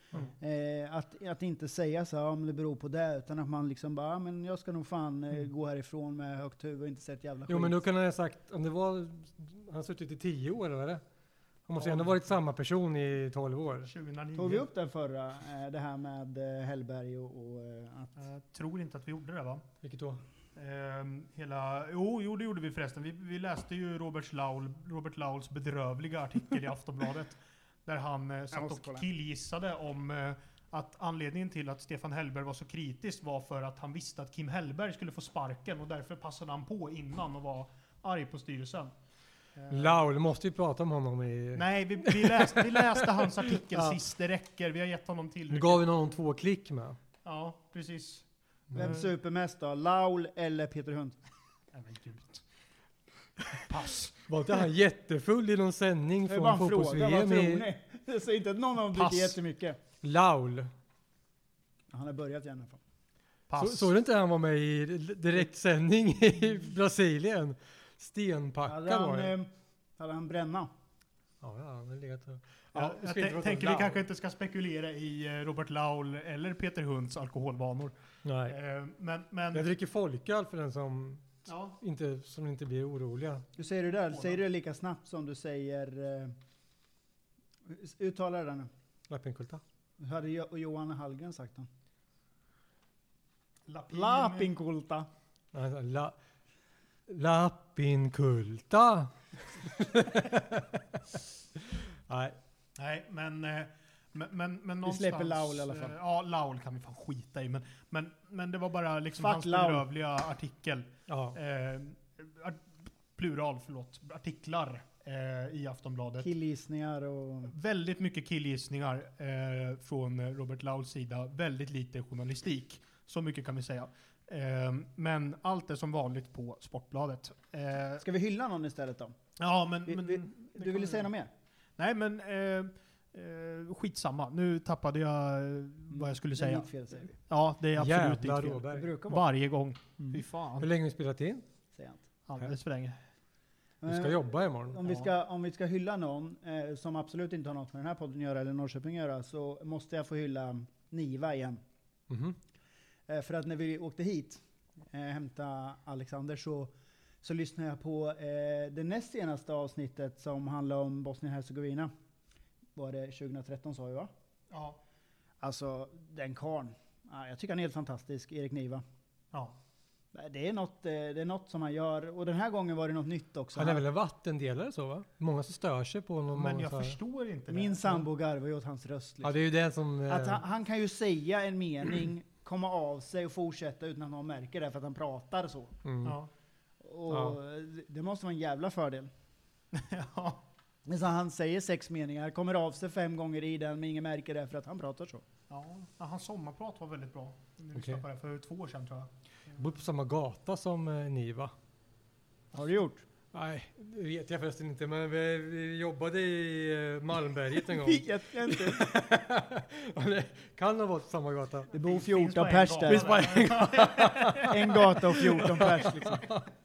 [SPEAKER 2] Mm.
[SPEAKER 3] Eh, att, att inte säga så här, om det beror på det, utan att man liksom bara, ah, men jag ska nog fan eh,
[SPEAKER 2] Mm.
[SPEAKER 3] gå härifrån med högt huvud och inte sett jävla
[SPEAKER 4] Jo,
[SPEAKER 3] skit.
[SPEAKER 4] men då kan han ha sagt, om det var, han har suttit i tio år eller vad är det? Han måste ju
[SPEAKER 2] Ja.
[SPEAKER 4] ändå varit samma person i tolv år.
[SPEAKER 2] tjugohundranio.
[SPEAKER 3] Tog vi upp den förra, eh, det här med eh, Hellberg och, och eh, att...
[SPEAKER 2] Jag tror inte att vi gjorde det va?
[SPEAKER 4] Vilket då?
[SPEAKER 2] Ehm, hela, jo, jo, det gjorde vi förresten. Vi, vi läste ju Robert, Laul, Robert Lauls bedrövliga artikel i Aftonbladet. Där han eh, satt
[SPEAKER 3] måste kolla.
[SPEAKER 2] och killgissade om eh, att anledningen till att Stefan Hellberg var så kritisk var för att han visste att Kim Hellberg skulle få sparken och därför passade han på innan och var arg på styrelsen. Eh,
[SPEAKER 4] Laul, måste ju prata om honom i...
[SPEAKER 2] Nej, vi, vi, läste, vi läste hans artikel
[SPEAKER 3] Ja.
[SPEAKER 2] sist. Det räcker. Vi har gett honom
[SPEAKER 4] Nu
[SPEAKER 2] till.
[SPEAKER 4] gav vi någon två klick med.
[SPEAKER 2] Ja, precis.
[SPEAKER 3] Vem super mest då? Laul eller Peter Hund?
[SPEAKER 2] Nej, men gud. Pass.
[SPEAKER 4] Var inte han jättefull i någon sändning
[SPEAKER 3] Det är bara
[SPEAKER 4] från
[SPEAKER 3] en fråga, vad
[SPEAKER 4] fotbolls-V M
[SPEAKER 3] tror
[SPEAKER 4] i
[SPEAKER 3] ni? Jag säger inte att någon av dem
[SPEAKER 2] Pass.
[SPEAKER 3] dricker jättemycket.
[SPEAKER 4] Laul?
[SPEAKER 3] Han har börjat igen i alla fall.
[SPEAKER 2] Pass.
[SPEAKER 4] Så, såg du inte han var med i direktsändning i Brasilien? Stenpackad
[SPEAKER 3] Hade
[SPEAKER 4] var
[SPEAKER 3] han,
[SPEAKER 4] det.
[SPEAKER 3] eh, hade han bränna?
[SPEAKER 4] Ja, ja, han har legat och...
[SPEAKER 2] Ja,
[SPEAKER 4] Ja, vi
[SPEAKER 2] jag
[SPEAKER 4] ska inte
[SPEAKER 2] tän-
[SPEAKER 4] prata om
[SPEAKER 2] tänker vi
[SPEAKER 4] Laul.
[SPEAKER 2] kanske inte ska spekulera i eh, Robert Laul eller Peter Hunds alkoholvanor.
[SPEAKER 4] Nej.
[SPEAKER 2] Eh, men, men
[SPEAKER 4] Jag dricker folköl för den som
[SPEAKER 2] ja,
[SPEAKER 4] inte, som inte blir oroliga.
[SPEAKER 3] Hur säger du där? Säger du det lika snabbt som du säger... Eh, uttala det nu.
[SPEAKER 4] Lappinkulta.
[SPEAKER 3] Hur hade jo- Johan Hallgren sagt då?
[SPEAKER 2] Lapin,
[SPEAKER 3] Lapinkulta.
[SPEAKER 4] Alltså, la, Lappinkulta. Nej.
[SPEAKER 2] Nej, men, eh, men, men, men någonstans...
[SPEAKER 3] släpper Laul i alla fall.
[SPEAKER 2] eh, Ja, Laul kan vi fan skita i. Men, men, men det var bara liksom
[SPEAKER 3] Fuck
[SPEAKER 2] hans
[SPEAKER 3] Laul.
[SPEAKER 2] bedrövliga artikel.
[SPEAKER 4] Ja.
[SPEAKER 2] Eh, art- plural, förlåt. Artiklar eh, i Aftonbladet.
[SPEAKER 3] Killgissningar och...
[SPEAKER 2] Väldigt mycket killgissningar eh, från eh, Robert Lauls sida. Väldigt lite journalistik. Så mycket kan vi säga. Eh, men allt är som vanligt på Sportbladet. Eh,
[SPEAKER 3] Ska vi hylla någon istället då?
[SPEAKER 2] ja, men...
[SPEAKER 3] Vi,
[SPEAKER 2] men
[SPEAKER 3] vi,
[SPEAKER 2] det
[SPEAKER 3] du
[SPEAKER 2] kan
[SPEAKER 3] ville
[SPEAKER 2] vi
[SPEAKER 3] säga
[SPEAKER 2] göra.
[SPEAKER 3] något mer?
[SPEAKER 2] Nej, men eh, eh, skitsamma. Nu tappade jag eh, vad jag skulle
[SPEAKER 3] Det är
[SPEAKER 2] säga.
[SPEAKER 3] mitt fel, säger vi.
[SPEAKER 2] Ja, det är absolut
[SPEAKER 4] Jävla
[SPEAKER 2] ditt fel.
[SPEAKER 3] Det
[SPEAKER 4] Råberg.
[SPEAKER 3] brukar vara.
[SPEAKER 2] Varje gång.
[SPEAKER 3] Mm.
[SPEAKER 2] Fy
[SPEAKER 4] Hur
[SPEAKER 2] fan.
[SPEAKER 4] länge har vi spelat in?
[SPEAKER 3] Säger jag inte.
[SPEAKER 2] Alldeles för länge.
[SPEAKER 4] Du ska
[SPEAKER 3] Eh,
[SPEAKER 4] jobba imorgon.
[SPEAKER 3] Om vi,
[SPEAKER 2] Ja.
[SPEAKER 3] ska, om vi ska hylla någon eh, som absolut inte har något med den här podden att göra eller Norrköping att göra, så måste jag få hylla Niva igen.
[SPEAKER 4] Mhm.
[SPEAKER 3] Eh, för att när vi åkte hit, eh, hämta Alexander, så, så lyssnade jag på eh, det näst senaste avsnittet som handlar om Bosnien-Hercegovina. Var det tjugohundratretton sa vi va?
[SPEAKER 2] Ja.
[SPEAKER 3] Alltså den karln. Ja, jag tycker han är helt fantastisk, Erik Niva.
[SPEAKER 2] Ja.
[SPEAKER 3] Det är, något, eh, det är något som han gör, och den här gången var det något nytt också.
[SPEAKER 4] Han är
[SPEAKER 3] Han-
[SPEAKER 4] väl en vattendelare så va? Många som stör sig på honom.
[SPEAKER 2] Men
[SPEAKER 4] många
[SPEAKER 2] jag
[SPEAKER 4] så här-
[SPEAKER 2] förstår inte det.
[SPEAKER 3] Min sambo garvar ju åt hans röst.
[SPEAKER 4] Ja,
[SPEAKER 3] Liksom.
[SPEAKER 4] det är ju det som... eh,
[SPEAKER 3] Att han, han kan ju säga en mening, komma av sig och fortsätta utan att någon märker det för att han pratar så.
[SPEAKER 4] mm.
[SPEAKER 2] Ja.
[SPEAKER 3] Och
[SPEAKER 4] Ja.
[SPEAKER 3] det måste vara en jävla fördel.
[SPEAKER 2] Ja.
[SPEAKER 3] Men så han säger sex meningar, kommer av sig fem gånger i den, men ingen märker det för att han pratar så.
[SPEAKER 2] Ja. Ja, hans sommarprat var väldigt bra. Vi
[SPEAKER 4] Okej.
[SPEAKER 2] lyssnade på det för två år sedan tror jag.
[SPEAKER 4] Jag bor på samma gata som eh, Niva.
[SPEAKER 3] Har du gjort?
[SPEAKER 4] Nej, det vet jag förresten inte, men vi, vi jobbade i eh, Malmberget en gång.
[SPEAKER 3] Vet jag inte.
[SPEAKER 4] Ja, det kan ha varit på samma gata.
[SPEAKER 3] Det bor
[SPEAKER 2] Finns
[SPEAKER 3] fjorton
[SPEAKER 2] bara en
[SPEAKER 3] pers
[SPEAKER 2] gata
[SPEAKER 3] där.
[SPEAKER 2] där.
[SPEAKER 4] Finns bara en
[SPEAKER 3] En gata och fjorton pers liksom.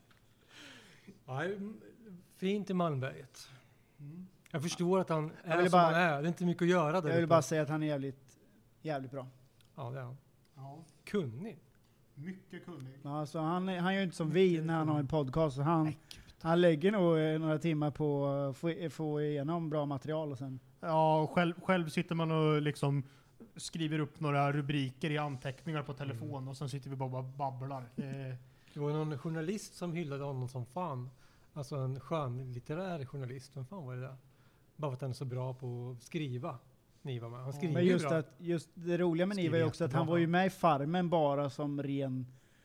[SPEAKER 4] Nej, m- fint i Malmberget.
[SPEAKER 2] Mm.
[SPEAKER 4] Jag förstår att han
[SPEAKER 3] Jag
[SPEAKER 4] är
[SPEAKER 3] ville
[SPEAKER 4] som
[SPEAKER 3] bara-
[SPEAKER 4] han är. Det är inte mycket att göra där
[SPEAKER 3] Jag vill
[SPEAKER 4] uppe.
[SPEAKER 3] bara säga att han är jävligt, jävligt bra.
[SPEAKER 4] Ja, det är han.
[SPEAKER 2] Ja.
[SPEAKER 4] Kunnig.
[SPEAKER 2] Mycket kunnig.
[SPEAKER 3] Ja, alltså han, han gör ju inte som vi när han har en podcast. Så han, han lägger nog eh, några timmar på att få, få igenom bra material och sen...
[SPEAKER 2] Ja, själv, själv sitter man och liksom skriver upp några rubriker i anteckningar på telefon
[SPEAKER 4] Mm.
[SPEAKER 2] och sen sitter vi bara och bara babblar. Det,
[SPEAKER 4] Det var någon journalist som hyllade honom som fan. Alltså en skönlitterär journalist. Vem fan var det där? Bara för att han är så bra på att skriva. Niva med. Han skriver
[SPEAKER 3] Men
[SPEAKER 4] ju
[SPEAKER 3] just,
[SPEAKER 4] bra.
[SPEAKER 3] att, just det roliga med
[SPEAKER 2] Skriver
[SPEAKER 3] Niva är också att
[SPEAKER 2] jättebra.
[SPEAKER 3] han var ju med i Farmen bara som ren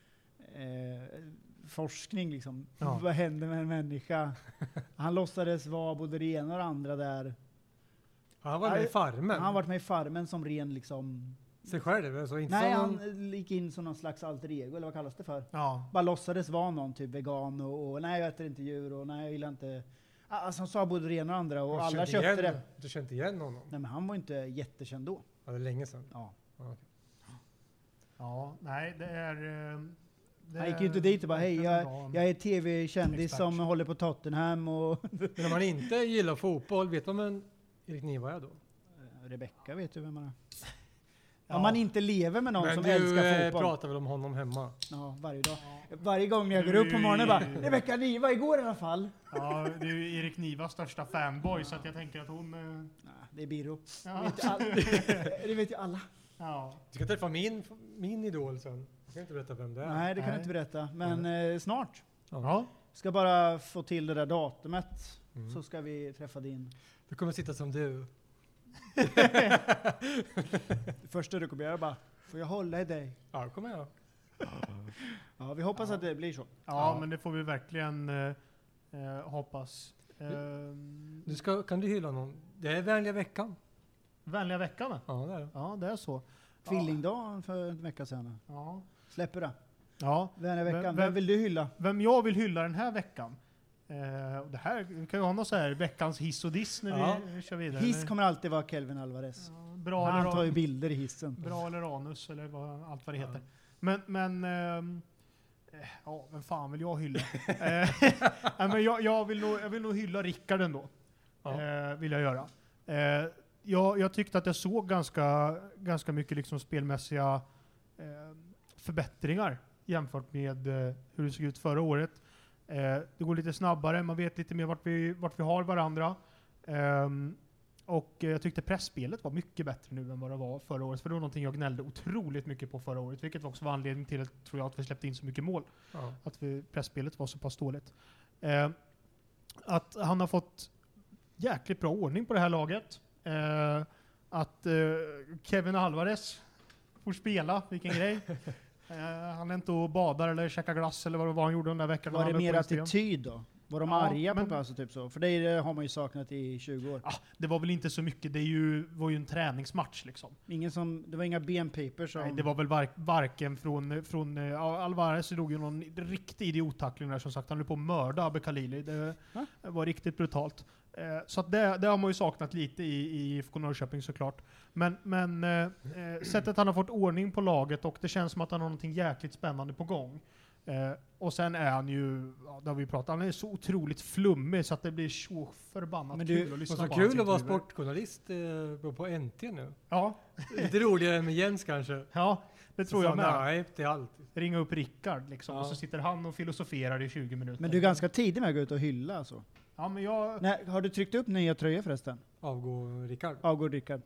[SPEAKER 3] eh, forskning liksom.
[SPEAKER 2] Ja.
[SPEAKER 3] Vad händer med en människa? Han låtsades vara både det ena och det andra där.
[SPEAKER 4] Han var med i Farmen.
[SPEAKER 3] Han har varit med i Farmen som ren liksom...
[SPEAKER 4] sig själv. Alltså inte
[SPEAKER 3] Nej,
[SPEAKER 4] som någon...
[SPEAKER 3] han gick in som någon slags alter ego, eller vad kallas det för?
[SPEAKER 2] ja.
[SPEAKER 3] Bara låtsades vara någon typ vegan och, och nej jag äter inte djur och nej jag gillar inte... Alltså han sa både det ena och det andra och
[SPEAKER 4] Jag
[SPEAKER 3] alla
[SPEAKER 4] kände
[SPEAKER 3] köpte
[SPEAKER 4] igen,
[SPEAKER 3] det.
[SPEAKER 4] Du kände igen honom?
[SPEAKER 3] Nej men han var inte jättekänd då.
[SPEAKER 4] Ja, det är länge sedan.
[SPEAKER 3] Ja.
[SPEAKER 4] Ja, okej.
[SPEAKER 2] Ja, nej det är... eh, Det
[SPEAKER 3] Han gick
[SPEAKER 2] är
[SPEAKER 3] ju inte dit och bara hej
[SPEAKER 2] verkligen
[SPEAKER 3] jag,
[SPEAKER 2] bra.
[SPEAKER 3] jag är tv-kändis
[SPEAKER 2] Expert.
[SPEAKER 3] som håller på Tottenham och...
[SPEAKER 4] Men om man inte gillar fotboll, vet man vem Erik Niva är då?
[SPEAKER 3] Rebecka vet du vem man är.
[SPEAKER 2] Ja.
[SPEAKER 3] Om man inte lever med någon
[SPEAKER 4] Men
[SPEAKER 3] som
[SPEAKER 4] du
[SPEAKER 3] älskar
[SPEAKER 4] eh,
[SPEAKER 3] fotboll.
[SPEAKER 4] pratar väl om honom hemma?
[SPEAKER 3] Ja, varje dag. Varje gång när jag går upp på morgonen bara Rebecka Niva igår i alla fall.
[SPEAKER 2] Ja, det är ju Erik Nivas största fanboy, så att jag tänker att hon... eh,
[SPEAKER 3] Nej, det är Biro.
[SPEAKER 2] Ja.
[SPEAKER 3] Det vet ju all- det vet ju alla.
[SPEAKER 2] Ja.
[SPEAKER 4] Du ska träffa min, min idol sen. Jag kan inte berätta vem det är.
[SPEAKER 3] Nej, det kan
[SPEAKER 2] Nej.
[SPEAKER 3] du inte berätta. Men eh, snart.
[SPEAKER 2] Ja.
[SPEAKER 3] Ska bara få till det där datumet.
[SPEAKER 4] Mm.
[SPEAKER 3] Så ska vi träffa din.
[SPEAKER 4] Du kommer sitta som du.
[SPEAKER 3] Det första du kommer göra bara, får jag hålla i dig?
[SPEAKER 4] Ja, det kommer jag.
[SPEAKER 3] Ja, vi hoppas att det blir så.
[SPEAKER 2] Ja,
[SPEAKER 4] Ja.
[SPEAKER 2] men det får vi verkligen eh, eh, hoppas. Ehm,
[SPEAKER 4] Du ska, kan du hylla någon? Det är vänliga veckan.
[SPEAKER 2] Vänliga veckan? va?
[SPEAKER 4] Ja, det är det.
[SPEAKER 2] Ja, det är så.
[SPEAKER 3] Tvillingdagen för en vecka sedan.
[SPEAKER 2] Ja.
[SPEAKER 3] Släpper det.
[SPEAKER 2] Ja.
[SPEAKER 3] Vänliga
[SPEAKER 2] Vem-
[SPEAKER 3] veckan.
[SPEAKER 2] vem-
[SPEAKER 3] Vem vill du hylla?
[SPEAKER 2] Vem jag vill hylla den här veckan? Eh, och det här kan ju ha något så här veckans hiss och diss när
[SPEAKER 4] Ja.
[SPEAKER 2] vi kör vidare.
[SPEAKER 3] Hiss kommer alltid vara Kelvin Alvarez.
[SPEAKER 2] Ja, bra,
[SPEAKER 3] Han
[SPEAKER 2] eller,
[SPEAKER 3] tar ju bilder i hissen.
[SPEAKER 2] bra eller anus eller vad, allt vad det heter.
[SPEAKER 4] Ja.
[SPEAKER 2] Men, men ehm, eh, ja, vem fan vill jag hylla? eh, nej, men jag, jag, vill nog, jag vill nog hylla Rickard ändå.
[SPEAKER 4] Ja.
[SPEAKER 2] Eh, vill jag göra. Eh, jag, jag tyckte att jag såg ganska, ganska mycket liksom spelmässiga eh, förbättringar jämfört med eh, hur det såg ut förra året. Eh, det går lite snabbare, man vet lite mer vart vi, vart vi har varandra. Ehm, och eh, jag tyckte pressspelet var mycket bättre nu än vad det var förra året. För det var någonting jag gnällde otroligt mycket på förra året. Vilket också var anledningen till att, tror jag, att vi släppte in så mycket mål.
[SPEAKER 4] Ja.
[SPEAKER 2] Att vi, pressspelet var så pass dåligt. Eh, att han har fått jäkligt bra ordning på det här laget. Eh, att eh, Kevin Alvarez får spela, vilken grej. Eh, han är inte och badar eller käkar glass eller vad det var han gjorde den där veckan.
[SPEAKER 3] Var
[SPEAKER 2] Han
[SPEAKER 3] det
[SPEAKER 2] var
[SPEAKER 3] mer
[SPEAKER 2] på Instagram.
[SPEAKER 3] attityd då? Var de
[SPEAKER 2] Ja,
[SPEAKER 3] arga
[SPEAKER 2] men-
[SPEAKER 3] på pass och typ så? För det har man ju saknat i tjugo år.
[SPEAKER 2] Ah, det var väl inte så mycket, det är ju, var ju en träningsmatch liksom.
[SPEAKER 3] Ingen som, det var inga benpapers som...
[SPEAKER 2] Nej, det var väl var, varken från, från uh, Alvarez drog ju någon riktig idiottackling där som sagt. Han höll på att mörda Abbe Khalili. Det
[SPEAKER 3] Va?
[SPEAKER 2] var riktigt brutalt. Eh, så att det, det har man ju saknat lite i, i I F K Norrköping såklart. Men, men eh, eh, sättet han har fått ordning på laget och det känns som att han har någonting jäkligt spännande på gång. Eh, och sen är han ju, ja, det har vi pratat, han är så otroligt flummig så att det blir så förbannat
[SPEAKER 3] Men du-
[SPEAKER 2] kul att
[SPEAKER 4] Och
[SPEAKER 2] lyssna
[SPEAKER 4] så
[SPEAKER 2] på
[SPEAKER 4] kul
[SPEAKER 2] hans
[SPEAKER 4] att vara
[SPEAKER 2] intervjuer.
[SPEAKER 4] sportjournalist eh, på N T nu.
[SPEAKER 2] Ja,
[SPEAKER 4] Lite roligare med Jens kanske.
[SPEAKER 2] ja, det tror jag med.
[SPEAKER 4] Nej, det är allt.
[SPEAKER 2] Ringa upp Rickard liksom,
[SPEAKER 4] Ja.
[SPEAKER 2] och så sitter han och filosoferar i tjugo minuter.
[SPEAKER 3] Men du är ganska tidig med att gå ut och hylla alltså.
[SPEAKER 2] Ja, men jag...
[SPEAKER 3] Nej, har du tryckt upp nya tröjor förresten?
[SPEAKER 4] Avgå Rickard.
[SPEAKER 3] Avgård Rickard.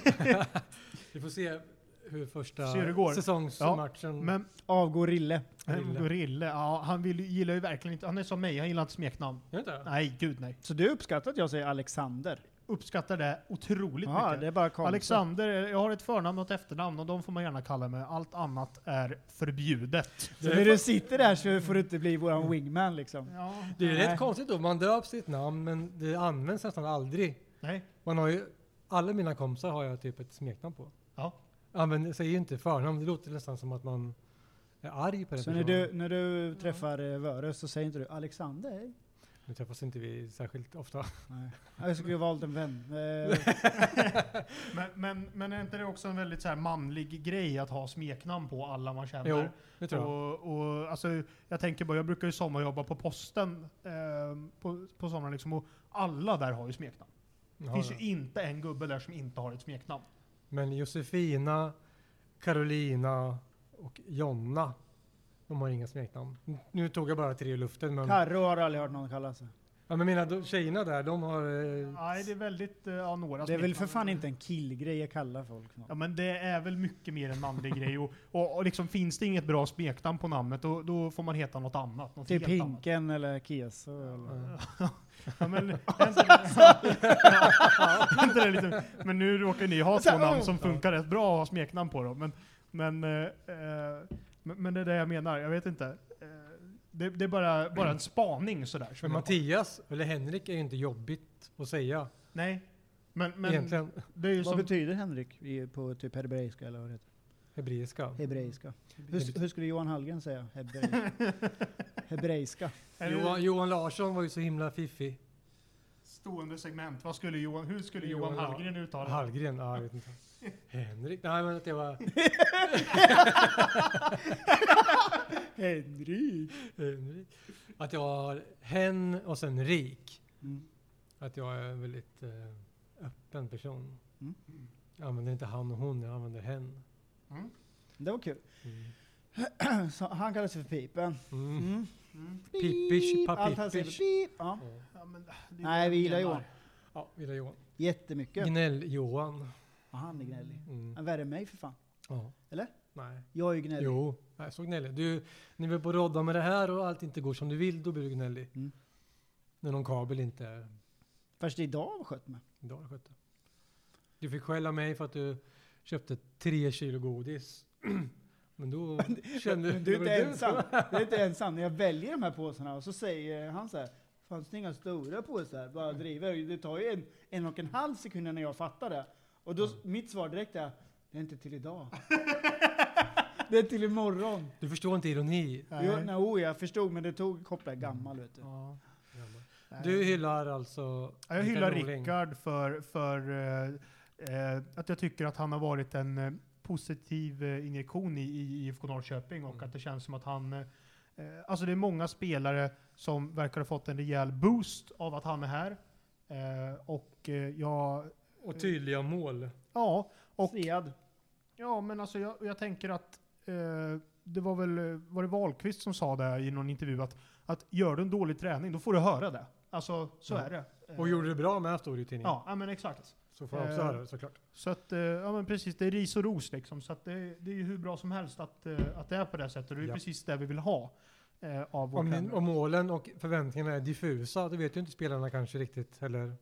[SPEAKER 4] Vi får se hur första
[SPEAKER 2] Se hur det går.
[SPEAKER 4] säsongsmatchen...
[SPEAKER 2] Men
[SPEAKER 3] Avgå Rille.
[SPEAKER 4] Rille.
[SPEAKER 2] Gorille, ja, han vill, gillar ju verkligen inte, han är som mig, han gillar inte smeknamn.
[SPEAKER 4] Gör inte det?
[SPEAKER 2] Nej, gud nej.
[SPEAKER 3] Så du uppskattar att jag säger Alexander?
[SPEAKER 2] Uppskattar det otroligt
[SPEAKER 3] Ja,
[SPEAKER 2] mycket.
[SPEAKER 3] det är bara konstigt.
[SPEAKER 2] Alexander, jag har ett förnamn och ett efternamn och de får man gärna kalla mig. Allt annat är förbjudet.
[SPEAKER 3] Så när du sitter där så får du inte bli våran wingman liksom.
[SPEAKER 2] Ja,
[SPEAKER 4] Det är
[SPEAKER 3] Nej.
[SPEAKER 4] rätt konstigt då. Man döps sitt namn men det används nästan aldrig.
[SPEAKER 2] nej.
[SPEAKER 4] Man har ju, alla mina kompisar har jag typ ett smeknamn på.
[SPEAKER 2] Ja.
[SPEAKER 4] Använder säger ju inte förnamn. Det låter nästan som att man är arg på det.
[SPEAKER 3] Så när du, när du träffar eh, Vörö så säger inte du Alexander?
[SPEAKER 4] Nu träffas inte vi särskilt ofta.
[SPEAKER 3] Nej. Jag skulle ha valt en vän. Eh,
[SPEAKER 2] Men, men, men är inte det också en väldigt så här manlig grej att ha smeknamn på alla man känner?
[SPEAKER 4] Jo, det tror jag.
[SPEAKER 2] Och, och, alltså, jag tänker bara, jag brukar ju sommarjobba på posten eh, på, på sommaren liksom, och alla där har ju smeknamn. Det
[SPEAKER 4] Ja,
[SPEAKER 2] finns
[SPEAKER 4] ja.
[SPEAKER 2] ju inte en gubbe där som inte har ett smeknamn.
[SPEAKER 4] Men Josefina, Carolina och Jonna, de har inga smeknamn. Nu tog jag bara tre i luften. Men,
[SPEAKER 3] Karro har aldrig hört någon kalla sig.
[SPEAKER 4] ja, men mina do- tjejerna där, de har... Eh,
[SPEAKER 2] Nej, det är väldigt, eh, ja, några
[SPEAKER 3] Det är väl för
[SPEAKER 2] smeknamn.
[SPEAKER 3] fan inte en killgrej att kalla folk.
[SPEAKER 2] Ja, men det är väl mycket mer en manlig grej. Och, och, och liksom, finns det inget bra smeknamn på namnet, då, då får man heta något annat. Något
[SPEAKER 3] Typ
[SPEAKER 2] helt annat.
[SPEAKER 3] Hinken eller Keso eller...
[SPEAKER 2] Ja, men, är inte det, ja, är inte det lite, men nu råkar ni ha två namn som funkar rätt bra att ha smeknamn på dem. Men, men, eh, eh, men, men det är det jag menar, jag vet inte. Eh, det, det är bara, bara en spaning sådär. som
[SPEAKER 4] men
[SPEAKER 2] jag har.
[SPEAKER 4] Mattias eller Henrik är ju inte jobbigt att säga
[SPEAKER 2] Nej, men, men
[SPEAKER 4] egentligen.
[SPEAKER 2] det är ju
[SPEAKER 3] Vad
[SPEAKER 2] som...
[SPEAKER 3] betyder Henrik i- på typ hebreiska eller vad det heter?
[SPEAKER 4] Hebreiska.
[SPEAKER 3] Hebreiska. Hur, hur skulle Johan Hallgren säga? Hebreiska. Hebreiska.
[SPEAKER 2] är det
[SPEAKER 4] Johan, Johan Larsson var ju så himla fiffig.
[SPEAKER 2] Stående segment. Vad skulle Johan, hur skulle
[SPEAKER 4] Johan
[SPEAKER 2] Johan
[SPEAKER 4] La-
[SPEAKER 2] Hallgren uttala det?
[SPEAKER 4] Hallgren, ja, jag vet inte. Henrik, nej men att det var
[SPEAKER 3] Henrik.
[SPEAKER 4] Henrik. Att jag har hen och sen rik.
[SPEAKER 3] Mm.
[SPEAKER 4] Att jag är en väldigt eh, öppen person.
[SPEAKER 3] Mm.
[SPEAKER 4] Jag använder inte han och hon, jag använder hen.
[SPEAKER 2] Mm.
[SPEAKER 3] Det var kul.
[SPEAKER 4] Mm.
[SPEAKER 3] Så han kallas för Pipen.
[SPEAKER 4] Mm.
[SPEAKER 3] Mm.
[SPEAKER 2] Mm.
[SPEAKER 4] Pippish,
[SPEAKER 3] Allt han säger
[SPEAKER 4] papippish.
[SPEAKER 3] för pip. Ja.
[SPEAKER 4] Ja.
[SPEAKER 2] Ja, men det är
[SPEAKER 3] Nej,
[SPEAKER 2] det
[SPEAKER 3] vi
[SPEAKER 2] jag
[SPEAKER 3] gillar
[SPEAKER 2] menar.
[SPEAKER 3] Johan.
[SPEAKER 4] Ja, gillar Johan.
[SPEAKER 3] Jättemycket.
[SPEAKER 4] Gnäll-Johan.
[SPEAKER 3] Ja, han är gnällig.
[SPEAKER 4] Mm.
[SPEAKER 3] Han är värre än mig för fan.
[SPEAKER 4] Ja.
[SPEAKER 3] Eller?
[SPEAKER 4] Nej.
[SPEAKER 3] Jag är ju gnällig.
[SPEAKER 4] Jo, jag är så gnällig. Du, när vi är på rodda med det här och allt inte går som du vill, då blir du gnällig.
[SPEAKER 3] Mm.
[SPEAKER 4] När någon kabel inte är...
[SPEAKER 3] Först idag har vi skött mig.
[SPEAKER 4] Idag har jag skött det. Du fick skälla mig för att du köpte tre kilo godis. Men då kände
[SPEAKER 3] Men du är
[SPEAKER 4] det var
[SPEAKER 3] inte
[SPEAKER 4] du.
[SPEAKER 3] ensam. Du är inte ensam. När jag väljer de här påsarna och så säger han så här, fanns det inga stora påsar? Bara driver. Det tar ju en, en och en halv sekund när jag fattar det. Och då, mitt svar direkt är, det är inte till idag. Det är till imorgon.
[SPEAKER 4] Du förstår inte ironi.
[SPEAKER 2] Nej.
[SPEAKER 3] Jo, nej, oh, jag förstod, men det tog koppla gammal, vet du.
[SPEAKER 2] Ja.
[SPEAKER 4] Du hyllar alltså...
[SPEAKER 2] Ja, jag
[SPEAKER 4] Rickard
[SPEAKER 2] hyllar
[SPEAKER 4] Norling.
[SPEAKER 2] Rickard för, för eh, eh, att jag tycker att han har varit en eh, positiv eh, injektion i, i I F K Norrköping och
[SPEAKER 4] Mm.
[SPEAKER 2] att det känns som att han... Eh, alltså det är många spelare som verkar ha fått en rejäl boost av att han är här. Eh, och eh, jag...
[SPEAKER 4] Och tydliga mål.
[SPEAKER 2] Ja, och...
[SPEAKER 3] Sead.
[SPEAKER 2] Ja, men alltså jag, jag tänker att eh, det var väl eh, var det Wahlqvist som sa det i någon intervju att, att gör du en dålig träning, då får du höra det. Alltså, så
[SPEAKER 4] Ja.
[SPEAKER 2] är det.
[SPEAKER 4] Och gjorde det bra med, stod det i tidningen.
[SPEAKER 2] Ja, ja, men exakt.
[SPEAKER 4] Så får jag också
[SPEAKER 2] Eh,
[SPEAKER 4] höra det, såklart.
[SPEAKER 2] Så att, eh, ja men precis, det är ris och ros liksom. Så att det, det är ju hur bra som helst att, eh, att det är på det sättet. Och det är
[SPEAKER 4] Ja.
[SPEAKER 2] precis det vi vill ha eh, av vår
[SPEAKER 4] Om, ni,
[SPEAKER 2] tränare.
[SPEAKER 4] om målen och förväntningarna är diffusa, då vet ju inte spelarna kanske riktigt heller.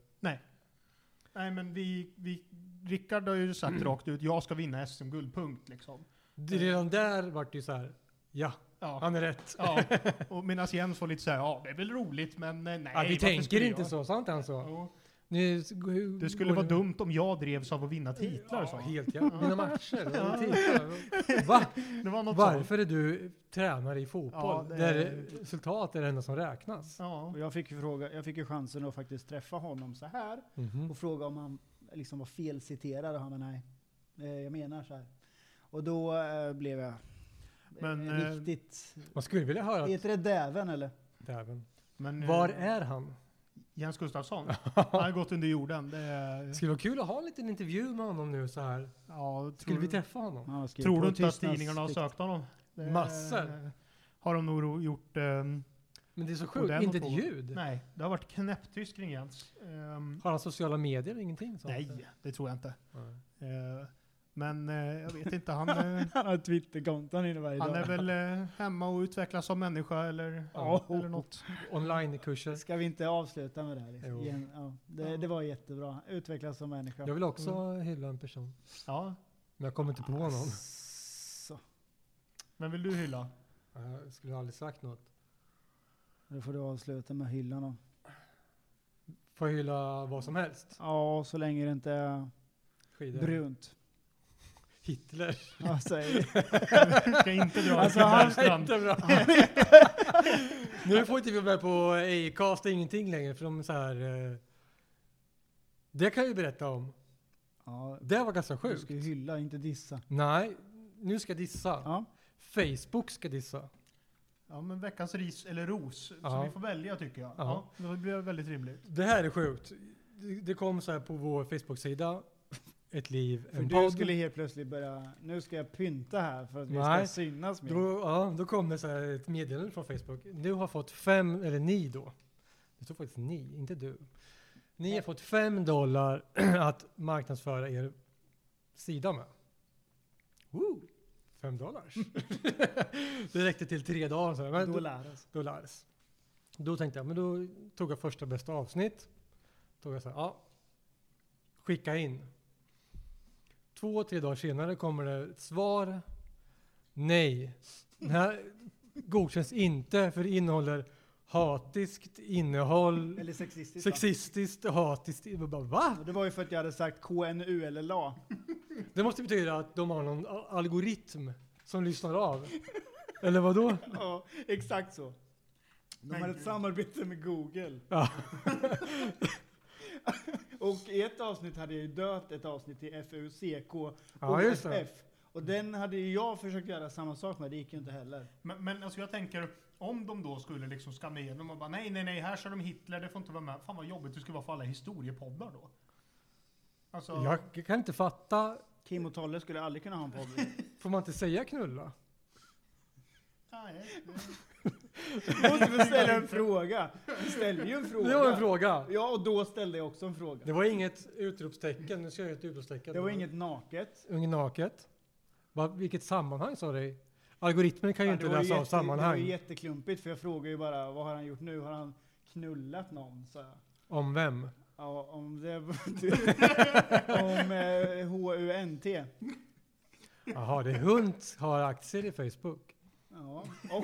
[SPEAKER 2] Nej, men vi, vi, Rickard har ju sagt rakt ut, jag ska vinna S M-guld, punkt liksom.
[SPEAKER 4] Det, redan där vart det ju så här, ja,
[SPEAKER 2] Ja.
[SPEAKER 4] han är rätt.
[SPEAKER 2] Ja, och medan Jens var lite såhär, ja det är väl roligt men eh, nej.
[SPEAKER 4] Ja, vi
[SPEAKER 2] varför
[SPEAKER 4] tänker
[SPEAKER 2] skulle
[SPEAKER 4] inte
[SPEAKER 2] jag?
[SPEAKER 4] så, sa inte han så?
[SPEAKER 2] Jo.
[SPEAKER 4] Ni,
[SPEAKER 2] Det skulle vara dumt om jag drevs av att vinna titlar.
[SPEAKER 4] Ja,
[SPEAKER 2] så.
[SPEAKER 4] helt ja. Mina matcher.
[SPEAKER 2] Ja.
[SPEAKER 4] och titlar. Va?
[SPEAKER 2] Det var något
[SPEAKER 4] Varför är du tränare i fotboll?
[SPEAKER 2] Ja, det
[SPEAKER 4] Där
[SPEAKER 2] är-
[SPEAKER 4] resultat är det enda som räknas.
[SPEAKER 2] Ja.
[SPEAKER 3] Och jag fick ju fråga, jag fick ju chansen att faktiskt träffa honom så här
[SPEAKER 4] Mhm.
[SPEAKER 3] och fråga om han liksom var felciterad och han var nej, eh, jag menar så här. Och då eh, blev jag
[SPEAKER 2] Men,
[SPEAKER 3] eh,
[SPEAKER 2] eh,
[SPEAKER 3] riktigt...
[SPEAKER 4] Man skulle vilja höra att,
[SPEAKER 3] Heter det däven eller?
[SPEAKER 4] Däven.
[SPEAKER 2] Men,
[SPEAKER 4] Var
[SPEAKER 2] eh,
[SPEAKER 4] är han?
[SPEAKER 2] Jens Gustafsson? Han har gått under jorden. Det är,
[SPEAKER 4] Det skulle vara kul att ha en liten intervju med honom nu så här.
[SPEAKER 2] ja,
[SPEAKER 4] Skulle
[SPEAKER 2] tror,
[SPEAKER 4] vi träffa honom?
[SPEAKER 3] Ja, skriv
[SPEAKER 2] tror
[SPEAKER 3] på
[SPEAKER 2] du inte att
[SPEAKER 3] tystnads-
[SPEAKER 2] tidningarna har sökt honom? Det
[SPEAKER 4] Massor.
[SPEAKER 2] har de nog ro- gjort. ehm,
[SPEAKER 4] Men det är så
[SPEAKER 2] Och
[SPEAKER 4] sjukt,
[SPEAKER 2] den
[SPEAKER 4] inte
[SPEAKER 2] och
[SPEAKER 4] ett
[SPEAKER 2] två.
[SPEAKER 4] ljud.
[SPEAKER 2] nej, det har varit knäpptyst kring Jens. Ehm,
[SPEAKER 4] Har han sociala medier? Ingenting sånt?
[SPEAKER 2] nej, det tror jag inte.
[SPEAKER 4] Nej.
[SPEAKER 2] Eh, men eh, jag vet inte, han, eh,
[SPEAKER 3] Han har ett Twitterkonto han inne varje
[SPEAKER 2] han
[SPEAKER 3] dag.
[SPEAKER 2] är väl eh, hemma och utvecklas som människa eller,
[SPEAKER 4] Ja.
[SPEAKER 2] eller något.
[SPEAKER 4] Online-kurser.
[SPEAKER 3] Ska vi inte avsluta med det här? Liksom?
[SPEAKER 4] Jo.
[SPEAKER 3] Igen, ja, det, det var jättebra. Utvecklas som människa.
[SPEAKER 4] Jag vill också hylla en person.
[SPEAKER 2] Ja,
[SPEAKER 4] Men jag kommer inte på någon.
[SPEAKER 3] Så,
[SPEAKER 2] men vill du hylla?
[SPEAKER 4] Jag skulle aldrig sagt något.
[SPEAKER 3] då får du avsluta med hyllan då.
[SPEAKER 4] Får jag hylla vad som helst?
[SPEAKER 3] Ja, så länge det inte är
[SPEAKER 4] Skidor.
[SPEAKER 3] brunt.
[SPEAKER 4] Hitler.
[SPEAKER 3] Ja, säg.
[SPEAKER 2] Ska inte dra
[SPEAKER 3] Alltså,
[SPEAKER 2] till
[SPEAKER 3] han-
[SPEAKER 2] Bergstrand.
[SPEAKER 4] Inte bra. Nu får inte vi vara med på Acast ingenting längre för de är så här. eh, Det kan jag ju berätta om.
[SPEAKER 3] Ja,
[SPEAKER 4] Det var ganska
[SPEAKER 3] du
[SPEAKER 4] sjukt.
[SPEAKER 3] ska ju hylla, inte dissa.
[SPEAKER 4] Nej, nu ska jag dissa.
[SPEAKER 3] Ja.
[SPEAKER 4] Facebook ska dissa.
[SPEAKER 2] Ja, men veckans ris eller ros. Så
[SPEAKER 4] Ja.
[SPEAKER 2] vi får välja tycker jag.
[SPEAKER 4] Ja.
[SPEAKER 2] Ja. Det blir väldigt rimligt.
[SPEAKER 4] Det här är sjukt. Det- Det kom så här på vår Facebook-sida. Ett liv,
[SPEAKER 3] För
[SPEAKER 4] en
[SPEAKER 3] du
[SPEAKER 4] podd.
[SPEAKER 3] skulle helt plötsligt börja, nu ska jag pynta här för att vi
[SPEAKER 4] Nej.
[SPEAKER 3] ska synas mer.
[SPEAKER 4] Då, ja, då kom det så här ett meddelande från Facebook. Du har fått fem, eller ni då. Det står faktiskt ni, inte du. Ni har fått fem dollar att marknadsföra er sida med. Woo! Fem dollars. Det räckte till tre dagar. Så här. Men
[SPEAKER 3] Då
[SPEAKER 4] då,
[SPEAKER 3] lär oss.
[SPEAKER 4] då lärdes. Då tänkte jag, men då tog jag första bästa avsnitt. Tog jag så här, ja. Skicka in. Två, tre dagar senare kommer det ett svar. Nej. Den här godkänns inte för det innehåller hatiskt innehåll.
[SPEAKER 3] Eller sexistiskt. va?
[SPEAKER 4] Sexistiskt, hatiskt. Jag bara, va?
[SPEAKER 3] Och det var ju för att jag hade sagt K N U eller L A.
[SPEAKER 4] Det måste betyda att de har någon a- algoritm som lyssnar av. Eller vad då?
[SPEAKER 3] Ja, exakt så. De
[SPEAKER 2] Men
[SPEAKER 3] hade ett
[SPEAKER 2] gud.
[SPEAKER 3] samarbete med Google.
[SPEAKER 4] Ja.
[SPEAKER 3] Och i ett avsnitt hade jag ju döpt ett avsnitt till F U C K
[SPEAKER 4] Ja, just det.
[SPEAKER 3] F. Och den hade ju jag försökt göra samma sak med, det gick ju inte heller.
[SPEAKER 2] Men, men alltså jag tänker, om de då skulle liksom skanna igenom och bara nej, nej, nej, här kör de Hitler, det får inte vara med. Fan vad jobbigt det skulle vara för alla historiepoddar då. Alltså,
[SPEAKER 4] Jag kan inte fatta.
[SPEAKER 3] Kim och Tolle skulle aldrig kunna ha en podd.
[SPEAKER 4] Får man inte säga knulla?
[SPEAKER 2] nej,
[SPEAKER 3] Du måste väl ställa en fråga. Du ställde ju en fråga.
[SPEAKER 4] Det var en fråga.
[SPEAKER 3] Ja, och då ställde jag också en fråga.
[SPEAKER 4] Det var inget utropstecken. Nu ska jag göra ett utropstecken.
[SPEAKER 3] Det var inget naket.
[SPEAKER 4] Inget naket. Va, vilket sammanhang sa du? Algoritmen kan ju
[SPEAKER 3] Ja,
[SPEAKER 4] inte
[SPEAKER 3] det var
[SPEAKER 4] läsa av
[SPEAKER 3] jätte, Det var
[SPEAKER 4] sammanhang.
[SPEAKER 3] ju jätteklumpigt för jag frågar ju bara vad har han gjort nu? Har han knullat någon? Så jag.
[SPEAKER 4] Om vem?
[SPEAKER 3] Ja, om det om eh, H U N T.
[SPEAKER 4] Jaha, det är Hunt har aktier i Facebook.
[SPEAKER 3] Ja, och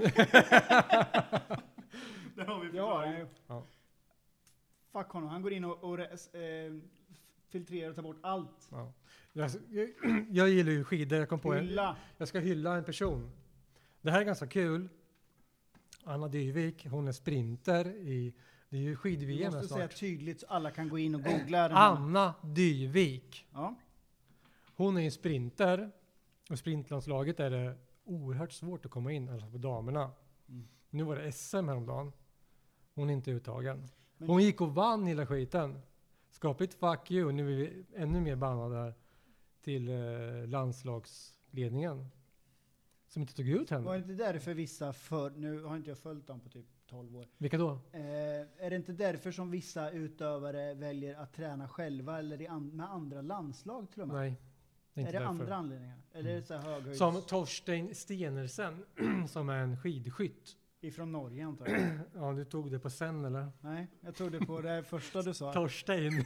[SPEAKER 2] det har vi
[SPEAKER 3] ja,
[SPEAKER 2] förklaring.
[SPEAKER 3] eh,
[SPEAKER 4] Ja.
[SPEAKER 3] fuck honom. Han går in och, och eh, filtrerar och tar bort allt.
[SPEAKER 4] Ja. Jag, jag, jag gillar ju skidor. Jag kom på en.
[SPEAKER 3] Hylla.
[SPEAKER 4] Jag ska hylla en person. Det här är ganska kul. Anna Dyvik, hon är sprinter i, det är ju
[SPEAKER 3] Du
[SPEAKER 4] skid-V M
[SPEAKER 3] måste säga
[SPEAKER 4] snart.
[SPEAKER 3] tydligt så alla kan gå in och googla den här.
[SPEAKER 4] Anna Dyvik.
[SPEAKER 3] Ja.
[SPEAKER 4] Hon är en sprinter. Och sprintlandslaget är det oerhört svårt att komma in, alltså på damerna.
[SPEAKER 3] Mm.
[SPEAKER 4] Nu var det S M häromdagen. Hon är inte uttagen.
[SPEAKER 3] Men-
[SPEAKER 4] Hon gick och vann hela skiten. Skapligt fuck you. Nu är vi ännu mer bannade här till eh, landslagsledningen. Som inte tog ut
[SPEAKER 3] Var
[SPEAKER 4] henne.
[SPEAKER 3] det inte därför vissa för, nu har inte jag följt dem på typ tolv år.
[SPEAKER 4] Vilka då?
[SPEAKER 3] Eh, är det inte därför som vissa utövare väljer att träna själva eller i an, med andra landslag till och med?
[SPEAKER 4] Nej. Det är
[SPEAKER 3] är
[SPEAKER 4] inte
[SPEAKER 3] det
[SPEAKER 4] därför.
[SPEAKER 3] andra anledningar? Eller är det så här höghöjds...
[SPEAKER 4] Som Torstein Stenersen, som är en skidskytt.
[SPEAKER 3] Ifrån Norge antar jag.
[SPEAKER 4] Ja, du tog det på sen eller?
[SPEAKER 3] Nej, jag trodde på det första du sa.
[SPEAKER 4] Torstein.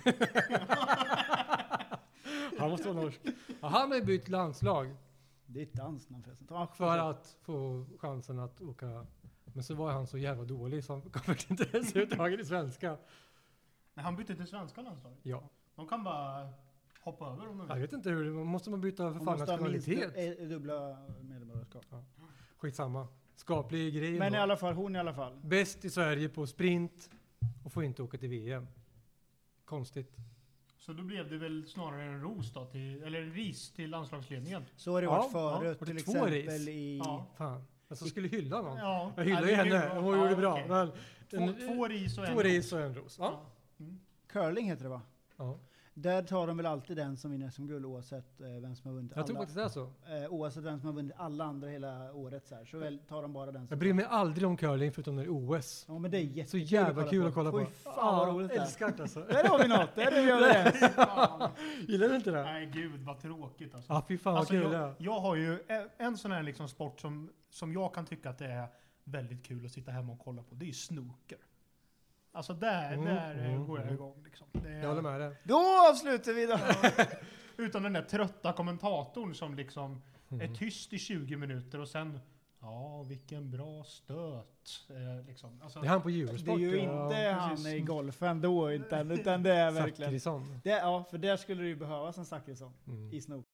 [SPEAKER 4] Han måste vara norsk. Ja, han har ju bytt landslag
[SPEAKER 3] Det är ett dansnamn förresten. Ta-
[SPEAKER 4] för att få chansen att åka. Men så var han så jävla dålig så han kommer inte ens uttagen i svenska.
[SPEAKER 2] Men han bytte till svenska landslaget.
[SPEAKER 4] Ja,
[SPEAKER 2] De kan bara hoppa över om de
[SPEAKER 4] jag
[SPEAKER 2] vill.
[SPEAKER 4] vet inte hur, måste man byta för
[SPEAKER 3] Man
[SPEAKER 4] fan
[SPEAKER 3] måste ha minst
[SPEAKER 4] nationalitet?
[SPEAKER 3] du- eh, dubbla medborgarskap.
[SPEAKER 4] Skitsamma. Skaplig grej.
[SPEAKER 3] Men i
[SPEAKER 4] ändå.
[SPEAKER 3] alla fall, hon i alla fall.
[SPEAKER 4] Bäst i Sverige på sprint och får inte åka till V M. Konstigt.
[SPEAKER 2] Så då blev det väl snarare en ros då till, eller en ris till landslagsledningen.
[SPEAKER 3] Så har det
[SPEAKER 4] Ja,
[SPEAKER 3] varit
[SPEAKER 4] ja.
[SPEAKER 3] förut,
[SPEAKER 4] Var det
[SPEAKER 3] till
[SPEAKER 4] två
[SPEAKER 3] exempel
[SPEAKER 4] ris?
[SPEAKER 3] i...
[SPEAKER 2] Ja.
[SPEAKER 4] Fan. Alltså skulle hylla någon.
[SPEAKER 2] Ja.
[SPEAKER 4] Jag hyllar
[SPEAKER 2] Ja,
[SPEAKER 4] ju
[SPEAKER 2] det är
[SPEAKER 4] henne.
[SPEAKER 2] bra.
[SPEAKER 4] Hon
[SPEAKER 2] Ja,
[SPEAKER 4] gjorde bra.
[SPEAKER 2] okej.
[SPEAKER 4] Men,
[SPEAKER 2] Två,
[SPEAKER 4] en-
[SPEAKER 2] två ris och en
[SPEAKER 4] två
[SPEAKER 2] ros.
[SPEAKER 4] ris och en ros. Ja.
[SPEAKER 2] Ja. Mm.
[SPEAKER 3] Curling heter det va?
[SPEAKER 4] Ja.
[SPEAKER 3] Där tar de väl alltid den som vinner som guld oavsett eh, vem som har vunnit
[SPEAKER 4] Jag tror
[SPEAKER 3] alla.
[SPEAKER 4] faktiskt det är så.
[SPEAKER 3] Eh, oavsett vem som har vunnit alla andra hela året så här. Så väl tar de bara den som...
[SPEAKER 4] Jag bryr mig aldrig om curling förutom när det är O S.
[SPEAKER 3] Ja men det är
[SPEAKER 4] Så
[SPEAKER 3] jättekul
[SPEAKER 4] jävla kul att kolla på.
[SPEAKER 3] Oj, fan vad roligt det är.
[SPEAKER 4] Älskar det alltså.
[SPEAKER 3] Där har vi något, där är vi överens.
[SPEAKER 2] Fan.
[SPEAKER 4] Gillar du inte det?
[SPEAKER 2] Nej gud vad tråkigt alltså.
[SPEAKER 4] Ja, fy fan vad
[SPEAKER 2] Alltså,
[SPEAKER 4] kul det
[SPEAKER 2] jag,
[SPEAKER 4] är.
[SPEAKER 2] jag har ju en, en sån här liksom sport som, som jag kan tycka att det är väldigt kul att sitta hemma och kolla på. Det är ju snooker. Alltså där,
[SPEAKER 4] Mm,
[SPEAKER 2] där
[SPEAKER 4] mm,
[SPEAKER 2] går jag
[SPEAKER 4] mm.
[SPEAKER 2] igång liksom. Det är,
[SPEAKER 4] Jag håller med dig.
[SPEAKER 3] Då avslutar vi då.
[SPEAKER 2] Utan den där trötta kommentatorn som liksom
[SPEAKER 4] Mm.
[SPEAKER 2] är tyst i tjugo minuter och sen ja, vilken bra stöt. Eh, liksom. Alltså,
[SPEAKER 4] Det är han på Eurosport.
[SPEAKER 3] Det är ju
[SPEAKER 4] ja.
[SPEAKER 3] inte han
[SPEAKER 2] precis.
[SPEAKER 3] i golfen då, utan, utan det är verkligen...
[SPEAKER 4] Zachrisson.
[SPEAKER 3] Det, ja, för där skulle det ju behövas en Zachrisson
[SPEAKER 4] Mm.
[SPEAKER 3] i snok.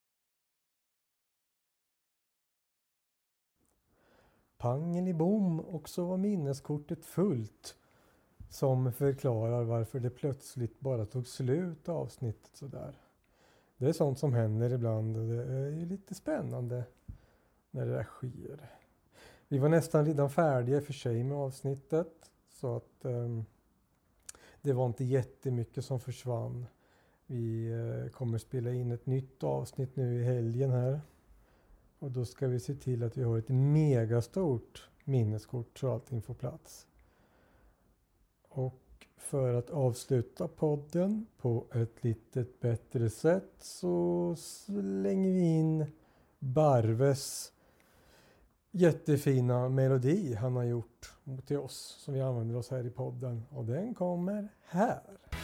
[SPEAKER 4] Pangen i bom och så var minneskortet fullt. Som förklarar varför det plötsligt bara tog slut avsnittet sådär. Det är sånt som händer ibland och det är ju lite spännande när det där sker. Vi var nästan redan färdiga för sig med avsnittet. Så att um, det var inte jättemycket som försvann. Vi uh, kommer spela in ett nytt avsnitt nu i helgen här. Och då ska vi se till att vi har ett megastort minneskort så allting får plats. Och för att avsluta podden på ett lite bättre sätt så slänger vi in Barves jättefina melodi han har gjort till oss som vi använder oss här i podden. Och den kommer här.